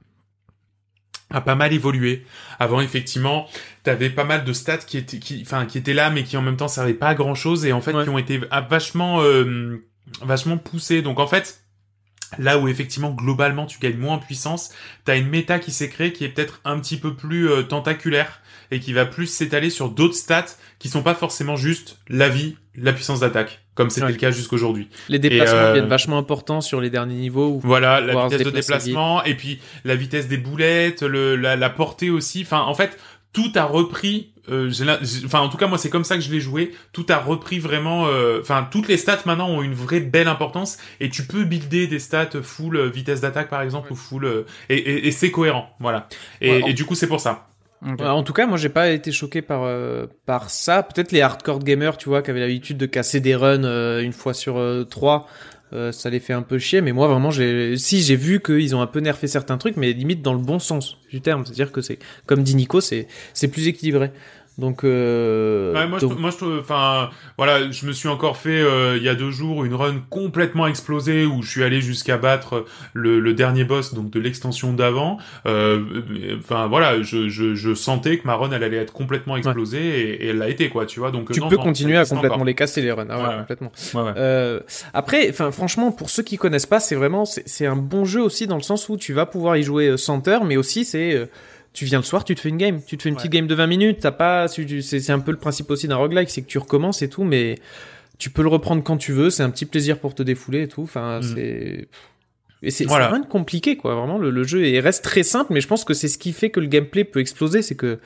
a pas mal évolué. Avant, effectivement, t'avais pas mal de stats qui étaient qui enfin qui étaient là mais qui en même temps servaient pas à grand chose et en fait ouais. qui ont été vachement euh, vachement poussés. Donc en fait, Là où effectivement globalement tu gagnes moins en puissance, t'as une méta qui s'est créée qui est peut-être un petit peu plus euh, tentaculaire et qui va plus s'étaler sur d'autres stats qui sont pas forcément juste la vie, la puissance d'attaque, comme c'était Ouais. le cas jusqu'aujourd'hui. Les déplacements euh, deviennent vachement importants sur les derniers niveaux. Où Voilà, la pouvoir vitesse se de déplacer déplacement et puis la vitesse des boulettes, le, la, la portée aussi. Enfin, en fait, tout a repris. Euh, j'ai la- j'ai- enfin, en tout cas, moi, c'est comme ça que je l'ai joué. Tout a repris vraiment. euh, Enfin, toutes les stats maintenant ont une vraie belle importance et tu peux builder des stats full euh, vitesse d'attaque par exemple ou full euh, et, et, et c'est cohérent. Voilà. Et, Ouais, en- et du coup, c'est pour ça. Ok. Ouais, en tout cas, moi, j'ai pas été choqué par euh, par ça. Peut-être les hardcore gamers, tu vois, qui avaient l'habitude de casser des runs euh, une fois sur euh, trois, euh, ça les fait un peu chier. Mais moi, vraiment, j'ai si j'ai vu qu'ils ont un peu nerfé certains trucs, mais limite dans le bon sens du terme. C'est-à-dire que c'est comme dit Nico, c'est c'est plus équilibré. Donc, euh, Ouais, moi, donc- je, moi, je trouve, enfin, voilà, je me suis encore fait euh, il y a deux jours une run complètement explosée où je suis allé jusqu'à battre le, le dernier boss donc de l'extension d'avant. Euh, Enfin, voilà, je, je, je sentais que ma run elle allait être complètement explosée et, et elle l'a été quoi, tu vois. Donc tu non, peux non, continuer ça à existe complètement encore. les casser les runs. Ah ouais, Ouais, ouais. complètement. Ouais, ouais. Euh, après, enfin, franchement, pour ceux qui connaissent pas, c'est vraiment, c'est c'est un bon jeu aussi dans le sens où tu vas pouvoir y jouer euh, cent heures, mais aussi c'est, euh, tu viens le soir, tu te fais une game, tu te fais une petite game de vingt minutes, t'as pas, c'est c'est un peu le principe aussi d'un roguelike, c'est que tu recommences et tout, mais tu peux le reprendre quand tu veux, c'est un petit plaisir pour te défouler et tout, enfin, Mm. c'est, et c'est Voilà. c'est rien de compliqué, quoi, vraiment, le, le jeu il reste très simple, mais je pense que c'est ce qui fait que le gameplay peut exploser, c'est que,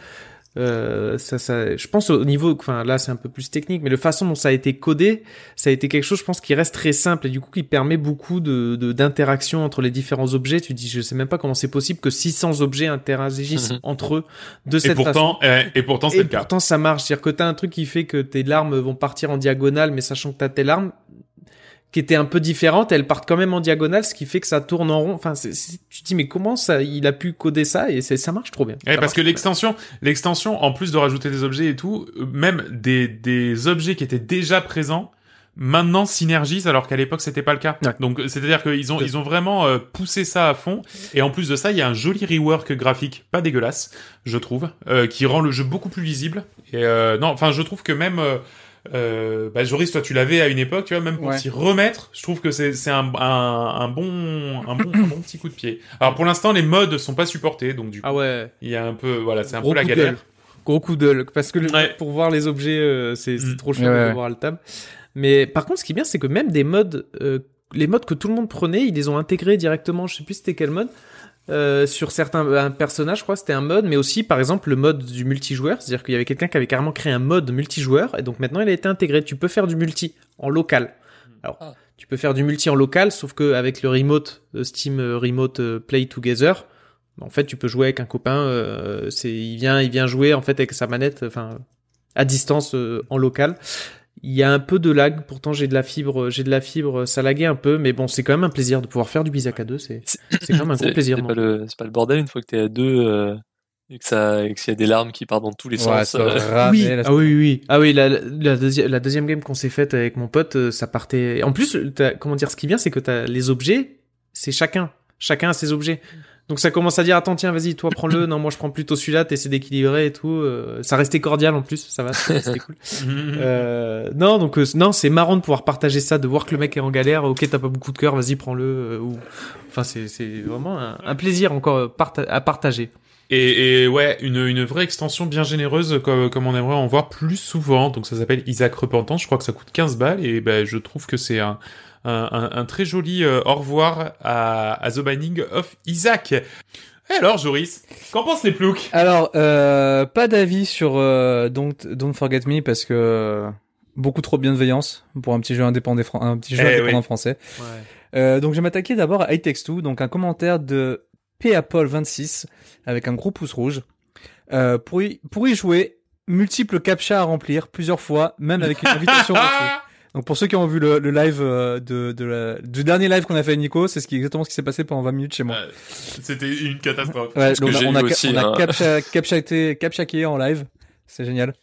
euh, ça, ça, je pense au niveau, enfin là c'est un peu plus technique, mais la façon dont ça a été codé, ça a été quelque chose, je pense, qui reste très simple et du coup qui permet beaucoup de de- d'interaction entre les différents objets. Tu dis, je sais même pas comment c'est possible que six cents objets interagissent Mhm. entre eux de Et cette façon. pourtant, eh, et pourtant, c'est Et le cas. pourtant ça marche, c'est-à-dire que t'as un truc qui fait que tes larmes vont partir en diagonale, mais sachant que t'as tes larmes qui étaient un peu différentes, elles partent quand même en diagonale, ce qui fait que ça tourne en rond. Enfin, c'est, c'est- tu te dis mais comment ça, il a pu coder ça et c'est, ça marche trop bien. Eh, Ça parce marche que trop bien. l'extension, l'extension, en plus de rajouter des objets et tout, euh, même des, des objets qui étaient déjà présents, maintenant synergisent alors qu'à l'époque c'était pas le cas. Ouais. Donc c'est-à-dire qu'ils ont, Ouais. ils ont vraiment euh, poussé ça à fond. Et en plus de ça, il y a un joli rework graphique, pas dégueulasse, je trouve, euh, qui rend le jeu beaucoup plus lisible. Et euh, non, enfin je trouve que même euh, Euh, bah Joris, toi tu l'avais à une époque, tu vois, même pour Ouais. s'y remettre, je trouve que c'est c'est un, un un bon un bon un bon petit coup de pied. Alors pour l'instant les mods sont pas supportés, donc du coup Ah ouais. il y a un peu voilà c'est un Gros peu la coup de galère. gueule. Gros coup de gueule. Parce que le- Ouais. pour voir les objets, euh, c'est c'est Mm. trop chaud Ouais, ouais. de voir à la table. Mais par contre, ce qui est bien, c'est que même des modes, euh, les modes que tout le monde prenait, ils les ont intégrés directement. Je sais plus c'était quel mode. Euh, sur certains un personnage, je crois, c'était un mode, mais aussi, par exemple, le mode du multijoueur. C'est-à-dire qu'il y avait quelqu'un qui avait carrément créé un mode multijoueur, et donc maintenant il a été intégré. Tu peux faire du multi en local. Alors, Ah. tu peux faire du multi en local, sauf que avec le remote, euh, Steam euh, Remote euh, Play Together, en fait, tu peux jouer avec un copain. Euh, c'est, il vient, il vient jouer en fait avec sa manette, enfin, à distance euh, en local. Il y a un peu de lag, pourtant j'ai de la fibre, j'ai de la fibre, ça laguait un peu, mais bon, c'est quand même un plaisir de pouvoir faire du Bizac à deux, c'est, c'est quand même un gros C'est plaisir. c'est non pas le, c'est pas le bordel une fois que t'es à deux euh, et que ça, et qu'il y a des larmes qui partent dans tous les Ouais, sens. ça euh, ramait, Oui, là, ah oui, oui, oui. Ah oui, la, la, deuxi- la deuxième game qu'on s'est faite avec mon pote, euh, ça partait. En plus, t'as- comment dire, ce qui est bien, c'est que t'as les objets, c'est chacun, chacun a ses objets. Donc ça commence à dire, attends, tiens, vas-y, toi prends-le. Non, moi je prends plutôt celui-là. T'essaies d'équilibrer et tout. euh, ça restait cordial en plus, ça va, c'était c'était cool. Euh, non, donc euh, non, c'est marrant de pouvoir partager ça, de voir que le mec est en galère. Ok, t'as pas beaucoup de cœur, vas-y, prends-le. euh, ou... Enfin, c'est c'est vraiment un, un plaisir encore euh, parta- à partager. Et, et ouais, une, une vraie extension bien généreuse comme, comme on aimerait en voir plus souvent. Donc ça s'appelle Isaac Repentant. Je crois que ça coûte quinze balles et ben je trouve que c'est un, un, un, un très joli euh, au revoir à, à The Binding of Isaac. Et alors Joris, qu'en pensent les ploucs? Alors, euh, pas d'avis sur euh, Don't, Don't Forget Me parce que euh, beaucoup trop de bienveillance pour un petit jeu indépendant, fran- un petit jeu Eh indépendant oui. français. Ouais. Euh, donc, je vais m'attaquer d'abord à It Takes Two, donc un commentaire de P A Paul vingt-six avec un gros pouce rouge. Euh, pour y, pour y jouer, multiples captchas à remplir plusieurs fois, même avec une invitation reçue. Donc pour ceux qui ont vu le, le live euh, de, de la, du dernier live qu'on a fait à Nico, c'est ce qui, exactement ce qui s'est passé pendant vingt minutes chez moi. Euh, C'était une catastrophe. Ouais, ce donc que on a, j'ai on a, eu ca- aussi, on a hein. captcha, captchaté- captchaqué en live. C'est génial.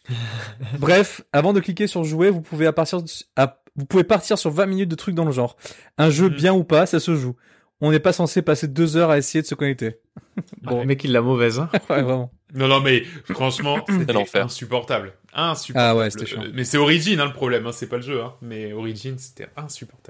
Bref, avant de cliquer sur jouer, vous pouvez à partir de- à- vous pouvez partir sur vingt minutes de trucs dans le genre. Un jeu Mhm. bien ou pas, ça se joue. On n'est pas censé passer deux heures à essayer de se connecter. Bon, le mec, il l'a mauvaise, hein. Ouais, vraiment. Non, non, mais franchement, c'était l'enfer. insupportable. Insupportable. Ah ouais, c'était chiant. Euh, Mais c'est Origin, hein, le problème, hein, c'est pas le jeu, hein. Mais Origin, c'était insupportable.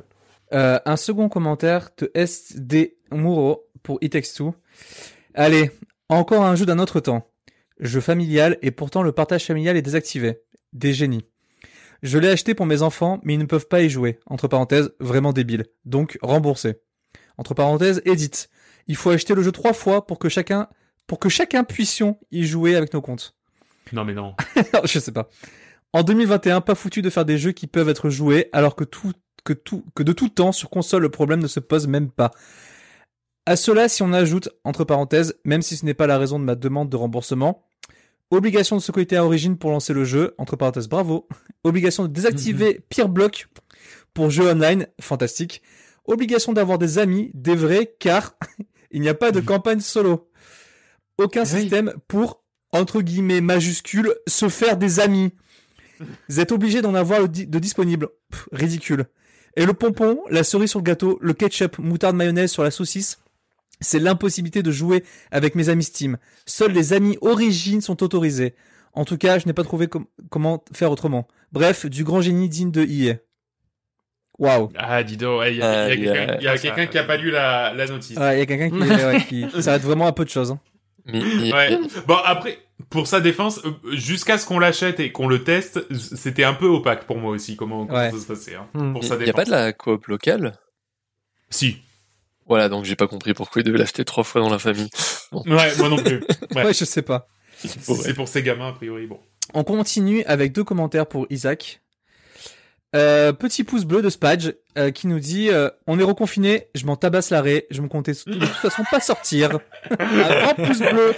Euh, un second commentaire de S D Muro pour It Takes Two. Allez, encore un jeu d'un autre temps. Jeu familial et pourtant le partage familial est désactivé. Des génies. Je l'ai acheté pour mes enfants, mais ils ne peuvent pas y jouer. Entre parenthèses, vraiment débile. Donc, remboursé. Entre parenthèses, Edit. Il faut acheter le jeu trois fois pour que chacun, pour que chacun puissions y jouer avec nos comptes. Non mais non. Je sais pas. En deux mille vingt et un, pas foutu de faire des jeux qui peuvent être joués alors que tout, que tout, que de tout temps sur console le problème ne se pose même pas. À cela, si on ajoute, entre parenthèses, même si ce n'est pas la raison de ma demande de remboursement, obligation de se connecter à Origin pour lancer le jeu, entre parenthèses, bravo. Obligation de désactiver mmh. Peer Block pour jeu online, fantastique. Obligation d'avoir des amis, des vrais, car il n'y a pas de campagne solo. Aucun oui. système pour, entre guillemets, majuscule, se faire des amis. Vous êtes obligé d'en avoir di- de disponible. Pff, ridicule. Et le pompon, la cerise sur le gâteau, le ketchup, moutarde, mayonnaise sur la saucisse, c'est l'impossibilité de jouer avec mes amis Steam. Seuls les amis Origin sont autorisés. En tout cas, je n'ai pas trouvé com- comment faire autrement. Bref, du grand génie digne de I A. Waouh. Ah, Dido, il y a, euh, y a y a, quelqu'un, y a ça, quelqu'un qui a pas lu la, la notice. Ouais, il y a quelqu'un qui, ouais, qui s'arrête vraiment à peu de choses. Hein. Mais, mais, ouais. Bon, après, pour sa défense, jusqu'à ce qu'on l'achète et qu'on le teste, c'était un peu opaque pour moi aussi, comment, comment ouais. ça se passait. Hein, mmh. pour sa défense. Il n'y a pas de la coop locale? Si. Voilà, donc j'ai pas compris pourquoi il devait l'acheter trois fois dans la famille. Bon. Ouais, moi non plus. Ouais, ouais je sais pas. C'est, ouais. c'est pour ces gamins, a priori, bon. On continue avec deux commentaires pour Isaac. Euh, petit pouce bleu de Spadge euh, qui nous dit euh, on est reconfiné, je m'en tabasse l'arrêt, je me comptais de toute façon pas sortir. Un grand pouce bleu.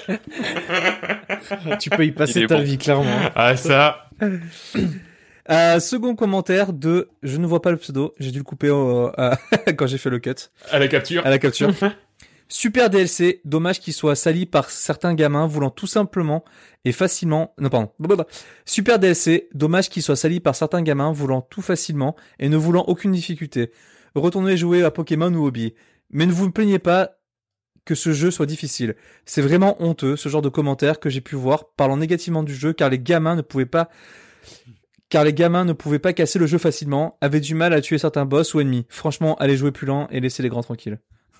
Tu peux y passer ta bon. vie clairement. Ah ça. Euh, second commentaire de je ne vois pas le pseudo, j'ai dû le couper au, euh, quand j'ai fait le cut. À la capture. À la capture. Super D L C, dommage qu'il soit sali par certains gamins voulant tout simplement et facilement... Non, pardon. Super D L C, dommage qu'il soit sali par certains gamins voulant tout facilement et ne voulant aucune difficulté. Retournez jouer à Pokémon ou Hobby. Mais ne vous plaignez pas que ce jeu soit difficile. C'est vraiment honteux, ce genre de commentaires que j'ai pu voir parlant négativement du jeu car les gamins ne pouvaient pas... Car les gamins ne pouvaient pas casser le jeu facilement, avaient du mal à tuer certains boss ou ennemis. Franchement, allez jouer plus lent et laissez les grands tranquilles.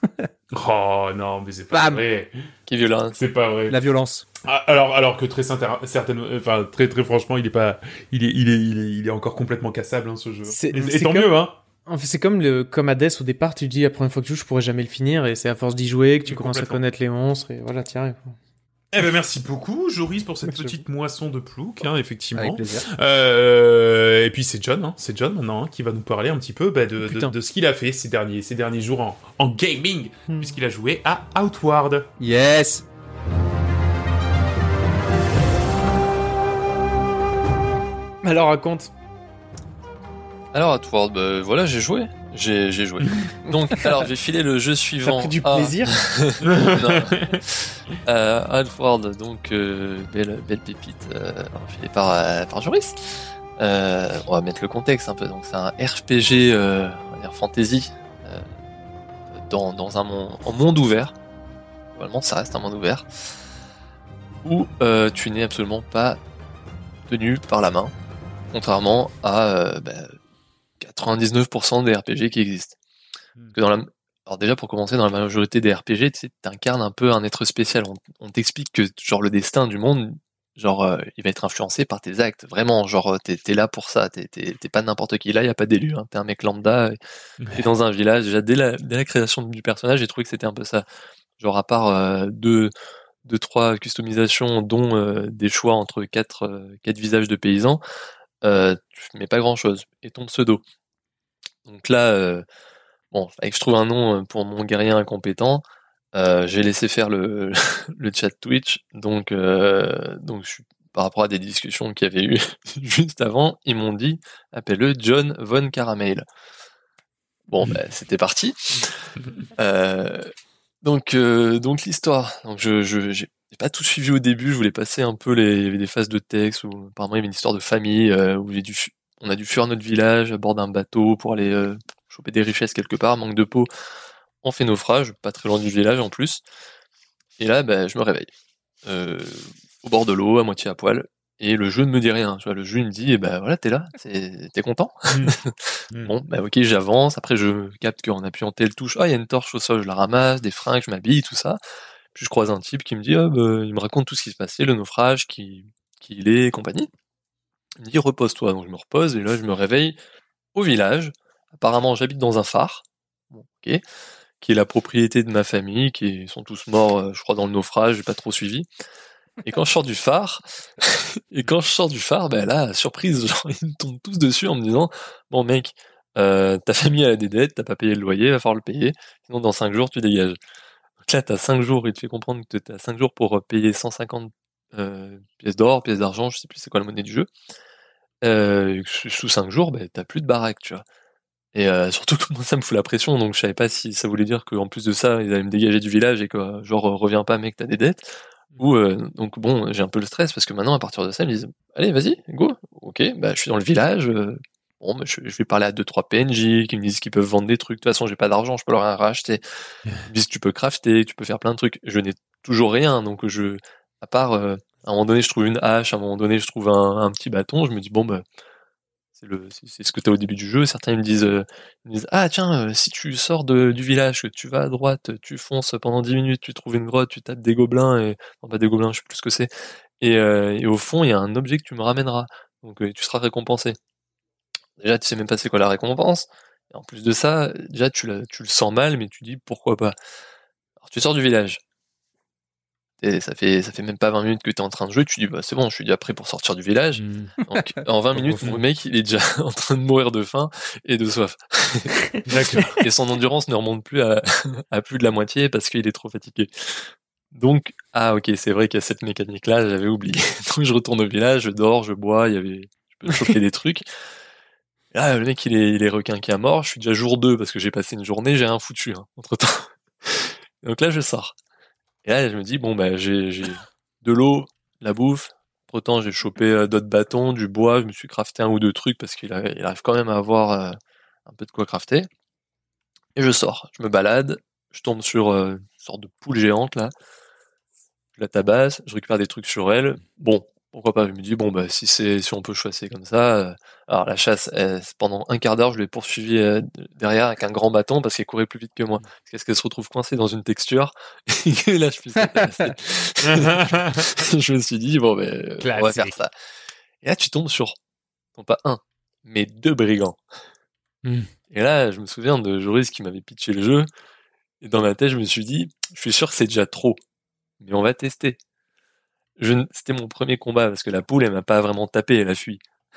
Oh non, mais c'est pas Bam. vrai. Qui violence. C'est pas vrai. La violence. Ah, alors, alors que très certainement, enfin très très franchement, il est pas, il est, il est, il est, il est encore complètement cassable hein, ce jeu. C'est, et, c'est et tant comme, mieux hein. En fait, c'est comme le comme Hades au départ, tu dis la première fois que tu joues, je pourrais jamais le finir, et c'est à force d'y jouer que tu commences à connaître les monstres et voilà, t'y arrives. Eh ben merci beaucoup Joris pour cette merci petite beaucoup. moisson de plouc, hein, effectivement. Avec plaisir. Euh, et puis c'est John, hein, c'est John maintenant hein, qui va nous parler un petit peu bah, de, de, de ce qu'il a fait ces derniers ces derniers jours en, en gaming, hmm. puisqu'il a joué à Outward. Yes. Alors raconte. Alors Outward, bah, voilà j'ai joué. J'ai, j'ai joué. Donc, alors, j'ai filé le jeu suivant. T'as pris du plaisir? Non. euh, Outward, donc, euh, belle, belle pépite, euh, filée par, euh, par Joris. Euh, on va mettre le contexte un peu. Donc, c'est un R P G, euh, on va dire fantasy, euh, dans, dans un monde, en monde ouvert. Normalement, ça reste un monde ouvert. Où, euh, tu n'es absolument pas tenu par la main. Contrairement à, euh, bah, quatre-vingt-dix-neuf pour cent des R P G qui existent. Parce que dans la... Alors déjà, pour commencer, dans la majorité des R P G, tu sais, t'incarnes un peu un être spécial. On, on t'explique que genre le destin du monde, genre, euh, il va être influencé par tes actes. Vraiment, genre, t'es, t'es là pour ça. T'es, t'es, t'es pas n'importe qui. Là, il y a pas d'élu. Hein. T'es un mec lambda. T'es dans un village. Déjà, dès la, dès la création du personnage, j'ai trouvé que c'était un peu ça. Genre, à part euh, deux, deux, trois customisations, dont euh, des choix entre quatre, euh, quatre visages de paysans, euh, tu mets pas grand-chose. Et ton pseudo. Donc là, euh, bon, fallait que je trouve un nom pour mon guerrier incompétent. Euh, j'ai laissé faire le, le chat Twitch, donc, euh, donc je suis, par rapport à des discussions qu'il y avait eu juste avant, ils m'ont dit appelle-le John Von Caramel. Bon, bah, c'était parti. Euh, donc, euh, donc l'histoire. Donc je, je, j'ai pas tout suivi au début. Je voulais passer un peu les, les phases de texte où apparemment il y avait une histoire de famille euh, où j'ai dû on a dû fuir notre village à bord d'un bateau pour aller euh, choper des richesses quelque part, manque de peau, on fait naufrage, pas très loin du village en plus. Et là, bah, je me réveille. Euh, au bord de l'eau, à moitié à poil, et le jeu ne me dit rien. Tu vois, le jeu il me dit, eh ben voilà, t'es là, c'est, t'es content. Mm. Bon, bah ok, j'avance. Après, je capte qu'en appuyant telle touche, ah, il y a une torche au sol, je la ramasse, des fringues, je m'habille, tout ça. Puis je croise un type qui me dit, ah, bah, il me raconte tout ce qui se passait, le naufrage, qui, qui il est, et compagnie. Il me dit, repose-toi. Donc je me repose, et là, je me réveille au village. Apparemment, j'habite dans un phare. Bon, ok. Qui est la propriété de ma famille, qui sont tous morts, euh, je crois, dans le naufrage, j'ai pas trop suivi. Et quand je sors du phare, et quand je sors du phare, ben là, surprise, genre, ils me tombent tous dessus en me disant, bon mec, euh, ta famille a des dettes, t'as pas payé le loyer, va falloir le payer, sinon dans cinq jours tu dégages. Donc là, t'as cinq jours, il te fait comprendre que t'as cinq jours pour payer cent cinquante euh, pièces d'or, pièces d'argent, je sais plus c'est quoi la monnaie du jeu. Euh, sous cinq jours, ben t'as plus de baraque, tu vois. Et euh, surtout que moi ça me fout la pression, donc je savais pas si ça voulait dire qu'en plus de ça, ils allaient me dégager du village et que genre euh, reviens pas mec, t'as des dettes. Ou euh, donc bon, j'ai un peu le stress parce que maintenant à partir de ça, ils me disent allez vas-y, go, ok, bah je suis dans le village, euh, bon bah, je, je vais parler à deux trois P N J qui me disent qu'ils peuvent vendre des trucs. De toute façon, j'ai pas d'argent, je peux leur rien racheter. Ils me disent tu peux crafter, tu peux faire plein de trucs. Je n'ai toujours rien, donc je, à part euh, à un moment donné je trouve une hache, à un moment donné je trouve un, un petit bâton, je me dis bon bah c'est le c'est ce que tu as au début du jeu. Certains ils me disent euh, ils me disent ah tiens euh, si tu sors de, du village, que tu vas à droite, tu fonces pendant dix minutes, tu trouves une grotte, tu tapes des gobelins et non pas des gobelins, je sais plus ce que c'est. Et, euh, et au fond il y a un objet que tu me ramèneras, donc euh, tu seras récompensé. Déjà tu sais même pas c'est quoi la récompense. Et en plus de ça, déjà tu la, tu le sens mal, mais tu dis pourquoi pas. Alors tu sors du village. Et ça fait ça fait même pas vingt minutes que t'es en train de jouer, tu dis bah c'est bon, je suis déjà prêt pour sortir du village. Mm. Donc en vingt minutes, mon mec il est déjà en train de mourir de faim et de soif. D'accord. Et son endurance ne remonte plus à, à plus de la moitié parce qu'il est trop fatigué. Donc ah ok, c'est vrai qu'il y a cette mécanique là, j'avais oublié. Donc je retourne au village, je dors, je bois, il y avait je peux choper des trucs. Et là le mec il est il est requinqué à mort, je suis déjà jour deux parce que j'ai passé une journée, j'ai rien foutu hein, entre-temps. Donc là je sors. Et là, je me dis, bon, bah, j'ai, j'ai de l'eau, la bouffe. Entre-temps, j'ai chopé euh, d'autres bâtons, du bois, je me suis crafté un ou deux trucs parce qu'il arrive, il arrive quand même à avoir euh, un peu de quoi crafter. Et je sors, je me balade, je tombe sur euh, une sorte de poule géante, là. Je la tabasse, je récupère des trucs sur elle. Bon, pourquoi pas, je me dis, bon, bah, si c'est, si on peut chasser comme ça. Euh, alors, la chasse, euh, pendant un quart d'heure, je l'ai poursuivie euh, derrière avec un grand bâton parce qu'elle courait plus vite que moi. Parce qu'elle se retrouve coincée dans une texture. Et là, je me suis tabasser. Je me suis dit, bon, ben, on va faire ça. Et là, tu tombes sur, non pas un, mais deux brigands. Mm. Et là, je me souviens de Joris qui m'avait pitché le jeu. Et dans ma tête, je me suis dit, je suis sûr que c'est déjà trop. Mais on va tester. Je, c'était mon premier combat parce que la poule, elle m'a pas vraiment tapé, elle a fui.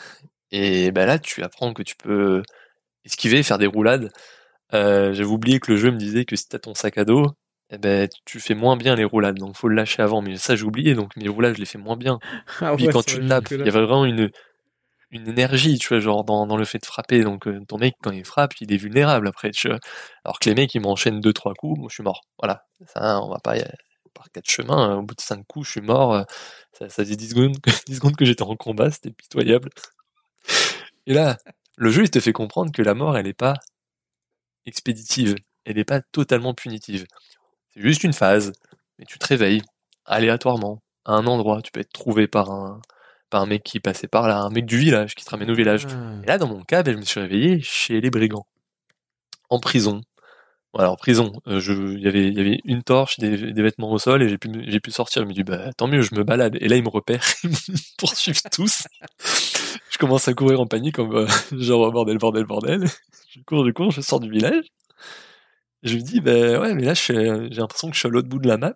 Et ben là, tu apprends que tu peux esquiver, faire des roulades. Euh, j'avais oublié que le jeu me disait que si t'as ton sac à dos, eh ben, tu fais moins bien les roulades, donc faut le lâcher avant. Mais ça, j'ai oublié, donc mes roulades, je les fais moins bien. Ah Puis ouais, quand c'est tu vrai, tapes, que il là. y avait vraiment une, une énergie, tu vois, genre dans, dans le fait de frapper. Donc euh, ton mec, quand il frappe, il est vulnérable après, tu vois. Alors que les mecs, ils m'enchaînent deux, trois coups, moi je suis mort. Voilà. Ça, on va pas y aller par quatre chemins. Hein. Au bout de cinq coups, je suis mort. Euh, Ça, ça faisait dix secondes, que- dix secondes que j'étais en combat, c'était pitoyable. Et là, le jeu, il te fait comprendre que la mort, elle est pas expéditive. Elle n'est pas totalement punitive. C'est juste une phase, mais tu te réveilles aléatoirement à un endroit. Tu peux être trouvé par un, par un mec qui passait par là, un mec du village qui te ramène au village. Ah. Et là, dans mon cas, ben, je me suis réveillé chez les brigands, en prison. Bon, alors prison, euh, je, il y avait, il y avait une torche, des, des vêtements au sol, et j'ai pu, me- j'ai pu sortir. Je me dis, bah tant mieux, je me balade. Et là, ils me repèrent, ils me poursuivent tous. Je commence à courir en panique, comme euh, genre bordel, bordel, bordel. Je cours, je cours, je sors du village. Je me dis, bah ouais, mais là, je suis- j'ai l'impression que je suis à l'autre bout de la map.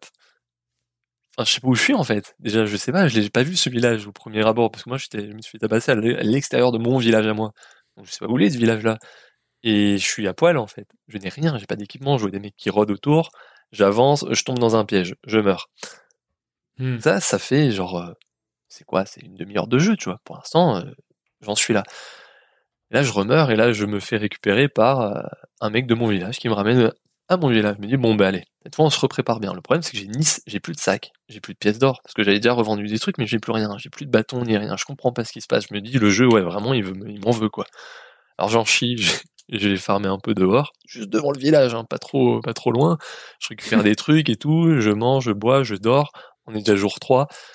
Enfin, je sais pas où je suis en fait. Déjà, je sais pas, je l'ai pas vu ce village au premier abord, parce que moi, j'étais, je me suis fait tabasser à l'e- à l'extérieur de mon village à moi. Donc, je sais pas où il est ce village-là. Et je suis à poil en fait. Je n'ai rien, j'ai pas d'équipement, je vois des mecs qui rôdent autour. J'avance, je tombe dans un piège, je meurs. Mm. Ça, ça fait genre, euh, c'est quoi? C'est une demi-heure de jeu, tu vois. Pour l'instant, euh, j'en suis là. Et là, je remeurs et là, je me fais récupérer par euh, un mec de mon village qui me ramène à mon village. Je me dis, bon, ben allez, cette fois, on se reprépare bien. Le problème, c'est que j'ai ni, j'ai plus de sac, j'ai plus de pièces d'or, parce que j'avais déjà revendu des trucs, mais j'ai plus rien. J'ai plus de bâton ni rien. Je comprends pas ce qui se passe. Je me dis, le jeu, ouais, vraiment, il veut, me- il m'en veut, quoi. Alors j'en chie, j'ai j'ai farmé un peu dehors, juste devant le village, hein, pas trop, pas trop loin. Je récupère des trucs et tout, je mange, je bois, je dors. On est déjà jour trois.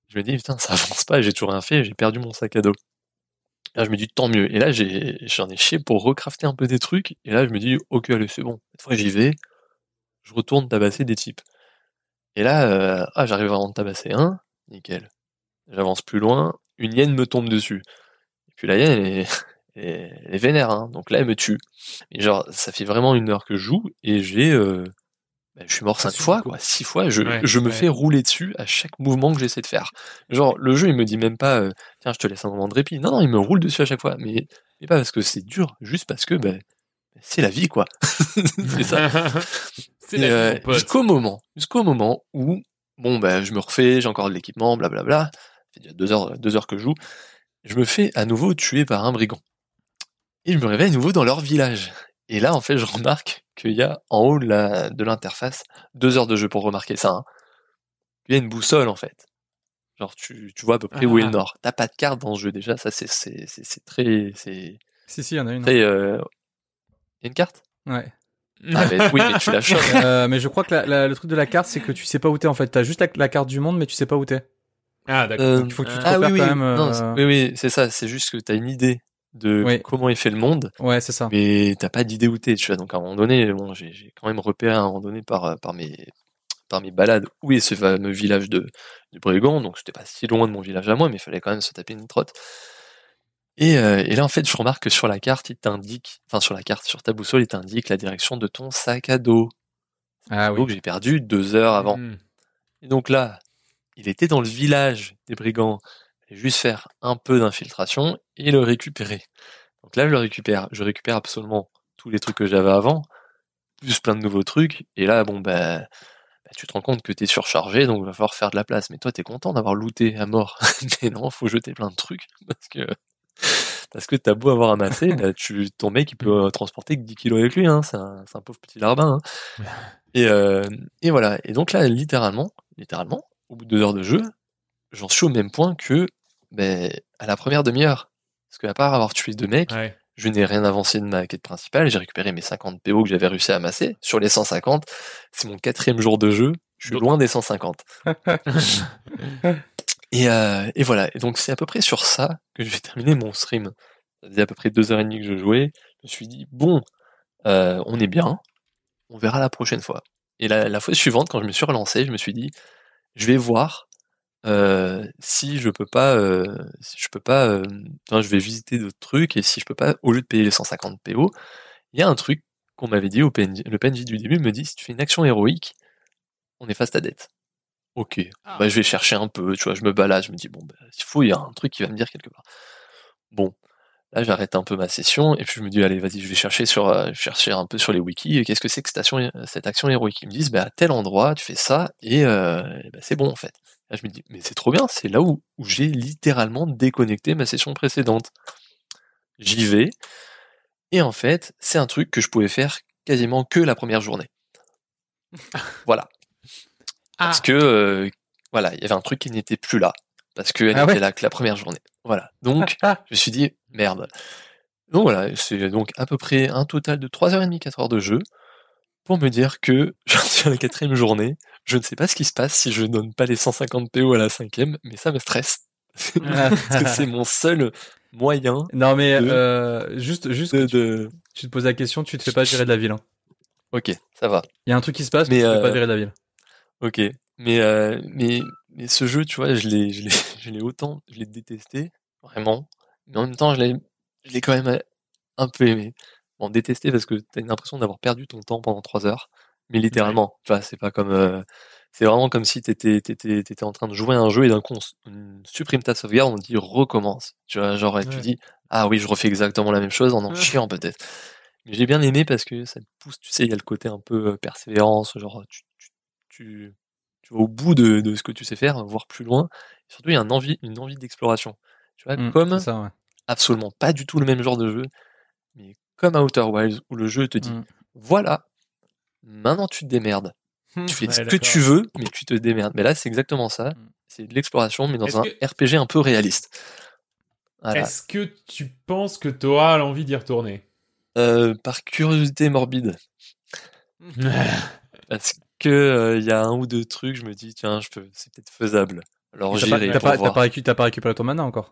Je me dis, putain, ça avance pas, j'ai toujours rien fait, j'ai perdu mon sac à dos. Là, je me dis, tant mieux. Et là, j'ai, j'en ai chié pour recrafter un peu des trucs. Et là, je me dis, ok, allez, c'est bon. Cette fois, j'y vais. Je retourne tabasser des types. Et là, euh, ah, j'arrive à en tabasser un. Nickel. J'avance plus loin. Une hyène me tombe dessus. Et puis la hyène, elle est, elle est, elle est vénère, hein. Donc là, elle me tue. Et genre, ça fait vraiment une heure que je joue. Et j'ai, euh, bah, je suis mort cinq fois, quoi. Six fois. Je, Ouais, je me ouais. fais rouler dessus à chaque mouvement que j'essaie de faire. Genre, le jeu, il me dit même pas, euh, tiens, je te laisse un moment de répit. Non, non, il me roule dessus à chaque fois. Mais, mais pas parce que c'est dur, juste parce que, ben, c'est la vie, quoi. C'est ça. C'est Et, la vie, euh, mon pote. jusqu'au moment, jusqu'au moment où, bon, ben, je me refais, j'ai encore de l'équipement, blablabla. Ça fait déjà deux heures, deux heures que je joue. Je me fais à nouveau tuer par un brigand. Et je me réveille à nouveau dans leur village. Et là, en fait, je remarque qu'il y a en haut de, la, de l'interface, deux heures de jeu pour remarquer ça, hein. Il y a une boussole, en fait. Genre, tu, tu vois à peu près Ah. où est le nord. T'as pas de carte dans ce jeu, déjà. Ça, c'est, c'est, c'est, c'est très, c'est, Si, si, il y en a une. très, euh... il y a une carte? Ouais. Ah, ben, oui, mais tu la chopes. Euh, mais je crois que la, la- le truc de la carte, c'est que tu sais pas où t'es en fait. T'as juste la, la carte du monde, mais tu sais pas où t'es. Ah, d'accord. Euh, Donc il faut que tu te Ah, repères ah oui, quand oui, même. non, euh, c'est- oui, oui, c'est ça. C'est juste que t'as une idée de Oui. comment est fait le monde, Ouais, c'est ça. mais t'as pas d'idée où t'es, tu vois. Donc à un moment donné, bon, j'ai, j'ai quand même repéré à un moment donné par, par mes, par mes balades où est ce fameux village de, de brigands. Donc c'était pas si loin de mon village à moi, mais il fallait quand même se taper une trotte. Et, euh, et là, en fait, je remarque que sur la carte, il t'indique, enfin sur la carte, sur ta boussole, il t'indique la direction de ton sac à dos. Ah Donc oui. j'ai perdu deux heures avant. Mhm. Et donc là, il était dans le village des brigands. Il fallait juste faire un peu d'infiltration et le récupérer. Donc là, je le récupère. Je récupère absolument tous les trucs que j'avais avant, plus plein de nouveaux trucs. Et là, bon, bah, bah, tu te rends compte que t'es surchargé, donc il va falloir faire de la place. Mais toi, t'es content d'avoir looté à mort. Mais non, faut jeter plein de trucs parce que parce que t'as beau avoir amassé, bah, tu, ton mec, il peut euh, transporter que dix kilos avec lui, hein. C'est un, c'est un pauvre petit larbin, hein. Et, euh, et voilà. Et donc là, littéralement, littéralement, au bout de deux heures de jeu, j'en suis au même point que, ben, à la première demi-heure. Parce qu'à part avoir tué deux mecs, Ouais. je n'ai rien avancé de ma quête principale. J'ai récupéré mes cinquante P O que j'avais réussi à amasser. Sur les cent cinquante, c'est mon quatrième jour de jeu. Je suis Donc- loin des cent cinquante. Et, euh, et voilà. Et donc c'est à peu près sur ça que je vais terminer mon stream. Ça faisait à peu près deux heures et demie que je jouais. Je me suis dit, bon, euh, on est bien. On verra la prochaine fois. Et la, la fois suivante, quand je me suis relancé, je me suis dit, je vais voir euh, si je peux pas, euh, si je peux pas, euh, enfin, je vais visiter d'autres trucs et si je peux pas, au lieu de payer les cent cinquante P O, il y a un truc qu'on m'avait dit au P N J, le P N J du début me dit, si tu fais une action héroïque, on efface ta dette. Ok, Ah. bah je vais chercher un peu, tu vois, je me balade, je me dis bon, bah, s'il faut, il y a un truc qui va me dire quelque part. Bon, là j'arrête un peu ma session et puis je me dis allez vas-y, je vais chercher sur, euh, chercher un peu sur les wikis, qu'est-ce que c'est que cette action, cette action héroïque. Ils me disent bah à tel endroit tu fais ça et, euh, et bah, c'est bon en fait. Là je me dis mais c'est trop bien, c'est là où, où j'ai littéralement déconnecté ma session précédente. J'y vais et en fait c'est un truc que je pouvais faire quasiment que la première journée. Voilà. Parce Ah. que euh, voilà, il y avait un truc qui n'était plus là. Parce qu'elle Ah était ouais. là que la première journée. Voilà. Donc, Ah. je me suis dit, merde. Donc voilà, c'est donc à peu près un total de trois heures trente, quatre heures de jeu pour me dire que j'en suis à la quatrième journée. Je ne sais pas ce qui se passe si je donne pas les cent cinquante P O à la cinquième, mais ça me stresse. Parce que c'est mon seul moyen Non mais de- euh, juste, juste de... que tu, de- tu te poses la question, tu te fais pas gérer de la ville. Hein. Ok, ça va. Il y a un truc qui se passe, mais, Mais, tu te fais euh, pas gérer de la ville. Ok, mais euh, mais mais ce jeu, tu vois, je l'ai je l'ai je l'ai autant, je l'ai détesté vraiment, mais en même temps, je l'ai je l'ai quand même euh, un peu aimé. Bon, détesté parce que t'as une impression d'avoir perdu ton temps pendant trois heures, mais littéralement, tu vois, c'est pas comme euh, c'est vraiment comme si t'étais t'étais t'étais en train de jouer à un jeu et d'un coup on, s- on supprime ta sauvegarde, on te dit recommence. Tu vois, genre et tu Ouais. dis ah oui, je refais exactement la même chose en en chiant peut-être. Mais j'ai bien aimé parce que ça te pousse, tu sais, il y a le côté un peu euh, persévérance, genre tu tu tu, tu vas au bout de, de ce que tu sais faire, voir plus loin. Et surtout, il y a une envie, une envie d'exploration. Tu vois, Mm, comme c'est ça, ouais. absolument pas du tout le même genre de jeu, mais comme Outer Wilds où le jeu te dit Mm. voilà, maintenant tu te démerdes. Tu fais Ouais, ce que d'accord. tu veux, mais tu te démerdes. Mais là, c'est exactement ça. Mm. C'est de l'exploration, mais dans Est-ce un que- R P G un peu réaliste. Voilà. Est-ce que tu penses que t'auras l'envie d'y retourner? Euh, par curiosité morbide. Parce que euh, il y a un ou deux trucs, je me dis tiens, je peux, c'est peut-être faisable. Alors T'as pas, j'irai t'as pour pas, t'as voir. pas, récu- t'as pas récupéré ton mana encore.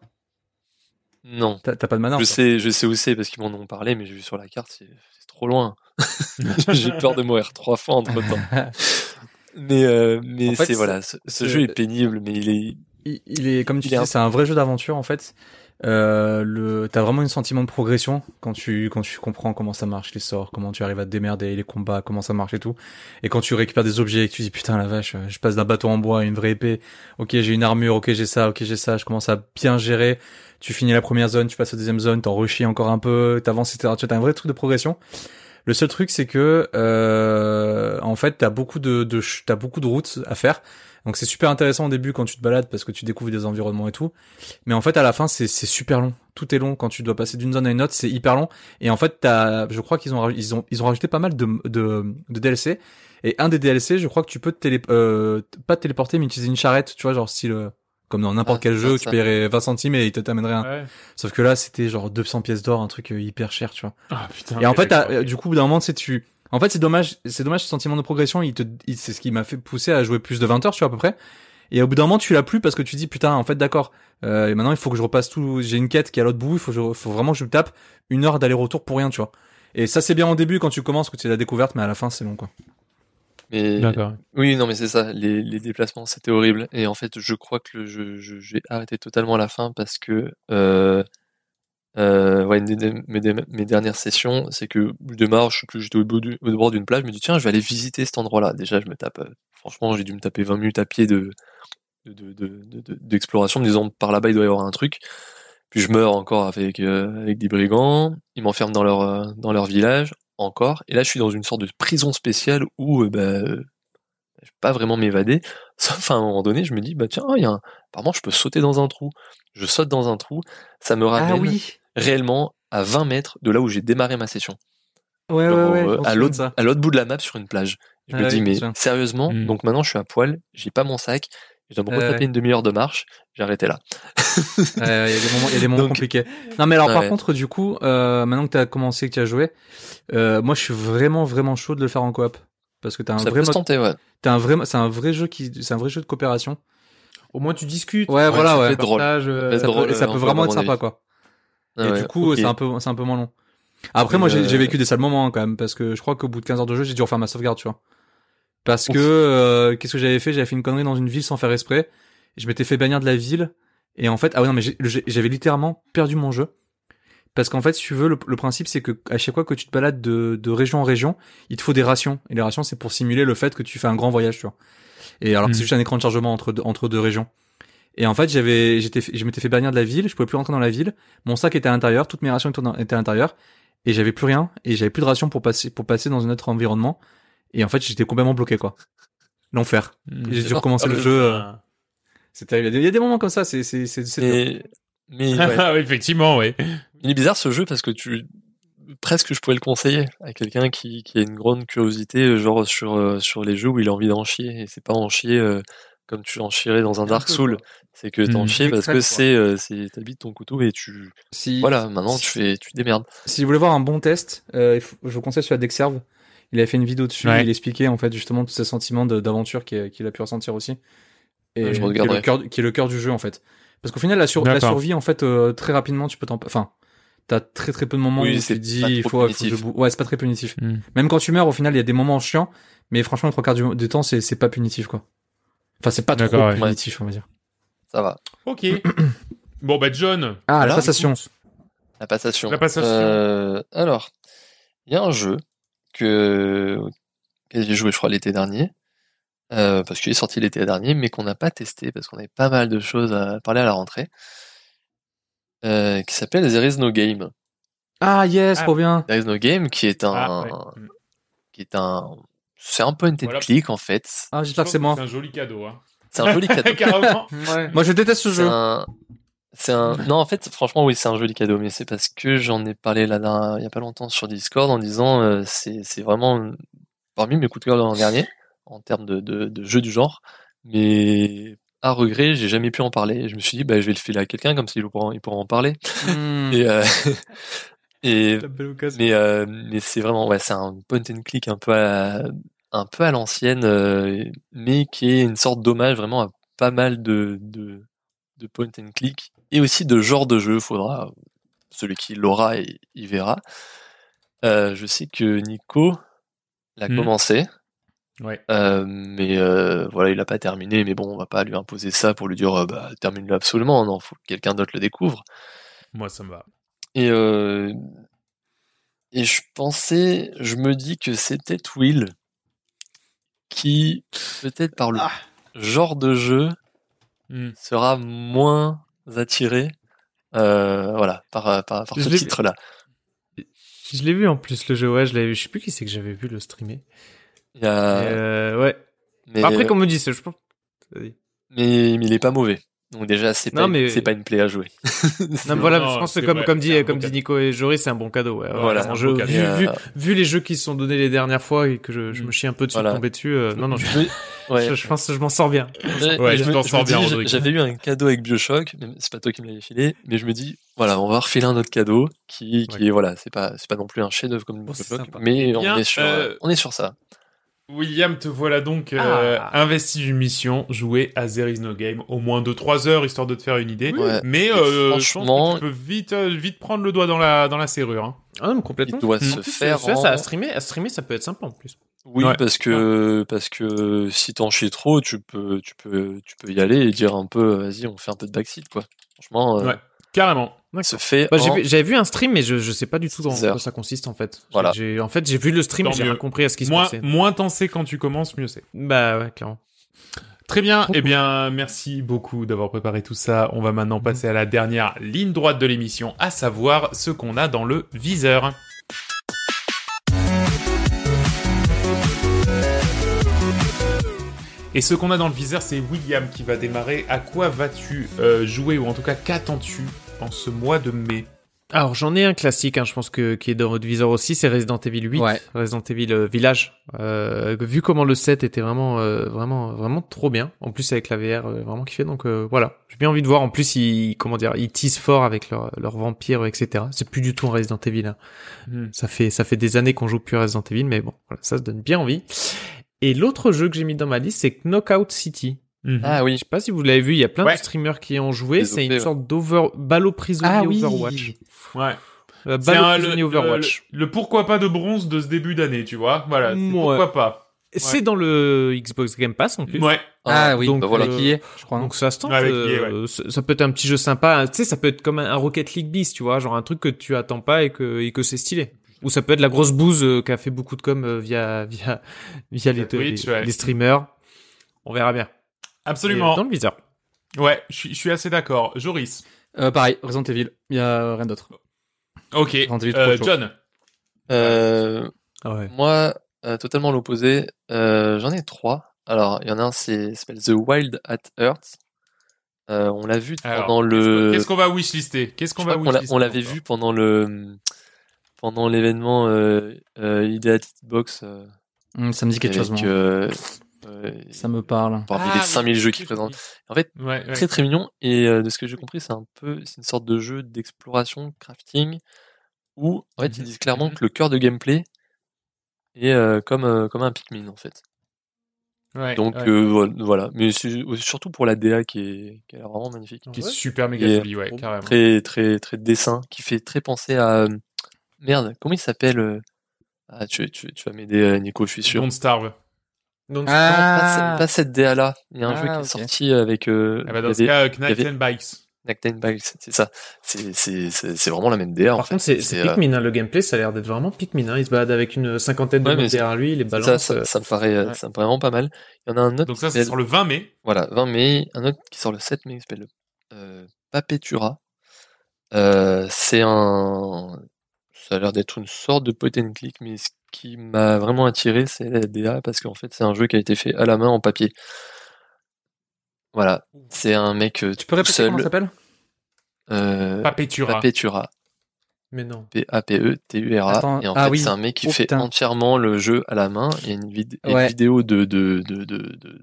Non. T'as, t'as pas de mana Je encore. sais, je sais où c'est parce qu'ils m'en ont parlé, mais j'ai vu sur la carte, c'est, c'est trop loin. J'ai peur de mourir trois fois entre temps. Mais, euh, mais En fait, c'est voilà, ce, ce c'est- jeu est pénible, mais il est. il, il est, comme tu Il est disais, un- c'est un vrai jeu d'aventure en fait. Euh, le, t'as vraiment un sentiment de progression quand tu, quand tu comprends comment ça marche, les sorts, comment tu arrives à te démerder, les combats, comment ça marche et tout. Et quand tu récupères des objets et que tu dis putain la vache, je passe d'un bâton en bois à une vraie épée. Ok, j'ai une armure, ok j'ai ça, ok j'ai ça. Je commence à bien gérer. Tu finis la première zone, tu passes à la deuxième zone, t'en rechies encore un peu, t'avances, et cetera. Tu as un vrai truc de progression. Le seul truc, c'est que euh, en fait, t'as beaucoup de, de ch- t'as beaucoup de routes à faire. Donc c'est super intéressant au début quand tu te balades parce que tu découvres des environnements et tout. Mais en fait, à la fin, c'est c'est super long. Tout est long quand tu dois passer d'une zone à une autre, c'est hyper long. Et en fait, t'as, je crois qu'ils ont raj- ils ont ils ont rajouté pas mal de de, de D L C. Et un des D L C, je crois que tu peux te télé, euh, pas te téléporter, mais utiliser une charrette, tu vois, genre style euh, comme dans n'importe Ah, quel c'est jeu, ça, où tu ça. paierais vingt centimes et il te t'amènerait un. Ouais. Sauf que là, c'était genre deux cents pièces d'or, un truc euh, hyper cher, tu vois. Ah putain. Et en ok, fait, t'as- d'accord, euh, ok. du coup, au bout d'un moment, tu sais, tu, en fait, c'est dommage, c'est dommage ce sentiment de progression, il te, il- c'est ce qui m'a fait pousser à jouer plus de vingt heures, tu vois, à peu près. Et au bout d'un moment, tu l'as plus parce que tu dis, putain, en fait, d'accord, euh, et maintenant, il faut que je repasse tout, j'ai une quête qui est à l'autre bout, il faut, que je- faut vraiment que je me tape une heure d'aller-retour pour rien, tu vois. Et ça, c'est bien au début quand tu commences, que tu es la découverte, mais à la fin, c'est long, quoi. Mais D'accord. oui, non, mais c'est ça. Les, les déplacements, c'était horrible. Et en fait, je crois que le jeu, je, j'ai arrêté totalement à la fin parce que, euh, euh, ouais, une des- mes, des- mes dernières sessions, c'est que je démarre, je sais plus, j'étais au, bout du- au bord d'une plage, je me dis tiens, je vais aller visiter cet endroit-là. Déjà, je me tape, euh, franchement, j'ai dû me taper vingt minutes à pied de, de, de, de, de- de- d'exploration, me disant par là-bas, il doit y avoir un truc. Puis je meurs encore avec, euh, avec des brigands, ils m'enferment dans leur, euh, dans leur village, encore. Et là, je suis dans une sorte de prison spéciale où, euh, bah, euh, je peux pas vraiment m'évader. Sauf à un moment donné, je me dis, bah tiens, il y a un... apparemment, je peux sauter dans un trou. Je saute dans un trou, ça me ramène réellement à vingt mètres de là où j'ai démarré ma session. Ouais, Genre, ouais, ouais, euh, je m'en à souviens de l'autre, ça. à l'autre bout de la map sur une plage. Je Ah me oui, dis, je me mais souviens. sérieusement, Mm. donc maintenant je suis à poil, j'ai pas mon sac, je dois me Ouais, retaper ouais. une demi-heure de marche, j'ai arrêté là. Ouais, ouais, il y a des moments, il y a des moments Donc- compliqués. Non, mais alors, Ouais, par ouais. contre, du coup, euh, maintenant que t'as commencé, que tu as joué, euh, moi, je suis vraiment, vraiment chaud de le faire en coop. Parce que t'as un Ça vrai peut se mode, tenter, ouais. t'as un vrai, c'est un vrai jeu qui, c'est un vrai jeu de coopération. Au moins, tu discutes. Ouais, voilà, ça ouais. peut être drôle. Partage, euh, Ça peut être Ça drôle, peut, et ça euh, peut en vraiment coop, être à mon sympa, avis. quoi. Ah Et ouais, du coup, ok. c'est un peu, c'est un peu moins long. Après, Et moi, j'ai, euh, j'ai vécu des sales moments, hein, quand même, parce que je crois qu'au bout de quinze heures de jeu, j'ai dû refaire ma sauvegarde, tu vois. Parce Ouf. que, euh, qu'est-ce que j'avais fait? J'avais fait une connerie dans une ville sans faire exprès. Je m'étais fait bannir de la ville. Et en fait, ah ouais, non, mais j'ai- j'ai- j'avais littéralement perdu mon jeu. Parce qu'en fait, si tu veux, le, le principe, c'est que à chaque fois que tu te balades de, de région en région, il te faut des rations. Et les rations, c'est pour simuler le fait que tu fais un grand voyage, tu vois. Et alors que Mhm. c'est juste un écran de chargement entre deux, entre deux régions. Et en fait, j'avais, j'étais, je m'étais fait bannir de la ville, je pouvais plus rentrer dans la ville. Mon sac était à l'intérieur, toutes mes rations étaient dans- étaient à l'intérieur. Et j'avais plus rien. Et j'avais plus de rations pour passer, pour passer dans un autre environnement. Et en fait, j'étais complètement bloqué, quoi. L'enfer. Mm. Et j'ai C'est dû pas- recommencer ah, le mais- jeu. euh, C'est terrible. Il y a des- il y a des moments comme ça, c'est, c'est, c'est, c'est dur. Mais, mais ouais. Ah, effectivement, ouais. Il est bizarre ce jeu parce que tu presque je pourrais le conseiller à quelqu'un qui, qui a une grande curiosité euh, genre sur euh, sur les jeux où il a envie d'en chier et c'est pas en chier euh, comme tu en chierais dans un Un Dark peu, Souls, quoi. c'est que t'en Mhm. chies parce que Extrême, quoi. c'est euh, c'est t'habites ton couteau et tu Si, voilà maintenant si- tu fais tu démerdes. Si vous voulez voir un bon test, euh, il faut- je vous conseille sur la Dexerve. Il a fait une vidéo dessus, Ouais. où il expliquait en fait justement tous ces sentiments de- d'aventure qu'il qu'il a pu ressentir aussi. Et Ouais, je qui, est le regarderai. cœur, qui est le cœur du jeu en fait. Parce qu'au final, la, sur, la D'accord. survie, en fait, euh, très rapidement, tu peux t'en... Enfin, t'as très très peu de moments Oui, où c'est tu te dis, pas il trop faut, il faut que je punitif. bou- Ouais, c'est pas très punitif. Mm. Même quand tu meurs, au final, il y a des moments chiants, mais franchement, les trois quarts du, du temps, c'est c'est pas punitif, quoi. Enfin, c'est pas trop D'accord, ouais. punitif, on va dire. Ça va. Ok. Bon, bah, John. Ah, la Alors, passation. La passation. La passation. Euh, alors, il y a un jeu que, que j'ai joué, je crois, l'été dernier, euh, parce qu'il est sorti l'été dernier, mais qu'on n'a pas testé parce qu'on avait pas mal de choses à parler à la rentrée, euh, qui s'appelle There is no game. Ah, yes, Ah. trop bien. There is no game, qui est un, Ah, ouais. Mm. qui est un, c'est un point and Voilà. click en fait. Ah, Je j'espère que pense c'est moi. C'est un joli cadeau, hein. C'est un joli cadeau. Carrément. Ouais. Moi, je déteste ce C'est jeu. un, c'est un, non, en fait, franchement, oui, c'est un joli cadeau, mais c'est parce que j'en ai parlé là, d'un- il y a pas longtemps sur Discord en disant, euh, c'est, c'est vraiment parmi mes coups de cœur de l'an dernier, en termes de, de, de jeu du genre, mais à regret, j'ai jamais pu en parler. Et je me suis dit, bah, je vais le filer à quelqu'un, comme ça, il pourra, il pourra en parler. Hmm. Et, euh, et, La belle occasion. mais, euh, mais c'est vraiment, ouais, c'est un point and click un peu à, un peu à l'ancienne, euh, mais qui est une sorte d'hommage vraiment à pas mal de, de, de point and click et aussi de genre de jeu. Faudra, celui qui l'aura, il, il verra. Euh, je sais que Nico l'a Mhm. commencé. Ouais. Euh, mais euh, voilà, il a pas terminé. Mais bon, on va pas lui imposer ça pour lui dire euh, bah termine-le absolument. Non, faut que quelqu'un d'autre le découvre. Moi, ça me va. Et euh, et je pensais, je me dis que c'est peut-être Will qui peut-être par le Ah. genre de jeu Hmm. sera moins attiré, euh, voilà, par par, par Je ce l'ai- titre-là. Je l'ai vu en plus le jeu, ouais, je l'avais vu. Je sais plus qui c'est que j'avais vu le streamer. Il y a, Mais, euh, ouais. mais Après, qu'on me dit, c'est, je pense. Vas-y. mais, mais il est pas mauvais. Donc déjà, c'est Non, pas mais- c'est pas une play à jouer. Non, mais voilà, Non, je pense que c'est comme, vrai, comme c'est dit, un comme beau dit cadeau. Nico et Joris, c'est un bon cadeau, ouais. Voilà, Vraiment, c'est un je- beau cadeau. vu, Et, euh, vu, vu les jeux qui se sont donnés les dernières fois et que je, je Mm. me chie un peu dessus Voilà. de tomber dessus, euh, non, non, je, Je me- ouais. je, je pense que je m'en sors bien. Ouais, Ouais, je tu me- t'en je sors me bien, dis, Rodrigue. j'avais eu un cadeau avec BioShock, mais c'est pas toi qui me l'avais filé, mais je me dis, voilà, on va refiler un autre cadeau qui, qui Ouais. est, voilà, c'est pas, c'est pas non plus un chef-d'œuvre comme Bon, c'est BioShock, sympa. mais Eh bien, on est sur, euh, on est sur ça. William, te voilà donc euh, Ah. investi d'une mission, jouer à There Is No Game, au moins deux trois heures, histoire de te faire une idée. Ouais. Mais Et euh, franchement- je pense que tu peux vite, euh, vite prendre le doigt dans la, dans la serrure. Hein. Ah, non, mais Il complètement. doit Mm. se En plus, faire ça, en- ça, à streamer, à streamer, ça peut être sympa en plus. Oui, Ouais. parce que, parce que si t'en chies trop, tu peux, tu peux, tu peux y aller et dire un peu, vas-y, on fait un peu de backseat, quoi. Franchement, euh, Ouais, carrément. se fait Bah, j'ai en- vu, j'avais vu un stream, mais je, je sais pas du tout dans six heures. quoi ça consiste en fait. J'ai- Voilà. J'ai, en fait, j'ai vu le stream, Tant mais j'ai mieux. rien compris à ce qui se Moins, passait. moins t'en sais quand tu commences, mieux c'est. Bah ouais, clairement. Très bien, Trop eh cool. bien, merci beaucoup d'avoir préparé tout ça. On va maintenant passer à la dernière ligne droite de l'émission, à savoir ce qu'on a dans le viseur. Et ce qu'on a dans le viseur, c'est William qui va démarrer. À quoi vas-tu euh, jouer, ou en tout cas, qu'attends-tu en ce mois de mai? Alors j'en ai un classique, hein, je pense que qui est dans votre viseur aussi, c'est Resident Evil huit, Ouais. Resident Evil euh, Village. Euh, vu comment le set était vraiment, euh, vraiment, vraiment trop bien. En plus avec la V R, euh, vraiment kiffé. Donc euh, voilà, j'ai bien envie de voir. En plus ils, comment dire, ils teasent fort avec leurs leur vampires, et cetera. C'est plus du tout un Resident Evil. Hein. Hmm. Ça fait, ça fait des années qu'on joue plus à Resident Evil, mais bon, voilà, ça se donne bien envie. Et l'autre jeu que j'ai mis dans ma liste, c'est Knockout City. Mhm. Ah Je oui. sais pas si vous l'avez vu, il y a plein Ouais. de streamers qui ont joué. Les C'est O P, une ouais. sorte d'over, ballot prisonnier Ah oui. Overwatch. Ouais. Euh, C'est Ballot un- prisonnier le, Overwatch. le- le pourquoi pas de bronze de ce début d'année, tu vois. Voilà, c'est Ouais. pourquoi pas. C'est dans le Xbox Game Pass en plus. Ouais. Ah oui, donc, bah voilà euh, qui est, je crois. non Donc ça se tente. Avec euh, E A, ouais. ça, ça peut être un petit jeu sympa. Tu sais, ça peut être comme un, un Rocket League bis, tu vois, genre un truc que tu attends pas et que et que c'est stylé. Ou ça peut être la grosse bouse euh, qui a fait beaucoup de com euh, via via via les, Twitch, les, ouais. les streamers. On verra bien. Absolument. Et dans le viseur. Ouais, je suis, je suis assez d'accord. Joris. Euh, pareil, Resident Evil. Il y a rien d'autre. Ok. Resident Evil, Euh, trop chaud. John. Euh, Ah ouais. moi, euh, totalement l'opposé. Euh, j'en ai trois. Alors, il y en a un, c'est s'appelle The Wild at Earth. Euh, on l'a vu Alors, pendant qu'est-ce le. qu'on- Qu'est-ce qu'on va wishlister Qu'est-ce qu'on Je va crois qu'on l'a- wishlister on l'avait encore vu pendant le pendant l'événement euh, euh, Ideated Box euh, Hum, ça me dit quelque chose, avec moi. euh, euh, Ça me parle. parmi Ah, les oui, cinq mille jeux qu'ils oui, présentent. oui. En fait, Ouais, ouais. très très mignon et euh, de ce que j'ai compris, c'est un peu c'est une sorte de jeu d'exploration, crafting où en fait ils Mhm, disent clairement mhm. que le cœur de gameplay est euh, comme euh, comme un Pikmin en fait. Ouais, Donc ouais. euh, voilà, voilà. Mais c'est surtout pour la D A qui est qui est vraiment magnifique. Qui est Ouais. super méga Et, joli, ouais, euh, carrément. Très très très dessin qui fait très penser à euh, merde, comment il s'appelle euh, ah, tu, tu, tu vas m'aider euh, Nico, je suis sûr. Don't Starve. Donc, Ah. Non, pas, ce- pas cette D A là. Il y a un Ah, jeu qui est ok. sorti avec euh, Ah bah, il y dans ce avait cas, euh, Knights avait- and Bikes. Nactine Bikes, c'est ça. C'est c'est c'est c'est vraiment la même D A en par fait. contre, c'est, c'est euh, Pikmin, hein, le gameplay, ça a l'air d'être vraiment Pikmin, hein. Il se balade avec une cinquantaine de Ouais, mais mecs c'est- derrière lui, il les c'est balance. ça, ça, euh, ça me paraît euh, ouais. ça me paraît vraiment pas mal. Il y en a un autre Donc qui ça, c'est s'appelle- sur le vingt mai. Voilà, vingt mai, un autre qui sort le sept mai qui s'appelle euh, Papetura. Euh, c'est un ça a l'air d'être une sorte de point and click, mais ce qui m'a vraiment attiré, c'est la D A parce qu'en fait, c'est un jeu qui a été fait à la main en papier. Voilà, c'est un mec euh, Tu peux tout répéter seul. comment ça s'appelle? euh, Papetura. Papetura. Mais non. P A P E T U R A. Attends, Et en ah fait, oui. c'est un mec qui Oh, fait putain. entièrement le jeu à la main. Il y a une, vid- et une Ouais. vidéo de, de, de, de, de, de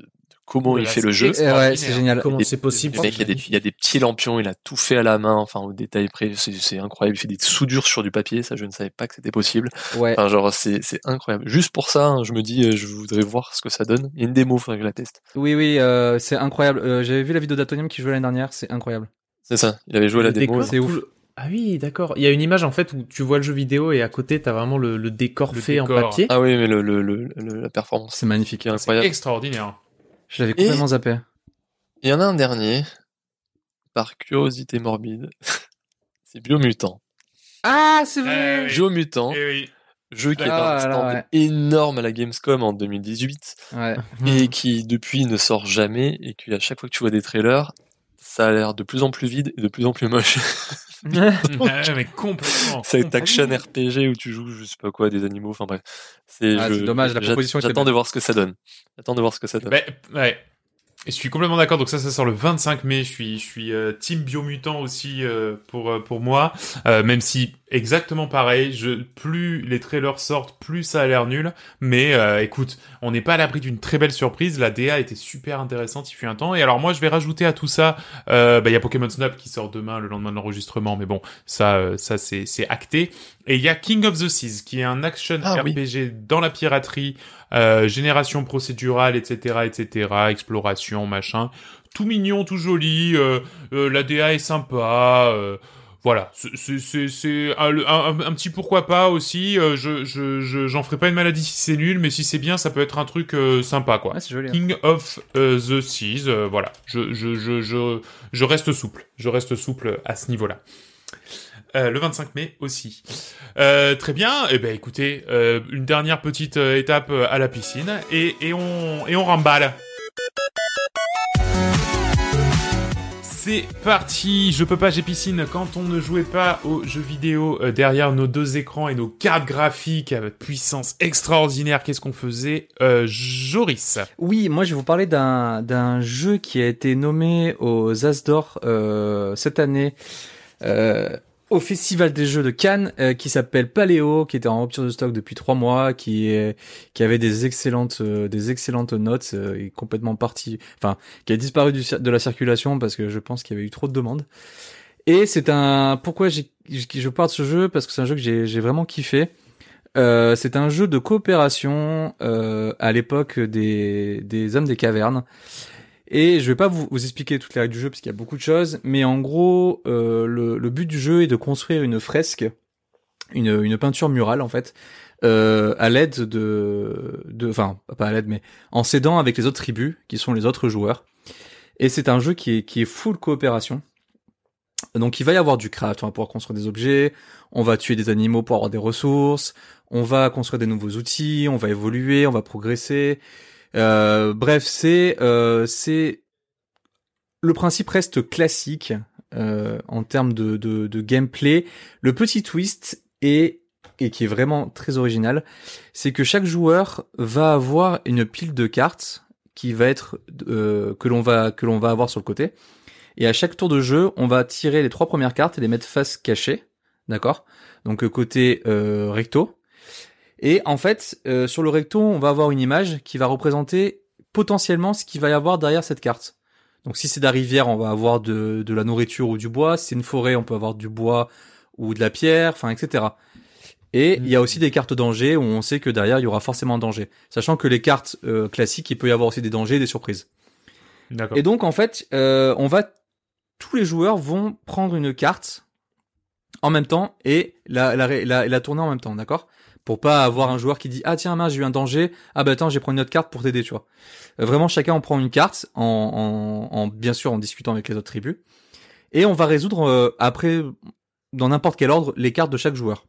comment il Là, fait c'est le jeu. extraordinaire. Ouais, c'est génial. Comment Et- c'est possible? Le mec, il y, a des, il y a des petits lampions, il a tout fait à la main, enfin au détail près, c'est, c'est incroyable. Il fait des soudures sur du papier, ça je ne savais pas que c'était possible. Ouais. Enfin genre c'est, c'est incroyable. Juste pour ça, hein, je me dis, euh, je voudrais voir ce que ça donne. Il y a une démo, faudrait que je la teste. Oui, oui, euh, c'est incroyable. Euh, j'avais vu la vidéo d'Atonium qui jouait l'année dernière, c'est incroyable. C'est ça, il avait joué à la Le démo. décor, c'est tout ouf. le- Ah oui, d'accord. Il y a une image en fait où tu vois le jeu vidéo et à côté t'as vraiment le, le décor Le fait en décor. papier. Ah oui, mais le, le, le, le- la performance C'est magnifique. qui est C'est incroyable. extraordinaire. Je l'avais complètement zappé. Il y en a un dernier, par curiosité morbide, c'est Biomutant. Ah, c'est vrai. oui. Biomutant, Eh oui. jeu qui est Ah, un stand alors, ouais. énorme à la Gamescom en deux mille dix-huit Ouais. et qui depuis ne sort jamais et qu'à chaque fois que tu vois des trailers, ça a l'air de plus en plus vide et de plus en plus moche. Ouais, mais complètement. Cette action R P G où tu joues, je sais pas quoi, des animaux, enfin bref. C'est, Ah, je- c'est dommage, la j'att- proposition était J'attends belle. de voir ce que ça donne. J'attends de voir ce que ça donne. Ben, ouais. Et je suis complètement d'accord. Donc ça, ça sort le vingt-cinq mai. Je suis, je suis euh, team Biomutant aussi euh, pour euh, pour moi. Euh, même si exactement pareil. Je plus les trailers sortent, plus ça a l'air nul. Mais euh, écoute, on n'est pas à l'abri d'une très belle surprise. La D A était super intéressante. Il fut un temps. Et alors moi, je vais rajouter à tout ça. Euh, bah, il y a Pokémon Snap qui sort demain, le lendemain de l'enregistrement. Mais bon, ça, euh, ça c'est c'est acté. Et il y a King of the Seas qui est un action Ah, R P G dans la piraterie. Euh, génération procédurale, et cetera, et cetera, exploration, machin, tout mignon, tout joli, euh, euh, la D A est sympa, euh, voilà, c'est c'est c'est c'est un, un, un petit pourquoi pas aussi. Euh, je je je j'en ferai pas une maladie si c'est nul, mais si c'est bien, ça peut être un truc euh, sympa quoi. Ouais, c'est joli. hein. King of euh, the Seas, euh, voilà, je je je je je reste souple, je reste souple à ce niveau-là. Euh, le vingt-cinq mai aussi. Euh, très bien. Eh ben, écoutez, euh, une dernière petite euh, étape euh, à la piscine et, et on et on remballe. C'est parti. Je peux pas, j'ai piscine. Quand on ne jouait pas aux jeux vidéo euh, derrière nos deux écrans et nos cartes graphiques avec puissance extraordinaire, qu'est-ce qu'on faisait, euh, Joris? Oui, moi je vais vous parler d'un d'un jeu qui a été nommé aux As d'Or euh, cette année. Euh, au Festival des Jeux de Cannes, euh, qui s'appelle Paléo, qui était en rupture de stock depuis trois mois, qui est, qui avait des excellentes, euh, des excellentes notes, euh, et complètement parti, enfin, qui a disparu du, de la circulation parce que je pense qu'il y avait eu trop de demandes. Et c'est un, pourquoi j'ai, je parle de ce jeu, parce que c'est un jeu que j'ai, j'ai vraiment kiffé. Euh, c'est un jeu de coopération, euh, à l'époque des, des Hommes des Cavernes. Et je vais pas vous, vous expliquer toutes les règles du jeu parce qu'il y a beaucoup de choses, mais en gros, euh, le, le but du jeu est de construire une fresque, une, une peinture murale en fait, euh, à l'aide de, de, enfin pas à l'aide, mais en s'aidant avec les autres tribus qui sont les autres joueurs. Et c'est un jeu qui est qui est full coopération. Donc il va y avoir du craft, on va pouvoir construire des objets, on va tuer des animaux pour avoir des ressources, on va construire des nouveaux outils, on va évoluer, on va progresser. Euh, bref, c'est euh, c'est le principe reste classique euh, en termes de, de, de gameplay. Le petit twist est et qui est vraiment très original, c'est que chaque joueur va avoir une pile de cartes qui va être euh, que l'on va que l'on va avoir sur le côté. Et à chaque tour de jeu, on va tirer les trois premières cartes et les mettre face cachée, d'accord ? Donc côté euh, recto. Et en fait, euh, sur le recto, on va avoir une image qui va représenter potentiellement ce qu'il va y avoir derrière cette carte. Donc si c'est de la rivière, on va avoir de, de la nourriture ou du bois. Si c'est une forêt, on peut avoir du bois ou de la pierre, enfin, et cetera. Et il mmh. y a aussi des cartes danger où on sait que derrière, il y aura forcément un danger. Sachant que les cartes euh, classiques, il peut y avoir aussi des dangers et des surprises. D'accord. Et donc, en fait, euh, on va... tous les joueurs vont prendre une carte en même temps et la, la, la, la tourner en même temps, d'accord ? Pour pas avoir un joueur qui dit ah tiens mince j'ai eu un danger, ah bah attends j'ai pris une autre carte pour t'aider, tu vois. Euh, vraiment chacun on prend une carte en, en, en bien sûr en discutant avec les autres tribus et on va résoudre euh, après dans n'importe quel ordre les cartes de chaque joueur.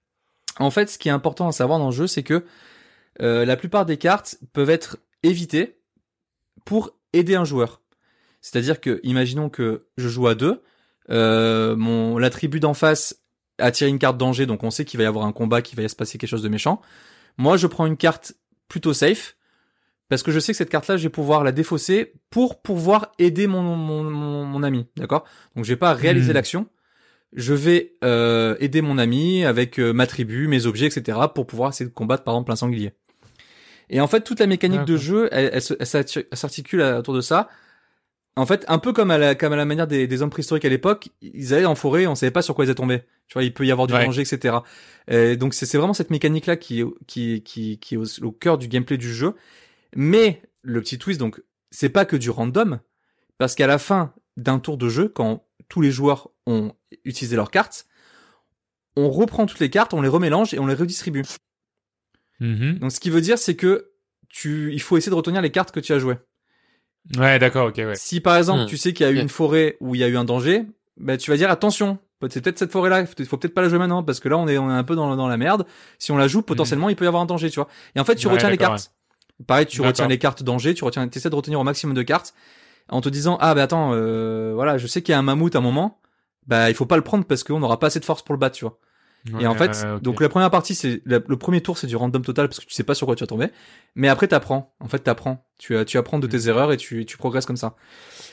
En fait ce qui est important à savoir dans le jeu c'est que euh, la plupart des cartes peuvent être évitées pour aider un joueur. C'est-à-dire que imaginons que je joue à deux, euh, mon la tribu d'en face a tiré une carte danger, donc on sait qu'il va y avoir un combat, qu'il va se passer quelque chose de méchant. Moi, je prends une carte plutôt safe, parce que je sais que cette carte-là, je vais pouvoir la défausser pour pouvoir aider mon, mon, mon, mon ami, d'accord ? Donc, je vais pas réaliser mmh. l'action, je vais euh, aider mon ami avec euh, ma tribu, mes objets, et cetera, pour pouvoir essayer de combattre, par exemple, un sanglier. Et en fait, toute la mécanique D'accord. de jeu, elle, elle, se- elle s'artic- elle s'articule autour de ça. En fait, un peu comme à la, comme à la manière des, des hommes préhistoriques à l'époque, ils allaient en forêt, on savait pas sur quoi ils étaient tombés. Tu vois, il peut y avoir du Ouais. danger, et cetera. Et donc c'est c'est vraiment cette mécanique-là qui est, qui, qui, qui est au, au cœur du gameplay du jeu. Mais le petit twist, donc, c'est pas que du random, parce qu'à la fin d'un tour de jeu, quand tous les joueurs ont utilisé leurs cartes, on reprend toutes les cartes, on les remélange et on les redistribue. Mhm. Donc ce qui veut dire, c'est que tu, il faut essayer de retenir les cartes que tu as jouées. Ouais, d'accord, ok, ouais. Si par exemple Hmm. tu sais qu'il y a eu Ok. une forêt où il y a eu un danger, bah tu vas dire attention, c'est peut-être cette forêt-là, il faut peut-être pas la jouer maintenant parce que là on est on est un peu dans dans la merde. Si on la joue, potentiellement il peut y avoir un danger, tu vois. Et en fait tu Ouais, retiens les d'accord, cartes. Pareil, tu D'accord. retiens les cartes danger, tu retiens, t'essaies de retenir au maximum de cartes en te disant ah bah attends, euh, voilà, je sais qu'il y a un mammouth à un moment, bah il faut pas le prendre parce qu'on n'aura pas assez de force pour le battre, tu vois. Ouais, Et en fait, ouais, ok. donc la première partie, c'est la- le premier tour, c'est du random total parce que tu sais pas sur quoi tu vas tomber. Mais après, t'apprends. En fait, t'apprends. Tu tu apprends de tes Mhm. erreurs et tu tu progresses comme ça.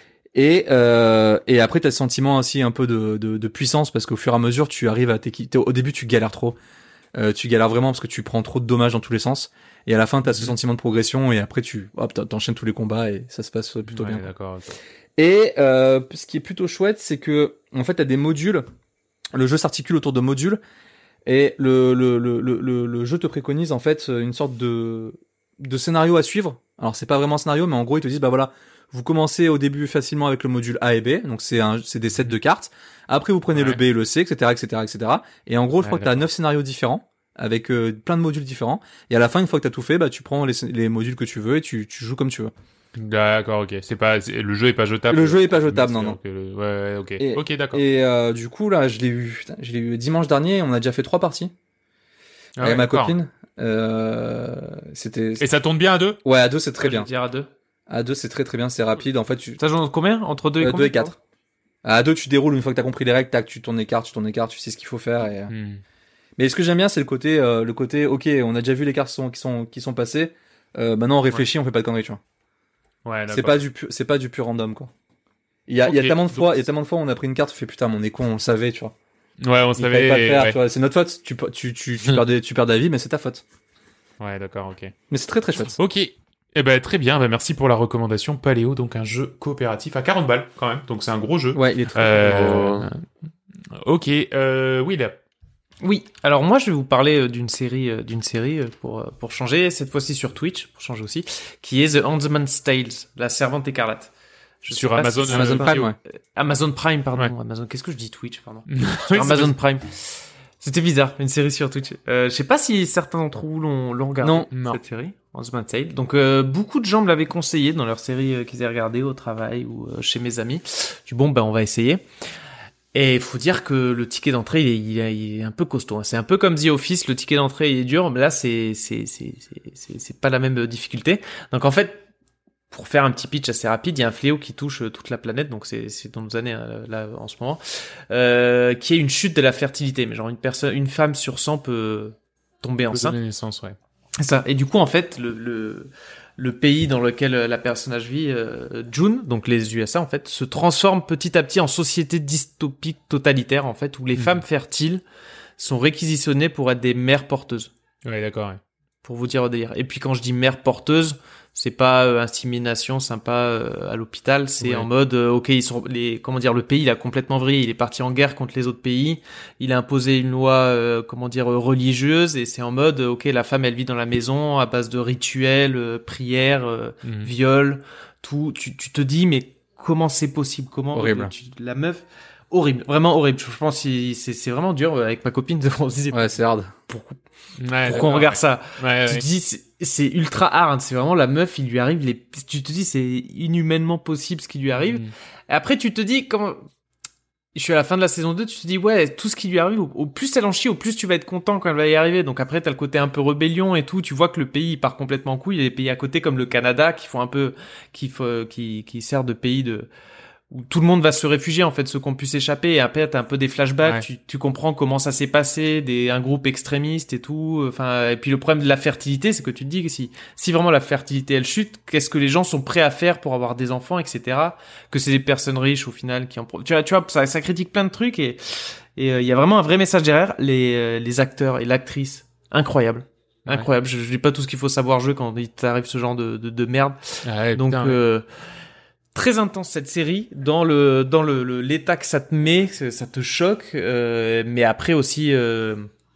Et euh, et après, t'as le sentiment aussi un peu de de, de puissance parce qu'au fur et à mesure, tu arrives à t'équiter. Au début, tu galères trop. Euh, tu galères vraiment parce que tu prends trop de dommages dans tous les sens. Et à la fin, t'as ce Mhm. sentiment de progression et après, tu hop, t'en- t'enchaînes tous les combats et ça se passe plutôt Ouais, bien. d'accord, ok. Et euh, ce qui est plutôt chouette, c'est que en fait, t'as des modules. Le jeu s'articule autour de modules. Et le, le, le, le, le, le jeu te préconise en fait une sorte de, de scénario à suivre. Alors c'est pas vraiment un scénario, mais en gros ils te disent bah voilà, vous commencez au début facilement avec le module A et B, donc c'est un, c'est des sets de cartes. Après vous prenez Ouais. le B et le C, et cetera, et cetera, et cetera. Et en gros je Ouais, crois que t'as d'accord. neuf scénarios différents avec euh, plein de modules différents. Et à la fin une fois que t'as tout fait, bah tu prends les, les modules que tu veux et tu, tu joues comme tu veux. D'accord, ok. C'est pas, c'est- le jeu est pas jetable. Le jeu est pas jetable, non, C'est- non. ok, le- Ouais, ouais, ok. Et- ok, d'accord. Et euh, du coup là je l'ai eu, putain, je l'ai eu dimanche dernier. On a déjà fait trois parties Ah avec ouais, ma d'accord. copine. Euh, c'était Et ça tourne bien à deux? ouais à deux c'est très Je vais bien. dire à deux. À deux, c'est très très bien, c'est rapide. En fait, tu Ça joue en combien? Entre deux et euh, combien? deux et quatre. À deux, tu déroules une fois que t'as compris les règles, tac, tu tournes les cartes, tu tournes les cartes, tu sais ce qu'il faut faire. Et... Hmm. Mais ce que j'aime bien, c'est le côté, euh, le côté, ok, on a déjà vu les cartes qui sont qui sont qui sont passées. Euh, maintenant, on réfléchit, on fait pas de conneries, tu vois. Ouais, C'est d'accord. pas du pu- c'est pas du pur random, quoi. Il y a il y a Ok, tellement de fois, donc- il y a tellement de fois, où on a pris une carte, on fait putain, mon est con, on le savait, tu vois. Ouais, on Il fallait savait. pas le faire, ouais. tu vois. C'est notre faute. Tu tu tu tu perds des tu perds de la vie, mais c'est ta faute. Ouais, d'accord, ok. Mais c'est très très chouette. Ok. Eh ben, très bien. Ben, merci pour la recommandation. Paléo, donc un jeu coopératif à quarante balles, quand même. Donc, c'est un gros jeu. Ouais, il est très. Euh... Ok, euh, Will. Oui, alors moi je vais vous parler euh, d'une série, euh, d'une série euh, pour euh, pour changer, cette fois-ci sur Twitch, pour changer aussi, qui est The Handmaid's Tale, la Servante écarlate. Je Sur sais pas Amazon, si- euh, Amazon Prime, Vidéo. ouais. Amazon Prime, pardon. Ouais. Amazon, qu'est-ce que je dis Twitch, pardon. Oui, Sur Amazon c'est- Prime. C'était bizarre, une série sur Twitch. Euh, je sais pas si certains d'entre vous l'ont, l'ont regardé, Non. Non. cette série, Handmaid's Tale. Donc, euh, beaucoup de gens me l'avaient conseillé dans leur série euh, qu'ils avaient regardé au travail ou euh, chez mes amis. Du bon, ben, on va essayer. Et il faut dire que le ticket d'entrée, il est, il est, il est un peu costaud. hein. C'est un peu comme The Office, le ticket d'entrée, il est dur, mais là, c'est, c'est, c'est, c'est, c'est, c'est pas la même difficulté. Donc, en fait, pour faire un petit pitch assez rapide, il y a un fléau qui touche euh, toute la planète, donc c'est, c'est dans nos années hein, là en ce moment, euh, qui est une chute de la fertilité. Mais genre une personne, une femme sur cent peut tomber Peut enceinte. donner naissance, ouais. C'est ça. Et du coup, en fait, le, le, le pays dans lequel euh, la personnage vit, euh, June, donc les U S A, en fait, se transforme petit à petit en société dystopique totalitaire, en fait, où les Mhm. femmes fertiles sont réquisitionnées pour être des mères porteuses. Ouais, d'accord, ouais. Pour vous dire au délire. Et puis quand je dis mère porteuse, c'est pas euh, insémination sympa euh, à l'hôpital, c'est Ouais. en mode euh, OK, ils sont les comment dire, le pays il a complètement vrillé, il est parti en guerre contre les autres pays, il a imposé une loi euh, comment dire euh, religieuse et c'est en mode euh, OK, la femme elle vit dans la maison à base de rituels, euh, prières, euh, Mhm. viol, tout tu tu te dis mais comment c'est possible, comment Horrible. euh, tu- la meuf horrible, vraiment horrible. Je pense que c'est c'est vraiment dur euh, avec ma copine de on se disait Ouais, c'est hard. pourquoi Ouais, pourquoi d'accord, on regarde ouais. ça. Ouais, Tu ouais. te dis, c'est, c'est ultra hard. C'est vraiment la meuf, il lui arrive les, tu te dis, c'est inhumainement possible ce qui lui arrive. Mhm. Et après, tu te dis, comment, je suis à la fin de la saison deux, tu te dis, ouais, tout ce qui lui arrive, au, au plus elle en chie, au plus tu vas être content quand elle va y arriver. Donc après, t'as le côté un peu rébellion et tout. Tu vois que le pays, il part complètement en couille. Il y a des pays à côté comme le Canada qui font un peu, qui, faut- qui, qui sert de pays de, où tout le monde va se réfugier, en fait, ceux qui ont pu s'échapper. Et après, t'as un peu des flashbacks. Ouais. Tu, tu comprends comment ça s'est passé, des, un groupe extrémiste et tout. Enfin, et puis le problème de la fertilité, c'est que tu te dis que si, si vraiment la fertilité, elle chute, qu'est-ce que les gens sont prêts à faire pour avoir des enfants, et cetera. Que c'est des personnes riches, au final, qui en pro- tu vois, tu vois, ça, ça critique plein de trucs et, et, euh, il y a vraiment un vrai message derrière. Les, euh, les acteurs et l'actrice, incroyable. incroyable. Je, je dis pas tout ce qu'il faut savoir jouer quand il t'arrive ce genre de, de, de merde. Ouais, Donc, putain, ouais. euh, très intense cette série dans le dans le, le l'état que ça te met, ça te choque, euh, mais après aussi euh,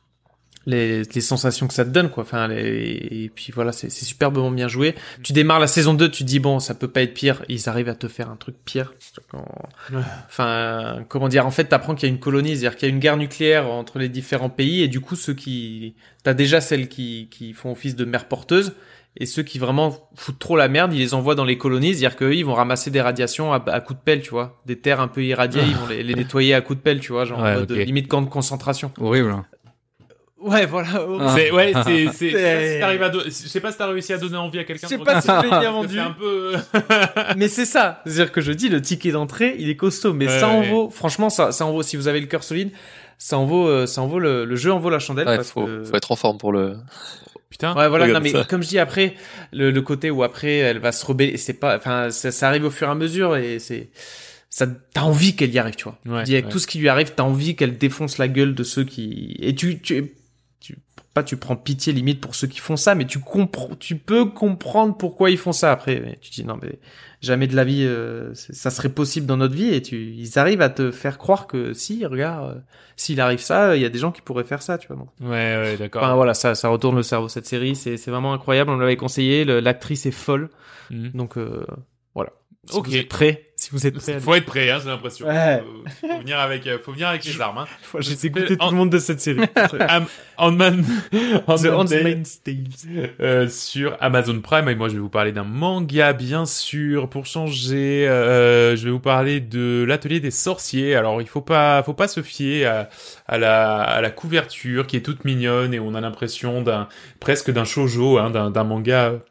les les sensations que ça te donne quoi. Enfin les, et puis voilà, c'est c'est superbement bien joué. Tu démarres la saison deux, tu te dis bon, ça peut pas être pire, ils arrivent à te faire un truc pire. Quand... Ouais. Enfin, comment dire, en fait, t'apprends qu'il y a une colonie, c'est-à-dire qu'il y a une guerre nucléaire entre les différents pays et du coup ceux qui t'as déjà celles qui qui font office de mère porteuse. Et ceux qui vraiment foutent trop la merde, ils les envoient dans les colonies, c'est-à-dire qu'eux, ils vont ramasser des radiations à, à coups de pelle, tu vois. Des terres un peu irradiées, ils vont les, les nettoyer à coups de pelle, tu vois, genre Ouais, en mode ok. limite camp de concentration. Horrible. Ouais, voilà. Ah. C'est, ouais, c'est, c'est, je sais pas si C'est- t'arrives à do- je sais pas si t'as réussi à donner envie à quelqu'un. Je sais de pas si je l'ai bien regarder, parce que vendu. C'est un peu, Mais c'est ça. C'est-à-dire que je dis, le ticket d'entrée, il est costaud. Mais Ouais, ça en ouais. vaut, franchement, ça, ça en vaut, si vous avez le cœur solide, ça en vaut, euh, ça en vaut le, le jeu en vaut la chandelle. Ouais, parce faut, que... faut être en forme pour le. putain. Ouais, voilà, non, Regarde mais ça. comme je dis après, le, le côté où après elle va se rebeller, c'est pas, enfin, ça, ça arrive au fur et à mesure et c'est, ça, t'as envie qu'elle y arrive, tu vois. Ouais, Je dis, avec ouais. tout ce qui lui arrive, t'as envie qu'elle défonce la gueule de ceux qui, et tu, tu, tu, pas tu prends pitié limite pour ceux qui font ça, mais tu comprends, tu peux comprendre pourquoi ils font ça après. Mais tu dis non, mais jamais de la vie, euh, c'est- ça serait possible dans notre vie et tu, ils arrivent à te faire croire que si, regarde, euh, s'il arrive ça, il y a des gens qui pourraient faire ça, tu vois. Donc, Ouais, ouais, d'accord. enfin voilà, ça, ça retourne le cerveau cette série, c'est, c'est vraiment incroyable. On l'avait conseillé, le- l'actrice est folle, Mhm. donc euh, voilà. Si Ok. vous êtes prêts, si vous êtes prêts, Faut être prêt, hein, j'ai l'impression. Ouais. Faut, faut venir avec, euh, faut venir avec les armes, hein. j'ai C'est écouté en- tout le monde de cette série. Am- Ant-Man, The Ant-Man Tale, Handmaid's Tale. euh, sur Amazon Prime. Et moi, je vais vous parler d'un manga, bien sûr. Pour changer, euh, je vais vous parler de l'Atelier des sorciers. Alors, il faut pas, faut pas se fier à, à la, à la couverture qui est toute mignonne et on a l'impression d'un, presque d'un shoujo, hein, d'un, d'un manga, euh,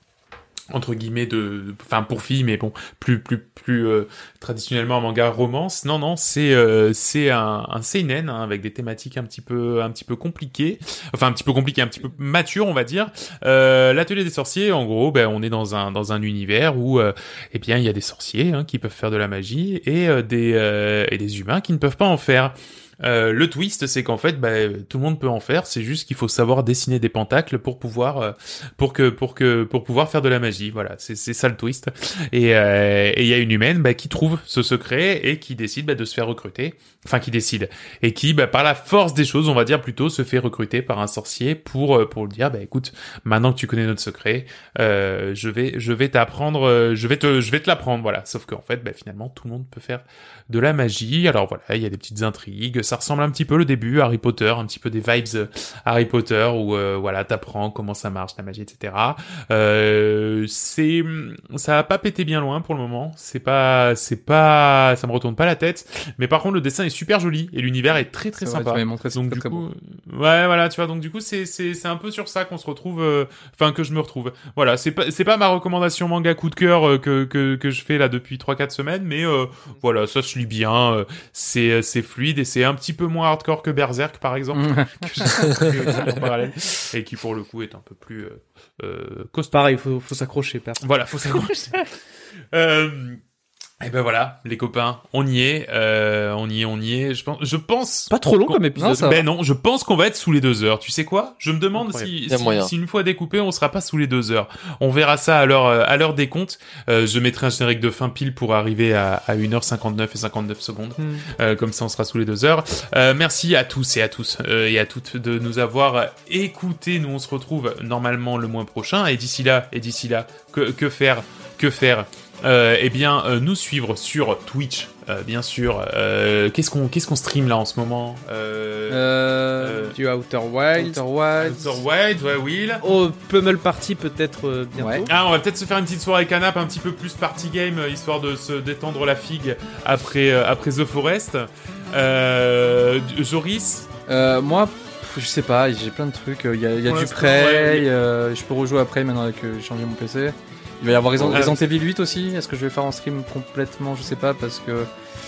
entre guillemets de, enfin pour filles, mais bon, plus plus plus euh, traditionnellement un manga romance. Non non, c'est euh, c'est un, un seinen, hein, avec des thématiques un petit peu un petit peu compliquées, enfin un petit peu compliquées, un petit peu matures, on va dire. Euh, L'Atelier des sorciers, en gros, ben on est dans un dans un univers où euh, eh bien il y a des sorciers, hein, qui peuvent faire de la magie et euh, des euh, et des humains qui ne peuvent pas en faire. Euh, le twist, c'est qu'en fait, bah, tout le monde peut en faire. C'est juste qu'il faut savoir dessiner des pentacles pour pouvoir, euh, pour que, pour que, pour pouvoir faire de la magie. Voilà, c'est c'est ça le twist. Et euh, et il y a une humaine bah, qui trouve ce secret et qui décide bah, de se faire recruter. Enfin, qui décide et qui, bah, par la force des choses, on va dire plutôt, se fait recruter par un sorcier pour euh, pour lui dire, bah écoute, maintenant que tu connais notre secret, euh, je vais je vais t'apprendre, euh, je vais te je vais te l'apprendre. Voilà. Sauf qu'en fait, bah, finalement, tout le monde peut faire de la magie. Alors voilà, il y a des petites intrigues. Ça ressemble un petit peu le début Harry Potter, un petit peu des vibes euh, Harry Potter où euh, voilà, t'apprends comment ça marche la magie, et cetera. Euh, c'est, ça a pas pété bien loin pour le moment. C'est pas, c'est pas, ça me retourne pas la tête. Mais par contre, le dessin est super joli et l'univers est très très C'est vrai, sympa. tu m'avais montré, c'est Donc très, du très coup, ouais, voilà, tu vois. Donc du coup, c'est c'est c'est un peu sur ça qu'on se retrouve, euh, enfin que je me retrouve. Voilà, c'est pas c'est pas ma recommandation manga coup de cœur euh, que que que je fais là depuis trois quatre semaines, mais euh, voilà, ça se lit bien, euh, c'est c'est fluide et c'est un petit peu moins hardcore que Berserk par exemple, que j'ai pris en parallèle et qui pour le coup est un peu plus euh, euh, costaud. Pareil, faut, faut s'accrocher, père. Voilà, faut s'accrocher. euh, et ben voilà, les copains, on y est, euh, on y est, on y est. Je pense, je pense. Pas trop long qu'on- comme épisode. Non, ça Ben non, je pense qu'on va être sous les deux heures. Tu sais quoi? Je me demande Incroyable. si, Il y a si, moyen. si une fois découpé, on sera pas sous les deux heures. On verra ça à l'heure, euh, à l'heure des comptes. Euh, je mettrai un générique de fin pile pour arriver à, à une heure cinquante-neuf et cinquante-neuf secondes. Hmm. Euh, comme ça, on sera sous les deux heures. Euh, merci à tous et à tous euh, et à toutes de nous avoir écoutés. Nous, on se retrouve normalement le mois prochain. Et d'ici là, et d'ici là, que, que faire, que faire euh, Eh bien, euh, nous suivre sur Twitch, euh, bien sûr. Euh, qu'est-ce qu'on, qu'est-ce qu'on stream là en ce moment euh, Euh... Du Outer Wild. Outer Wild. Outer Wild, ouais, Will. Oh, Pummel Party peut-être euh, bientôt. Ouais. Ah, on va peut-être se faire une petite soirée canap, un petit peu plus party game, euh, histoire de se détendre la figue après, euh, après The Forest. Euh, Joris. Euh, moi, pff, je sais pas, j'ai plein de trucs. Il y a, il y a Pour du l'instant, Prey, ouais. euh, je peux rejouer après maintenant que j'ai changé mon P C. Il va y avoir Resident, Ah. Resident Evil huit aussi. Est-ce que je vais faire en stream complètement? Je sais pas parce que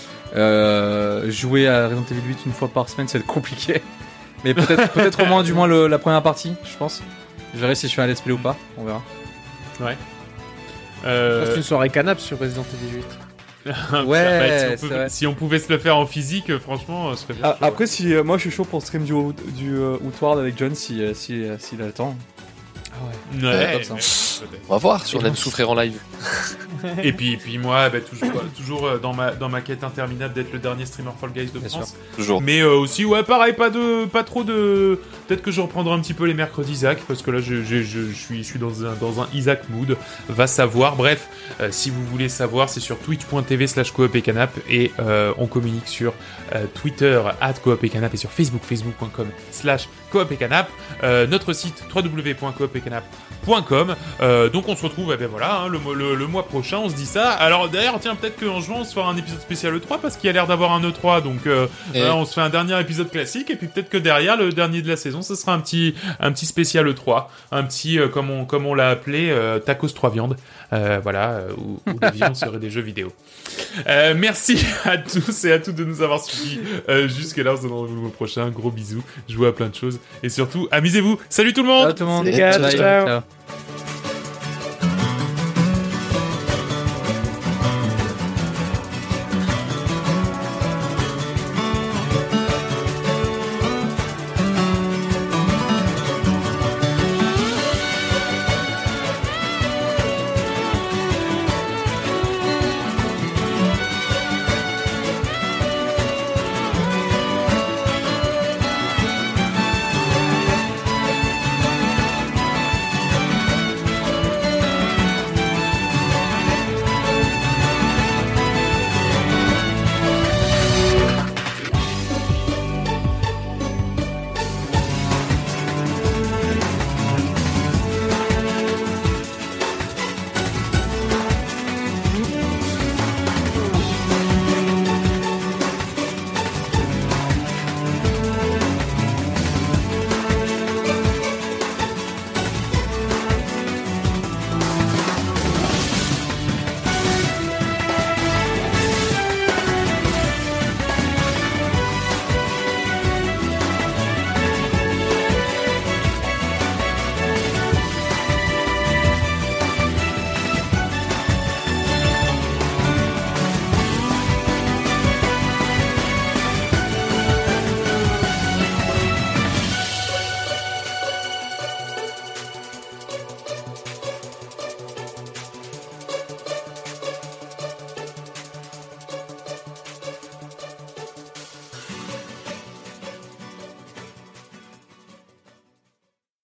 euh, jouer à Resident Evil huit une fois par semaine c'est compliqué. Mais peut-être peut-être au moins du moins le, la première partie, je pense. Je verrai si je fais un let's play ou pas, on verra. Euh, C'est une soirée canap sur Resident Evil huit. Ouais, Bah, si, on c'est pouvait, vrai. si on pouvait se le faire en physique, euh, franchement, euh, je serais bien. Ah, chaud, après, si euh, moi je suis chaud pour stream du, du euh, Outward avec John si, euh, si, euh, s'il a le temps. ouais. Ouais, Ouais, top, ça. mais- peut-être. On va voir si on Et aime donc- souffrir en live. Et puis, puis moi, bah, toujours, euh, toujours euh, dans ma dans ma quête interminable d'être le dernier streamer Fall Guys de Bien France. Toujours. Mais euh, aussi, ouais, pareil, pas de, pas trop de. Peut-être que je reprendrai un petit peu les mercredis Isaac parce que là, je, je, je, je suis, je suis dans un dans un Isaac mood. Va savoir. Bref, euh, si vous voulez savoir, c'est sur twitch.tv slash coop et canap et euh, on communique sur euh, Twitter at coop et canap et sur Facebook facebook.com slash coop et canap. Euh, notre site w w w point coop et canap point com. Euh, donc on se retrouve, eh ben voilà, hein, le, mo- le, le mois prochain, on se dit ça. Alors d'ailleurs, tiens, peut-être qu'en juin, on se fera un épisode spécial E trois parce qu'il y a l'air d'avoir un E trois, donc euh, Et- voilà, on se fait un dernier épisode classique et puis peut-être que derrière, le dernier de la saison, ce sera un petit, un petit spécial E trois, un petit, euh, comme on, comme on l'a appelé, euh, tacos trois viandes, euh, voilà, euh, où, où les viandes seraient des jeux vidéo. Euh, merci à tous et à toutes de nous avoir suivis euh, jusque là. On se donne rendez-vous le mois prochain. Gros bisous, jouez à plein de choses et surtout, amusez-vous. Salut tout le monde. Ciao tout le monde. Les gars, Bye. ciao. Ciao.